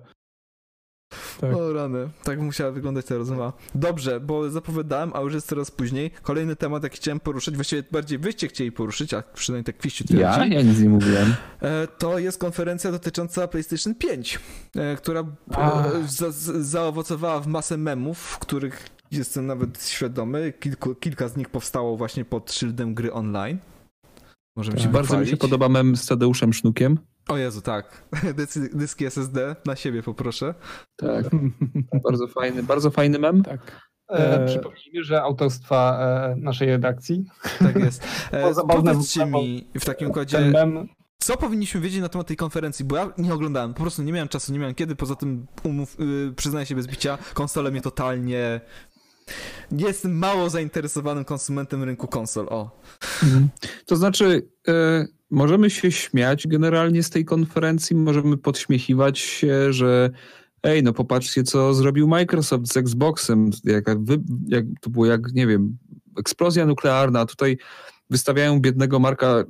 Tak. O rany, tak musiała wyglądać ta rozmowa. Dobrze, bo zapowiadałem, a już jest coraz później. Kolejny temat, jaki chciałem poruszyć, właściwie bardziej wyście chcieli poruszyć, a przynajmniej tak Kwiściu twierdzi. Ja? Ja nic nie mówiłem. To jest konferencja dotycząca PlayStation pięć, która za, zaowocowała w masę memów, których jestem nawet świadomy. Kilku, kilka z nich powstało właśnie pod szyldem gry online. Możemy tak. się Bardzo mi się podoba mem z Tadeuszem Sznukiem. O Jezu, tak. Dyski S S D na siebie poproszę. Tak. Bardzo fajny, bardzo fajny mem. Tak. E, Przypomnijmy, że autorstwa e, naszej redakcji. Tak jest. E, powiedzcie mi w takim układzie, mem... co powinniśmy wiedzieć na temat tej konferencji, bo ja nie oglądałem, po prostu nie miałem czasu, nie miałem kiedy, poza tym umów, yy, przyznaję się bez bicia, konsole mnie totalnie... Jestem mało zainteresowanym konsumentem rynku konsol, o. Mhm. To znaczy... Yy... Możemy się śmiać generalnie z tej konferencji, możemy podśmiechiwać się, że ej, no popatrzcie, co zrobił Microsoft z Xboxem, jak, wy, jak to było jak, nie wiem, eksplozja nuklearna, a tutaj wystawiają biednego Marka e, e,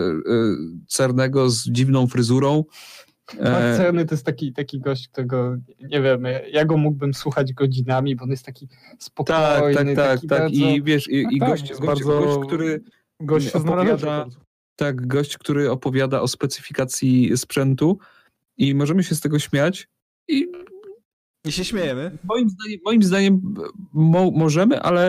Cernego z dziwną fryzurą. Mark Cerny to jest taki, taki gość, którego, nie wiem, ja go mógłbym słuchać godzinami, bo on jest taki spokojny. Tak, tak, tak, taki tak. bardzo... I wiesz, i, i tak, gość, tak, gość, bardzo... gość, który Gość się opowiada, tak, gość, który opowiada o specyfikacji sprzętu i możemy się z tego śmiać i I się śmiejemy. Moim zdaniem, moim zdaniem mo, możemy, ale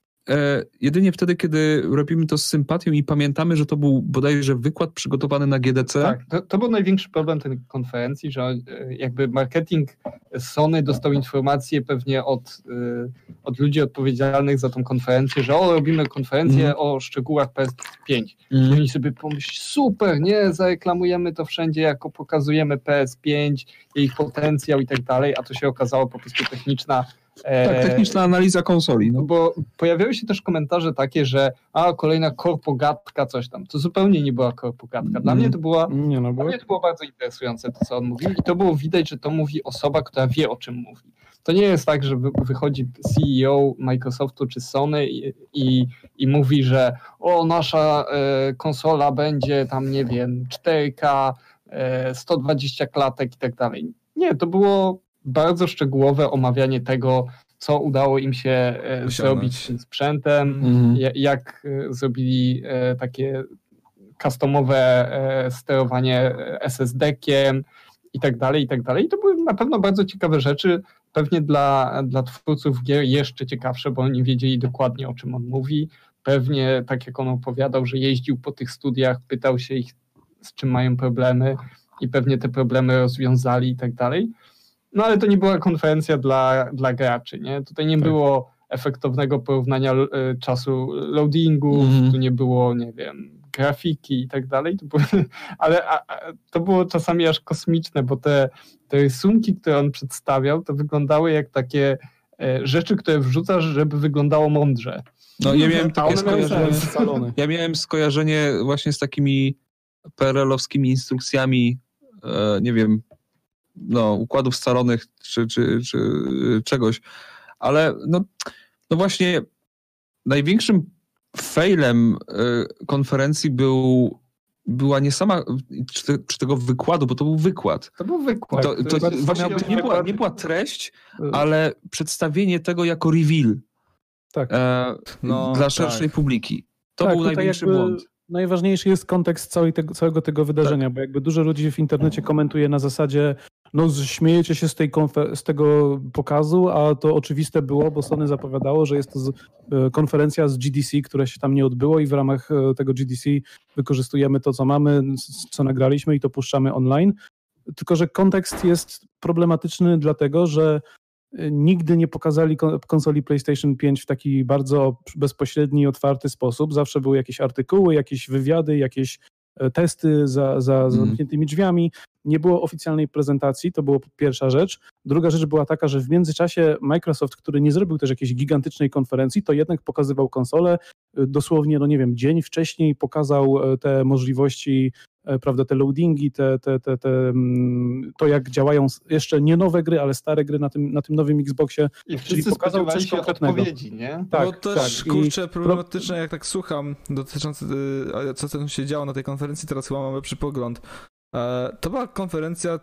e, jedynie wtedy, kiedy robimy to z sympatią i pamiętamy, że to był bodajże wykład przygotowany na G D C. Tak, to, to był największy problem tej konferencji, że e, jakby marketing Sony dostał informacje pewnie od, e, od ludzi odpowiedzialnych za tą konferencję, że o, robimy konferencję mm. o szczegółach P S pięć. Mm. I oni sobie pomyśleli, super, nie, zareklamujemy to wszędzie, jako pokazujemy P S pięć, jej potencjał i tak dalej, a to się okazało po prostu techniczna Tak, techniczna analiza konsoli. No. Bo pojawiały się też komentarze takie, że a, kolejna korpogatka, coś tam. To zupełnie nie była korpogatka. Dla Mm. mnie to była, Nie, no, dla bo... mnie to było bardzo interesujące to, co on mówił i to było widać, że to mówi osoba, która wie, o czym mówi. To nie jest tak, że wychodzi C E O Microsoftu czy Sony i, i, i mówi, że o, nasza e, konsola będzie tam, nie wiem, cztery K, e, sto dwadzieścia klatek i tak dalej. Nie, to było bardzo szczegółowe omawianie tego, co udało im się e, zrobić z tym sprzętem, Mhm. jak, jak e, zrobili e, takie customowe e, sterowanie S S D-kiem i tak dalej, i tak dalej. I to były na pewno bardzo ciekawe rzeczy, pewnie dla, dla twórców gier jeszcze ciekawsze, bo oni wiedzieli dokładnie, o czym on mówi. Pewnie, tak jak on opowiadał, że jeździł po tych studiach, pytał się ich, z czym mają problemy i pewnie te problemy rozwiązali i tak dalej. No ale to nie była konferencja dla, dla graczy, nie? Tutaj nie tak. było efektownego porównania y, czasu loadingu, mm-hmm. tu nie było, nie wiem, grafiki i tak dalej, to było, ale a, a, to było czasami aż kosmiczne, bo te, te rysunki, które on przedstawiał, to wyglądały jak takie e, rzeczy, które wrzucasz, żeby wyglądało mądrze. No ja miałem takie skojarzenie, ja miałem skojarzenie właśnie z takimi P R L-owskimi instrukcjami, e, nie wiem, no, układów scalonych czy, czy, czy czegoś, ale no, no właśnie największym failem y, konferencji był, była nie sama, czy, te, czy tego wykładu, bo to był wykład. To był wykład. To, to, to, właśnie to nie, była, nie była treść, ale przedstawienie tego jako reveal tak. e, no, dla szerszej tak. publiki. To tak, był największy jakby... błąd. Najważniejszy jest kontekst całej tego, całego tego wydarzenia, tak. bo jakby dużo ludzi w internecie komentuje na zasadzie, no śmiejecie się z, tej konfer- z tego pokazu, a to oczywiste było, bo Sony zapowiadało, że jest to z, e, konferencja z G D C, która się tam nie odbyło i w ramach e, tego G D C wykorzystujemy to, co mamy, co nagraliśmy i to puszczamy online. Tylko że kontekst jest problematyczny dlatego, że nigdy nie pokazali konsoli PlayStation pięć w taki bardzo bezpośredni i otwarty sposób. Zawsze były jakieś artykuły, jakieś wywiady, jakieś testy za, za mm. zamkniętymi drzwiami. Nie było oficjalnej prezentacji, to była pierwsza rzecz. Druga rzecz była taka, że w międzyczasie Microsoft, który nie zrobił też jakiejś gigantycznej konferencji, to jednak pokazywał konsolę. Dosłownie, no nie wiem, dzień wcześniej pokazał te możliwości, prawda, te loadingi, te, te, te, te, to jak działają jeszcze nie nowe gry, ale stare gry na tym, na tym nowym Xboxie. I wszyscy pokazał coś konkretnego. Odpowiedzi, nie? Tak, no też, tak. kurczę, problematyczne, jak tak słucham, dotyczące, co tam się działo na tej konferencji, teraz chyba mamy lepszy pogląd. To była konferencja,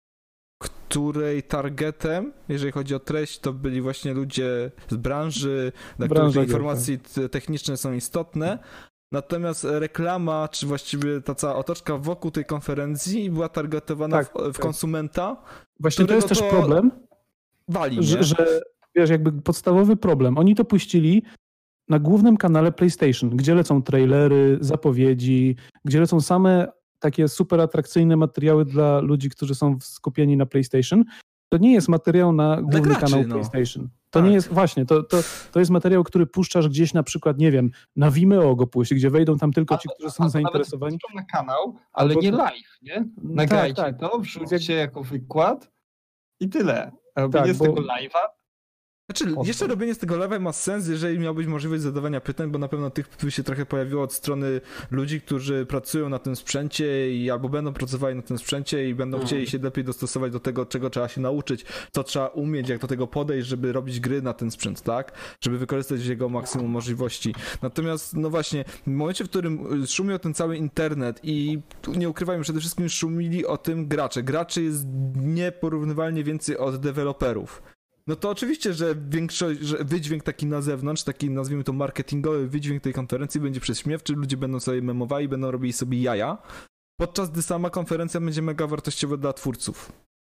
której targetem, jeżeli chodzi o treść, to byli właśnie ludzie z branży, dla których informacje techniczne są istotne. Natomiast reklama, czy właściwie ta cała otoczka wokół tej konferencji była targetowana tak, w, w tak. konsumenta. Właśnie to jest też to problem, wali, że, że wiesz, jakby podstawowy problem. Oni to puścili na głównym kanale PlayStation, gdzie lecą trailery, zapowiedzi, gdzie lecą same takie super atrakcyjne materiały dla ludzi, którzy są skupieni na PlayStation. To nie jest materiał na główny graczy, kanał no. PlayStation. To tak. nie jest, właśnie, to, to, to jest materiał, który puszczasz gdzieś na przykład, nie wiem, na Vimeo go puść, gdzie wejdą tam tylko ci, którzy są zainteresowani. Na kanał, ale albo nie live, nie? Nagrajcie tak, tak. to, wrzućcie jako wykład i tyle. Robienie tak, z bo... tego live'a. Znaczy, jeszcze robienie z tego live'a ma sens, jeżeli miałbyś możliwość zadawania pytań, bo na pewno tych by się trochę pojawiło od strony ludzi, którzy pracują na tym sprzęcie i albo będą pracowali na tym sprzęcie i będą hmm. chcieli się lepiej dostosować do tego, czego trzeba się nauczyć, co trzeba umieć, jak do tego podejść, żeby robić gry na ten sprzęt, tak? Żeby wykorzystać jego maksimum możliwości. Natomiast, no właśnie, w momencie, w którym szumiał ten cały internet i nie ukrywajmy, przede wszystkim szumili o tym gracze. Graczy jest nieporównywalnie więcej od deweloperów. No to oczywiście, że większość, że wydźwięk taki na zewnątrz, taki nazwijmy to marketingowy wydźwięk tej konferencji będzie prześmiewczy, ludzie będą sobie memowali, będą robili sobie jaja, podczas gdy sama konferencja będzie mega wartościowa dla twórców.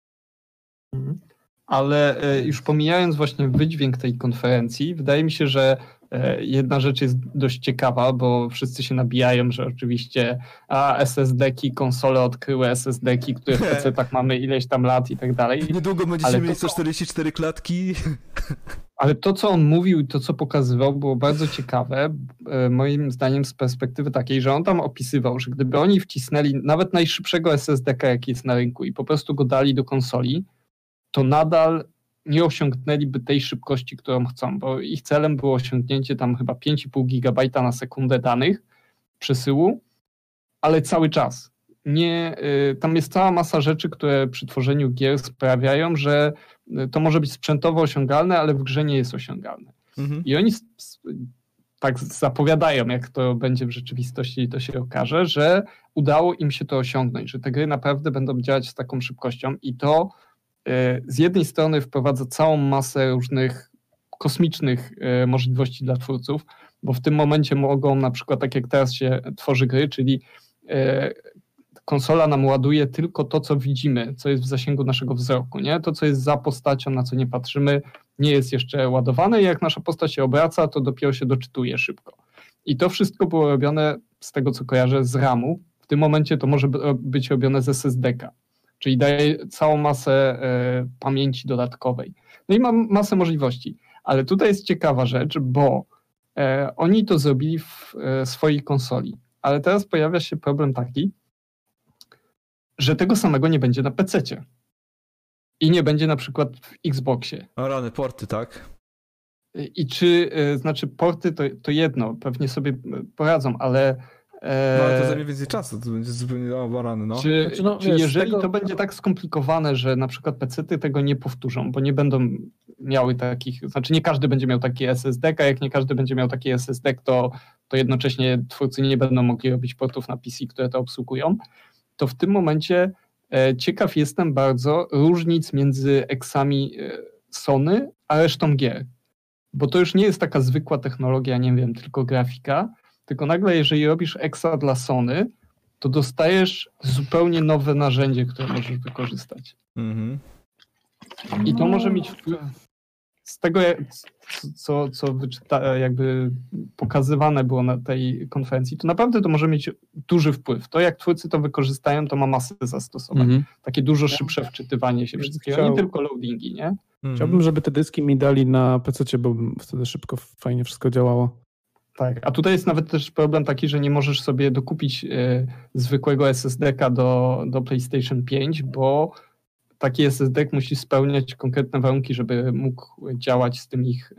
Ale już pomijając właśnie wydźwięk tej konferencji, wydaje mi się, że jedna rzecz jest dość ciekawa, bo wszyscy się nabijają, że oczywiście a S S D-ki, konsole odkryły S S D-ki, które w P C-tach mamy ileś tam lat i tak dalej. Niedługo będziecie mieli sto czterdzieści cztery klatki. Ale to, co on mówił i to, co pokazywał, było bardzo ciekawe, moim zdaniem z perspektywy takiej, że on tam opisywał, że gdyby oni wcisnęli nawet najszybszego S S D-ka, jaki jest na rynku i po prostu go dali do konsoli, to nadal nie osiągnęliby tej szybkości, którą chcą, bo ich celem było osiągnięcie tam chyba pięć i pół gigabajta na sekundę danych przesyłu, ale cały czas. Nie, tam jest cała masa rzeczy, które przy tworzeniu gier sprawiają, że to może być sprzętowo osiągalne, ale w grze nie jest osiągalne. Mhm. I oni tak zapowiadają, jak to będzie w rzeczywistości i to się okaże, że udało im się to osiągnąć, że te gry naprawdę będą działać z taką szybkością i to z jednej strony wprowadza całą masę różnych kosmicznych możliwości dla twórców, bo w tym momencie mogą na przykład, tak jak teraz się tworzy gry, czyli konsola nam ładuje tylko to, co widzimy, co jest w zasięgu naszego wzroku, nie? To, co jest za postacią, na co nie patrzymy, nie jest jeszcze ładowane i jak nasza postać się obraca, to dopiero się doczytuje szybko. I to wszystko było robione, z tego co kojarzę, z ramu. W tym momencie to może być robione z S S D-ka. Czyli daje całą masę e, pamięci dodatkowej. No i mam masę możliwości. Ale tutaj jest ciekawa rzecz, bo e, oni to zrobili w e, swojej konsoli. Ale teraz pojawia się problem taki, że tego samego nie będzie na pececie. I nie będzie na przykład w Xboxie. O rany, porty, tak? I, i czy, e, znaczy porty to, to jedno, pewnie sobie poradzą, ale no ale to zajmie więcej czasu, to będzie zupełnie obarany, no. Czy, znaczy, no, czy wiesz, jeżeli tego... to będzie tak skomplikowane, że na przykład pecety tego nie powtórzą, bo nie będą miały takich, znaczy nie każdy będzie miał taki S S D, a jak nie każdy będzie miał taki S S D, to, to jednocześnie twórcy nie będą mogli robić portów na P C, które to obsługują, to w tym momencie e, ciekaw jestem bardzo różnic między eksami e, Sony a resztą gier. Bo to już nie jest taka zwykła technologia, nie wiem, tylko grafika, tylko nagle, jeżeli robisz exa dla Sony, to dostajesz zupełnie nowe narzędzie, które możesz wykorzystać. Mm-hmm. I to może mieć wpływ z tego, co, co wyczyta, jakby pokazywane było na tej konferencji, to naprawdę to może mieć duży wpływ. To, jak twórcy to wykorzystają, to ma masę zastosowań. Mm-hmm. Takie dużo szybsze wczytywanie się wszystkiego, Chciał... nie tylko loadingi, nie? Mm-hmm. Chciałbym, żeby te dyski mi dali na pececie, bo wtedy szybko, fajnie wszystko działało. Tak, a tutaj jest nawet też problem taki, że nie możesz sobie dokupić y, zwykłego S S D-ka do, do PlayStation pięć, bo taki S S D musi spełniać konkretne warunki, żeby mógł działać z tym ich, y,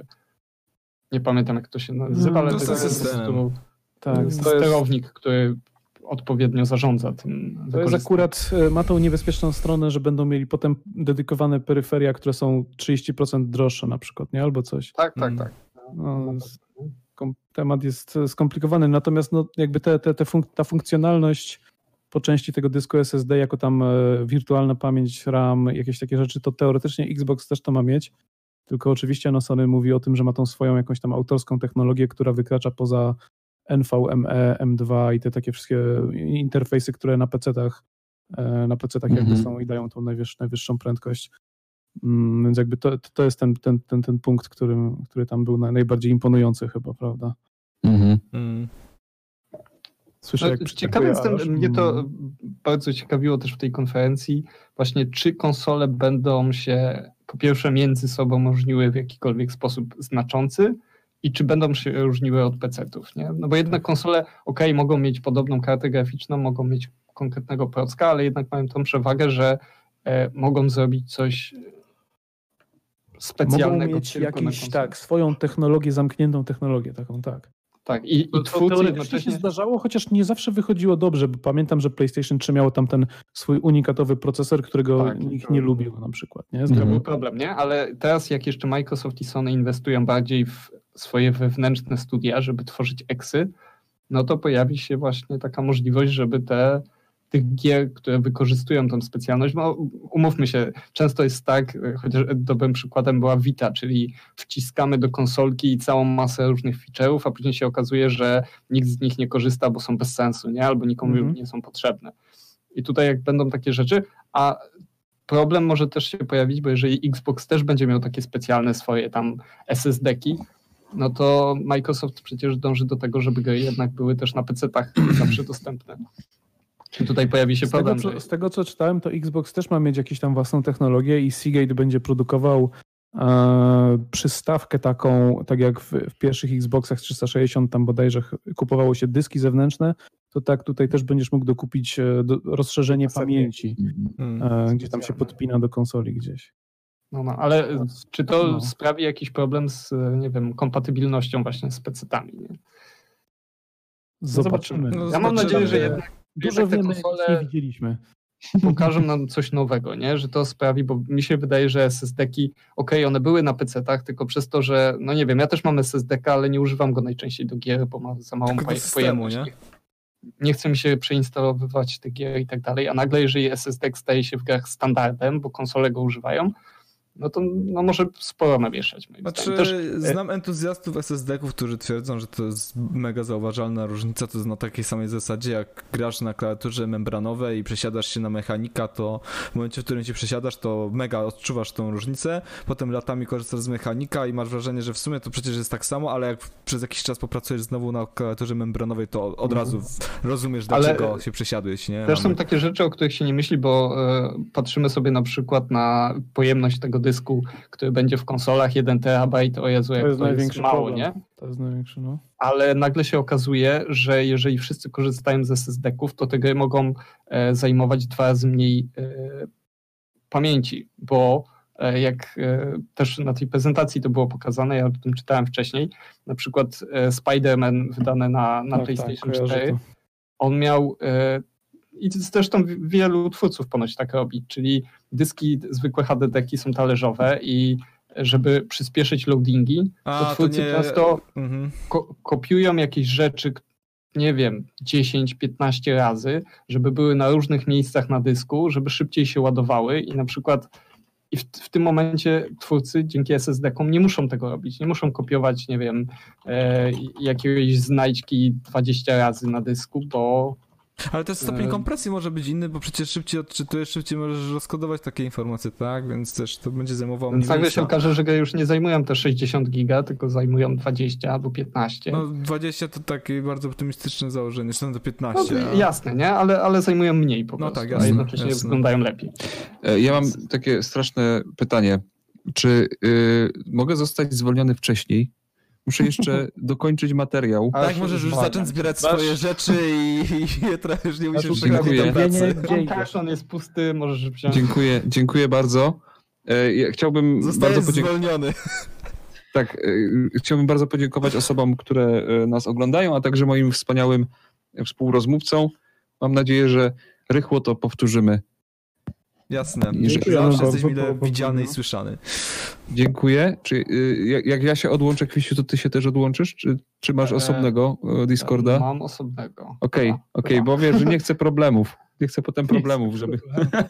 nie pamiętam jak to się nazywa, ale to to jest po prostu tak, sterownik, jest... który odpowiednio zarządza tym. To jest akurat, ma tą niebezpieczną stronę, że będą mieli potem dedykowane peryferia, które są trzydzieści procent droższe na przykład, nie? Albo coś. Tak, tak, tak. No, temat jest skomplikowany, natomiast no, jakby te, te, te funk- ta funkcjonalność po części tego dysku S S D jako tam e, wirtualna pamięć, RAM, jakieś takie rzeczy, to teoretycznie Xbox też to ma mieć, tylko oczywiście no, Sony mówi o tym, że ma tą swoją jakąś tam autorską technologię, która wykracza poza N V M E, M dwa i te takie wszystkie interfejsy, które na pecetach e, na pecetach mm-hmm. jakby są i dają tą najwyższ, najwyższą prędkość. Mm, więc jakby to, to jest ten, ten, ten, ten punkt, który, który tam był najbardziej imponujący chyba, prawda? Mhm. Mm. Słyszę, jak no, ciekawy jestem, aż... mnie to bardzo ciekawiło też w tej konferencji, właśnie czy konsole będą się po pierwsze między sobą różniły w jakikolwiek sposób znaczący i czy będą się różniły od pecetów, nie? No bo jednak konsole, okej, okay, mogą mieć podobną kartę graficzną, mogą mieć konkretnego procka, ale jednak mają tą przewagę, że e, mogą zrobić coś specjalnego. Mogą mieć jakiś, tak, swoją technologię, zamkniętą technologię taką, tak. Tak, i, i to, twórcy to jednocześnie... się zdarzało, chociaż nie zawsze wychodziło dobrze, bo pamiętam, że PlayStation trzy miało tam ten swój unikatowy procesor, którego tak, nikt to... nie lubił na przykład. Nie? To był problem, nie? Ale teraz jak jeszcze Microsoft i Sony inwestują bardziej w swoje wewnętrzne studia, żeby tworzyć eksy, no to pojawi się właśnie taka możliwość, żeby te tych gier, które wykorzystują tą specjalność, bo umówmy się, często jest tak, chociaż dobrym przykładem była Vita, czyli wciskamy do konsolki całą masę różnych feature'ów, a później się okazuje, że nikt z nich nie korzysta, bo są bez sensu, nie? Albo nikomu mm-hmm. nie są potrzebne. I tutaj jak będą takie rzeczy, a problem może też się pojawić, bo jeżeli Xbox też będzie miał takie specjalne swoje tam S S D-ki, no to Microsoft przecież dąży do tego, żeby gry jednak były też na pecetach zawsze dostępne. I tutaj pojawi się z problem. Tego, co, że... Z tego co czytałem, to Xbox też ma mieć jakąś tam własną technologię i Seagate będzie produkował e, przystawkę taką, tak jak w, w pierwszych Xboxach trzysta sześćdziesiąt tam bodajże kupowało się dyski zewnętrzne, to tak tutaj też będziesz mógł dokupić e, do, rozszerzenie pamięci, e, gdzie tam się podpina do konsoli gdzieś. No, no, ale czy to no. sprawi jakiś problem z, nie wiem, kompatybilnością właśnie z pecetami? Nie? Zobaczymy. No, ja zobaczymy. mam nadzieję, że jednak, dużo jednak te wiemy, konsole nie widzieliśmy. pokażą nam coś nowego, nie? Że to sprawi, bo mi się wydaje, że S S D-ki, okej, okay, one były na pecetach, tylko przez to, że, no nie wiem, ja też mam S S D-ka, ale nie używam go najczęściej do gier, bo ma za małą poj- pojemność. Nie? nie chce mi się przeinstalowywać te gier i tak dalej, a nagle jeżeli S S D staje się w grach standardem, bo konsole go używają, no to no może sporo namieszać. Znaczy, Też... znam entuzjastów S S D-ków, którzy twierdzą, że to jest mega zauważalna różnica, to jest na takiej samej zasadzie, jak grasz na klawiaturze membranowej i przesiadasz się na mechanika, to w momencie, w którym się przesiadasz, to mega odczuwasz tą różnicę, potem latami korzystasz z mechanika i masz wrażenie, że w sumie to przecież jest tak samo, ale jak przez jakiś czas popracujesz znowu na klawiaturze membranowej, to od razu mhm. rozumiesz, dlaczego ale się przesiadłeś. Nie? Też Mamy... są takie rzeczy, o których się nie myśli, bo y, patrzymy sobie na przykład na pojemność tego dysku, który będzie w konsolach, jeden terabajt, o Jezu, jak to jest, to jest mało, problem. Nie? To jest największy, no. Ale nagle się okazuje, że jeżeli wszyscy korzystają z S S D-ków, to te gry mogą e, zajmować dwa razy mniej e, pamięci, bo e, jak e, też na tej prezentacji to było pokazane, ja o tym czytałem wcześniej, na przykład e, Spider-Man wydane na, na tak, PlayStation tak, cztery, to. On miał e, i zresztą wielu twórców ponoć tak robi, czyli dyski, zwykłe H D D-ki są talerzowe i żeby przyspieszyć loadingi, A, to twórcy to nie... często mhm. ko- kopiują jakieś rzeczy, nie wiem, dziesięć piętnaście razy, żeby były na różnych miejscach na dysku, żeby szybciej się ładowały i na przykład i w, w tym momencie twórcy dzięki S S D-kom nie muszą tego robić, nie muszą kopiować, nie wiem, e, jakiejś znajdźki dwadzieścia razy na dysku, bo ale też stopień kompresji może być inny, bo przecież szybciej odczytujesz, szybciej możesz rozkodować takie informacje, tak? Więc też to będzie zajmowało mniej nagle się okaże, że już nie zajmują te sześćdziesiąt giga, tylko zajmują dwadzieścia albo piętnaście. No dwadzieścia to takie bardzo optymistyczne założenie, zresztą to piętnaście. No, a... Jasne, nie? Ale, ale zajmują mniej po prostu, no tak, jasne, a jednocześnie jasne. Wyglądają lepiej. Ja mam takie straszne pytanie. Czy y, mogę zostać zwolniony wcześniej? Muszę jeszcze dokończyć materiał. Tak, możesz już zacząć zbierać Masz... swoje rzeczy i, i jutro już nie musisz Dziękuję. do pracy. Tak, on jest pusty, możesz wziąć. Dziękuję, dziękuję bardzo. Ja chciałbym Zostajesz bardzo podzięk... zwolniony. Tak, chciałbym bardzo podziękować osobom, które nas oglądają, a także moim wspaniałym współrozmówcom. Mam nadzieję, że rychło to powtórzymy. Jasne. Dziękuję. Zawsze jesteś mile widziany i słyszany. Dziękuję. Czy, jak, jak ja się odłączę, Kwisiu, to ty się też odłączysz? Czy, czy masz osobnego Discorda? Mam osobnego. Okej, okay, okej, okay, bo wiesz, że nie chcę problemów. Nie chcę potem problemów, żeby...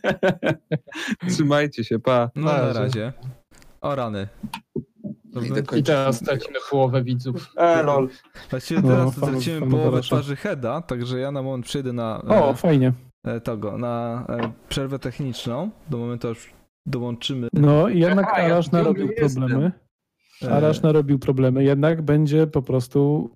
Trzymajcie się, pa. No na razie. O rany. I teraz stracimy połowę widzów. E, lol. Właściwie teraz no, stracimy fan, połowę twarzy Heada, także ja na moment przejdę na... O, e, fajnie. Tego, na e, przerwę techniczną. Do momentu aż dołączymy. No i jednak Aha, Arash ja narobił problemy. Arash narobił problemy, jednak będzie po prostu...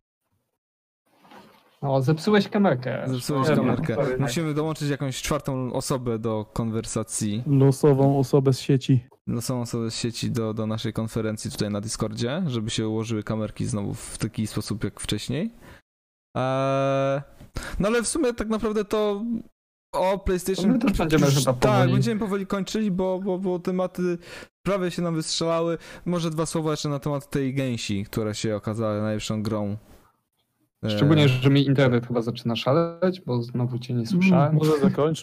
O, zepsułeś kamerkę. Zepsułeś ja kamerkę. Sorry, Musimy dołączyć jakąś czwartą osobę do konwersacji. Losową osobę z sieci. Losową osobę z sieci do, do naszej konferencji tutaj na Discordzie, żeby się ułożyły kamerki znowu w taki sposób jak wcześniej. Eee... No ale w sumie tak naprawdę to o PlayStation... My też będziemy chyba powoli. Tak, będziemy powoli kończyli, bo, bo, bo tematy prawie się nam wystrzelały. Może dwa słowa jeszcze na temat tej gęsi, która się okazała najlepszą grą. Szczególnie, że mi internet chyba zaczyna szaleć, bo znowu cię nie słyszałem. Może zakończmy.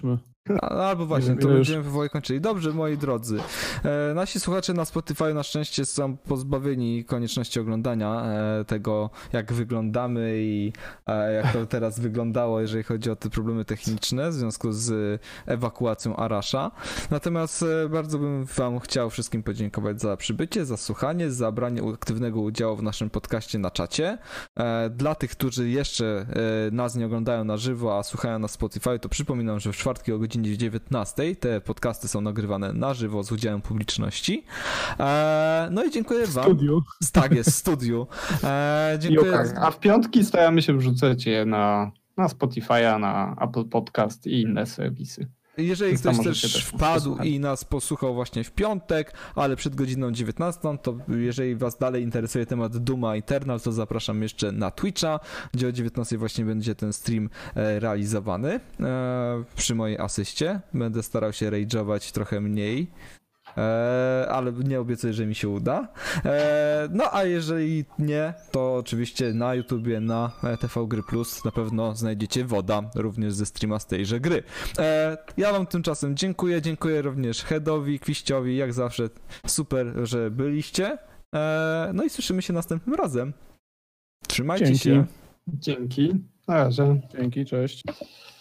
Albo właśnie, Nie to wiem, będziemy już... powoli kończyli. Dobrze, moi drodzy. E, nasi słuchacze na Spotify na szczęście są pozbawieni konieczności oglądania e, tego, jak wyglądamy i e, jak to teraz wyglądało, jeżeli chodzi o te problemy techniczne w związku z ewakuacją Arasha. Natomiast e, bardzo bym wam chciał wszystkim podziękować za przybycie, za słuchanie, za branie aktywnego udziału w naszym podcaście na czacie. E, dla tych, którzy jeszcze e, nas nie oglądają na żywo, a słuchają na Spotify, to przypominam, że w czwartki o godzinie dziewiętnastej te podcasty są nagrywane na żywo z udziałem publiczności. E, no i dziękuję wam. W studiu. Tak jest, w studiu. E, dziękuję. Tak, a w piątki staramy się wrzucać je na, na Spotify'a, na Apple Podcast i inne serwisy. Jeżeli Więc ktoś tam też możecie też wpadł posłuchać. i nas posłuchał właśnie w piątek, ale przed godziną dziewiętnastą, to jeżeli was dalej interesuje temat Duma Eternal, to zapraszam jeszcze na Twitcha, gdzie o dziewiętnastej właśnie będzie ten stream e, realizowany e, przy mojej asyście. Będę starał się rage'ować trochę mniej. E, ale nie obiecuję, że mi się uda. E, no a jeżeli nie, to oczywiście na YouTubie, na T V Gry Plus na pewno znajdziecie Woda, również ze streama z tejże gry. E, ja wam tymczasem dziękuję, dziękuję również Headowi, Kwiściowi, jak zawsze super, że byliście. E, no i słyszymy się następnym razem. Trzymajcie Dzięki. się. Dzięki. Na razie. Dzięki, cześć.